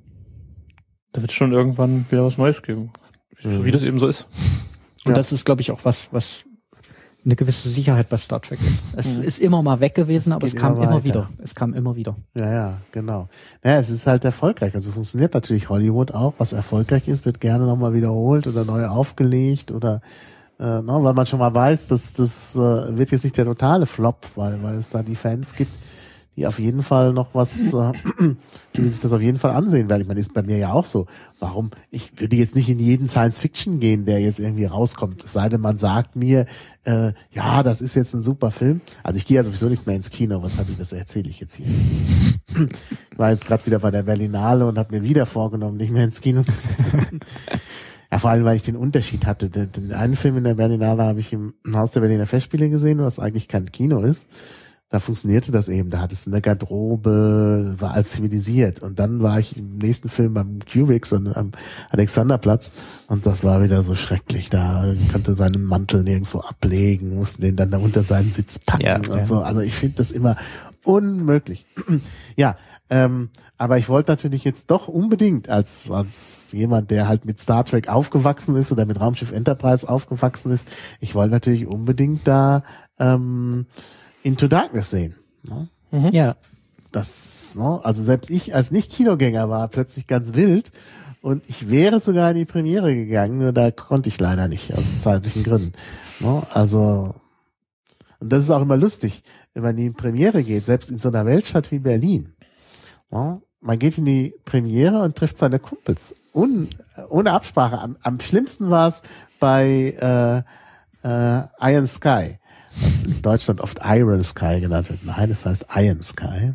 da wird schon irgendwann wieder was Neues geben, mhm. wie das eben so ist. Und ja. das ist, glaube ich, auch was, was eine gewisse Sicherheit bei Star Trek ist. Es mhm. ist immer mal weg gewesen, es aber es kam immer, immer wieder. Es kam immer wieder. Ja, ja, genau. Naja, es ist halt erfolgreich. Also funktioniert natürlich Hollywood auch. Was erfolgreich ist, wird gerne nochmal wiederholt oder neu aufgelegt oder äh, no, weil man schon mal weiß, dass das äh, wird jetzt nicht der totale Flop, weil, weil es da die Fans gibt, die auf jeden Fall noch was, äh, die sich das auf jeden Fall ansehen werden. Ich meine, ist bei mir ja auch so. Warum? Ich würde jetzt nicht in jeden Science-Fiction gehen, der jetzt irgendwie rauskommt. Es sei denn, man sagt mir, äh, ja, das ist jetzt ein super Film. Also ich gehe ja sowieso nicht mehr ins Kino. Was habe ich, das erzähle ich jetzt hier. Ich war jetzt gerade wieder bei der Berlinale und habe mir wieder vorgenommen, nicht mehr ins Kino zu gehen. Ja, vor allem, weil ich den Unterschied hatte. Den, den einen Film in der Berlinale habe ich im Haus der Berliner Festspiele gesehen, was eigentlich kein Kino ist. Da funktionierte das eben, da hattest du eine Garderobe, war alles zivilisiert. Und dann war ich im nächsten Film beim Cubics am Alexanderplatz und das war wieder so schrecklich. Da konnte seinen Mantel nirgendwo ablegen, musste den dann da unter seinen Sitz packen ja, und ja. so. Also ich finde das immer unmöglich. Ja, ähm, aber ich wollte natürlich jetzt doch unbedingt als als jemand, der halt mit Star Trek aufgewachsen ist oder mit Raumschiff Enterprise aufgewachsen ist, ich wollte natürlich unbedingt da ähm, Into Darkness sehen. Ne? Mhm. Ja. Das, ne? Also selbst ich als Nicht-Kinogänger war plötzlich ganz wild und ich wäre sogar in die Premiere gegangen, nur da konnte ich leider nicht, aus zeitlichen Gründen. Ne? Also, und das ist auch immer lustig, wenn man in die Premiere geht, selbst in so einer Weltstadt wie Berlin. Ne? Man geht in die Premiere und trifft seine Kumpels. Un, ohne Absprache. Am, am schlimmsten war es bei äh, äh, Iron Sky, was in Deutschland oft Iron Sky genannt wird. Nein, es heißt Iron Sky.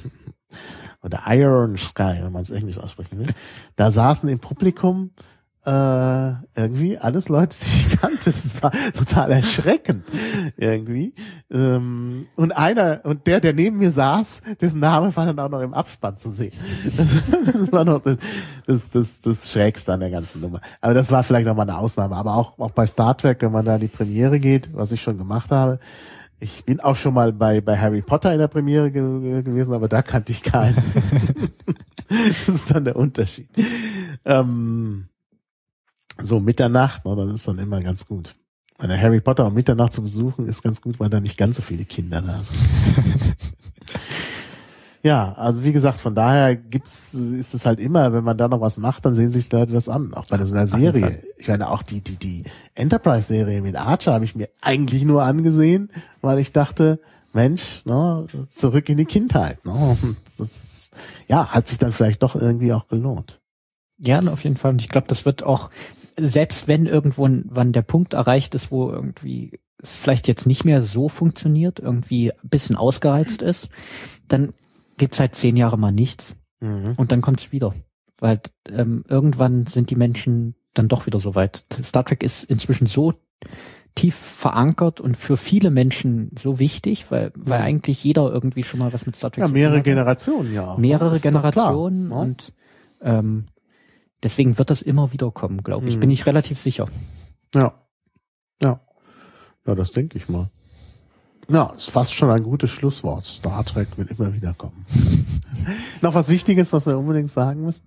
Oder Iron Sky, wenn man es Englisch aussprechen will. Da saßen im Publikum äh, irgendwie alles Leute, die ich kannte. Das war total erschreckend. irgendwie. Ähm, und einer, und der, der neben mir saß, dessen Name war dann auch noch im Abspann zu sehen. Das, das war noch das, das, das, das Schrägste an der ganzen Nummer. Aber das war vielleicht noch mal eine Ausnahme. Aber auch, auch bei Star Trek, wenn man da in die Premiere geht, was ich schon gemacht habe. Ich bin auch schon mal bei, bei Harry Potter in der Premiere ge- gewesen, aber da kannte ich keinen. Das ist dann der Unterschied. Ähm, so Mitternacht, ne, das ist dann immer ganz gut. Eine Harry Potter um Mitternacht zu besuchen ist ganz gut, weil da nicht ganz so viele Kinder da sind. Ja, also wie gesagt, von daher gibt's, ist es halt immer, wenn man da noch was macht, dann sehen sich die Leute das an. Auch bei so einer Serie. Ich meine, auch die, die, die Enterprise-Serie mit Archer habe ich mir eigentlich nur angesehen, weil ich dachte, Mensch, ne, zurück in die Kindheit. Ne? Das, ja, hat sich dann vielleicht doch irgendwie auch gelohnt. Ja, auf jeden Fall. Und ich glaube, das wird auch, selbst wenn irgendwo wann der Punkt erreicht ist, wo irgendwie es vielleicht jetzt nicht mehr so funktioniert, irgendwie ein bisschen ausgereizt ist, dann gibt's halt zehn Jahre mal nichts. Mhm. Und dann kommt's wieder. Weil ähm, irgendwann sind die Menschen dann doch wieder so weit. Star Trek ist inzwischen so tief verankert und für viele Menschen so wichtig, weil weil ja. eigentlich jeder irgendwie schon mal was mit Star Trek ja, zu tun hat. Ja, mehrere Generationen, ja. Mehrere Generationen ja. und ähm, deswegen wird das immer wieder kommen, glaube ich. Mhm. Bin ich relativ sicher. Ja. Ja. Ja, das denke ich mal. Ja, ist fast schon ein gutes Schlusswort. Star Trek wird immer wieder kommen. Noch was Wichtiges, was wir unbedingt sagen müssen?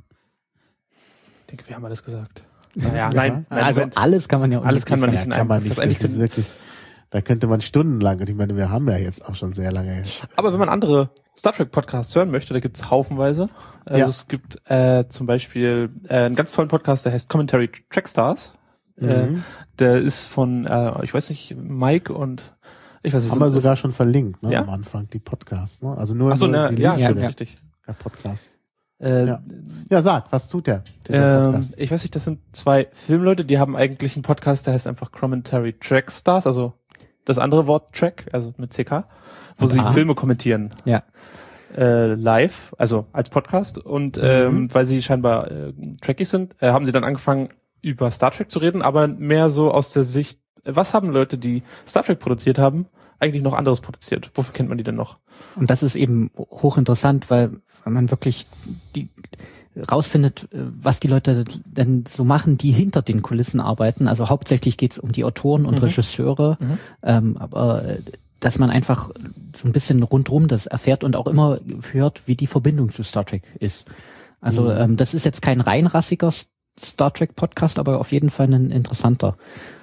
Ich denke, wir haben alles gesagt. Naja, nein, nein, also Moment. alles kann man ja alles kann man nicht in einem kann man nicht. Das ist wirklich, da könnte man stundenlang, und ich meine, wir haben ja jetzt auch schon sehr lange. Aber wenn man andere Star Trek Podcasts hören möchte, da gibt's haufenweise. Also ja. es gibt äh, zum Beispiel äh, einen ganz tollen Podcast, der heißt Commentary Trackstars. Mhm. Äh, der ist von, äh, ich weiß nicht, Mike und ich weiß nicht. Haben wir sogar schon verlinkt, ne, ja? am Anfang, die Podcasts, ne? Also nur, Ach so, nur ne, die ja, Liste ja, der, ja, richtig. der Podcast. Äh, ja. ja, sag, was tut der? Ähm, ich weiß nicht, das sind zwei Filmleute, die haben eigentlich einen Podcast, der heißt einfach Commentary Track Stars, also das andere Wort Track, also mit C K, wo sie ah. Filme kommentieren. Ja. Äh, live, also als Podcast. Und ähm, mhm. weil sie scheinbar äh, Trekkies sind, äh, haben sie dann angefangen, über Star Trek zu reden, aber mehr so aus der Sicht, was haben Leute, die Star Trek produziert haben, eigentlich noch anderes produziert? Wofür kennt man die denn noch? Und das ist eben hochinteressant, weil, weil man wirklich die rausfindet, was die Leute denn so machen, die hinter den Kulissen arbeiten. Also hauptsächlich geht's um die Autoren und mhm. Regisseure, mhm. Ähm, aber dass man einfach so ein bisschen rundrum das erfährt und auch immer hört, wie die Verbindung zu Star Trek ist. Also mhm. ähm, das ist jetzt kein reinrassiger Star Trek Podcast, aber auf jeden Fall ein interessanter.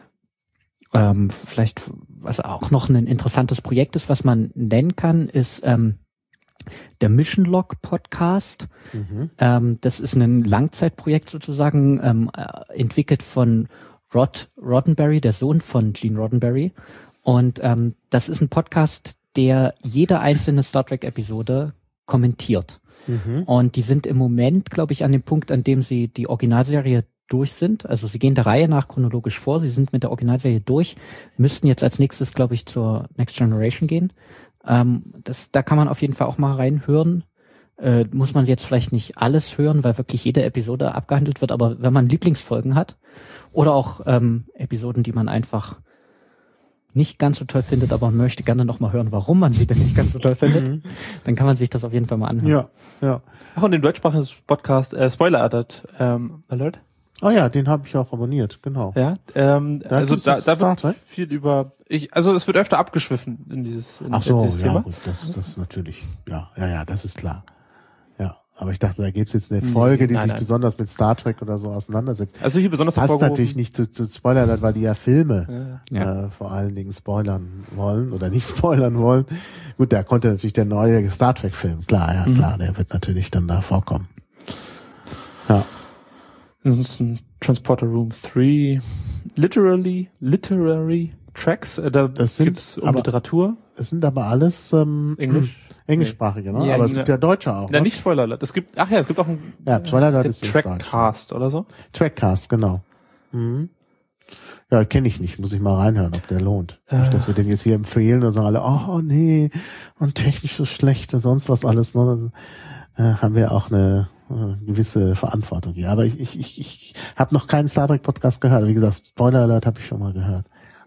Ähm, vielleicht, was auch noch ein interessantes Projekt ist, was man nennen kann, ist ähm, der Mission Log Podcast. Mhm. Ähm, das ist ein Langzeitprojekt sozusagen, ähm, äh, entwickelt von Rod Roddenberry, der Sohn von Gene Roddenberry. Und ähm, das ist ein Podcast, der jede einzelne Star Trek Episode kommentiert. Mhm. Und die sind im Moment, glaube ich, an dem Punkt, an dem sie die Originalserie durch sind. Also sie gehen der Reihe nach chronologisch vor. Sie sind mit der Originalserie durch, müssten jetzt als nächstes, glaube ich, zur Next Generation gehen. Ähm, das, da kann man auf jeden Fall auch mal reinhören. Äh, muss man jetzt vielleicht nicht alles hören, weil wirklich jede Episode abgehandelt wird. Aber wenn man Lieblingsfolgen hat oder auch ähm, Episoden, die man einfach nicht ganz so toll findet, aber man möchte gerne noch mal hören, warum man sie denn nicht ganz so toll findet, mhm. dann kann man sich das auf jeden Fall mal anhören. Ja, ja. Ach, und den deutschsprachigen Podcast äh, Spoiler Alert, ähm, Alert. Oh ja, den habe ich auch abonniert, genau. Ja, ähm, da also da, da wird Trek? viel über, ich, also es wird öfter abgeschwiffen in dieses, in Ach so, dieses ja, Thema. Gut, das, das natürlich, ja, ja, ja, das ist klar. Ja, aber ich dachte, da gibt's jetzt eine Folge, die nein, sich nein. besonders mit Star Trek oder so auseinandersetzt. Also hier besonders passt natürlich nicht zu, zu Spoiler, weil die ja Filme ja. Ja. Äh, vor allen Dingen spoilern wollen oder nicht spoilern wollen. Gut, da konnte natürlich der neue Star Trek Film, klar, ja, mhm. klar, der wird natürlich dann da vorkommen. Ja. Ansonsten Transporter Room drei, literally, literary tracks, äh, da das sind, gibt's um aber, Literatur. Das sind aber alles ähm, Englisch. Englischsprachige, ne? Ja, aber es gibt ja Deutsche auch. Ja, ne? nicht Spoiler Alert. Es gibt, ach ja, es gibt auch ein ja, Spoiler Alert ist Trackcast oder so. Trackcast, genau. Mhm. Ja, kenne ich nicht, muss ich mal reinhören, ob der lohnt. Äh. Nicht, dass wir den jetzt hier empfehlen und sagen alle, oh nee, und technisch so schlecht und sonst was alles, ne? Dann äh, haben wir auch eine äh, gewisse Verantwortung hier. Aber ich ich ich, ich habe noch keinen Star Trek Podcast gehört. Wie gesagt, Spoiler Alert habe ich schon mal gehört.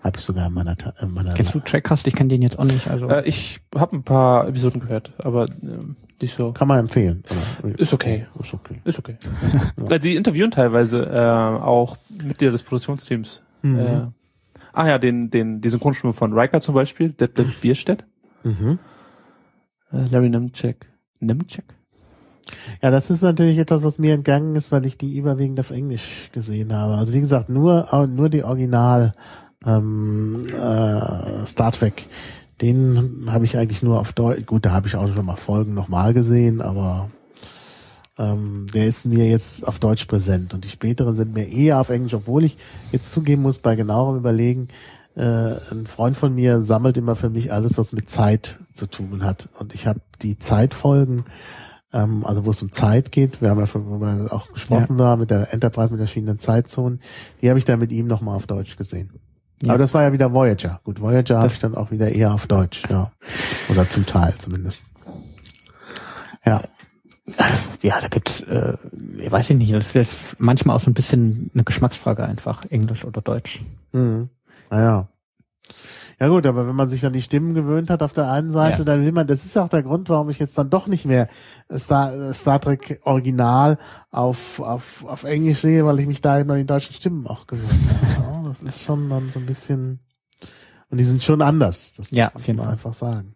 Habe ich sogar in meiner, Ta- in meiner Kennst du Trackcast? Ich kenne den jetzt auch nicht. Also Äh, ich habe ein paar Episoden gehört, aber ähm, nicht so. Kann man empfehlen. Oder? Ist okay. Ist okay. Ist okay. Weil sie interviewen teilweise äh, auch Mitglieder des Produktionsteams. Mhm. Äh, ah ja, den, den, die Synchronstimme von Riker zum Beispiel, Detlef Bierstedt. Mhm. Äh, Larry Nemcek. Nemcek? Ja, das ist natürlich etwas, was mir entgangen ist, weil ich die überwiegend auf Englisch gesehen habe. Also wie gesagt, nur nur die Original ähm, äh, Star Trek, den habe ich eigentlich nur auf Deutsch. Gut, da habe ich auch schon mal Folgen nochmal gesehen, aber ähm, der ist mir jetzt auf Deutsch präsent und die späteren sind mir eher auf Englisch, obwohl ich jetzt zugeben muss, bei genauerem Überlegen, äh, ein Freund von mir sammelt immer für mich alles, was mit Zeit zu tun hat. Und ich habe die Zeitfolgen, ähm, also wo es um Zeit geht, wir haben ja von, wo wir auch gesprochen ja. da mit der Enterprise, mit verschiedenen Zeitzonen, die habe ich dann mit ihm nochmal auf Deutsch gesehen. Ja. Aber das war ja wieder Voyager. Gut, Voyager habe ich dann auch wieder eher auf Deutsch, ja. Oder zum Teil zumindest. Ja. Ja, da gibt's, äh, ich weiß nicht, das ist manchmal auch so ein bisschen eine Geschmacksfrage einfach, Englisch oder Deutsch. Mhm. Naja. Ja gut, aber wenn man sich dann die Stimmen gewöhnt hat auf der einen Seite, ja. dann will man, das ist auch der Grund, warum ich jetzt dann doch nicht mehr Star, Star Trek Original auf, auf, auf Englisch sehe, weil ich mich da immer an die deutschen Stimmen auch gewöhnt habe. Ja, das ist schon dann so ein bisschen, und die sind schon anders. Das ja, muss man einfach sagen.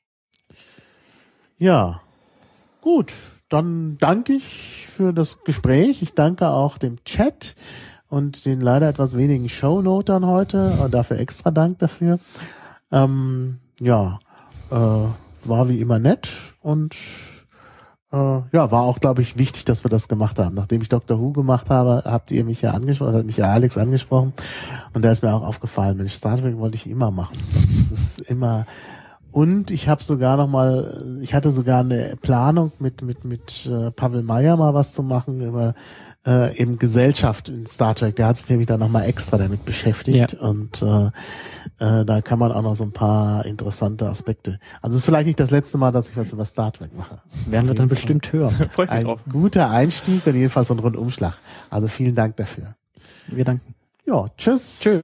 Ja. Gut. Dann danke ich für das Gespräch. Ich danke auch dem Chat und den leider etwas wenigen Shownotern heute. Und dafür extra Dank dafür. Ähm, ja, äh, war wie immer nett und äh, ja, war auch, glaube ich, wichtig, dass wir das gemacht haben. Nachdem ich Doctor Who gemacht habe, habt ihr mich ja angesprochen, hat mich ja Alex angesprochen. Und da ist mir auch aufgefallen, Mensch, Star Trek wollte ich immer machen. Das ist immer... Und ich habe sogar noch mal, ich hatte sogar eine Planung mit mit mit äh, Pavel Meyer mal was zu machen über äh, eben Gesellschaft in Star Trek. Der hat sich nämlich da noch mal extra damit beschäftigt ja. und äh, äh, da kann man auch noch so ein paar interessante Aspekte. Also es ist vielleicht nicht das letzte Mal, dass ich was über Star Trek mache. Werden wir dann bestimmt hören. Freut mich ein drauf. Guter Einstieg und jedenfalls so ein Rundumschlag. Also vielen Dank dafür. Wir danken. Ja, tschüss. Tschüss.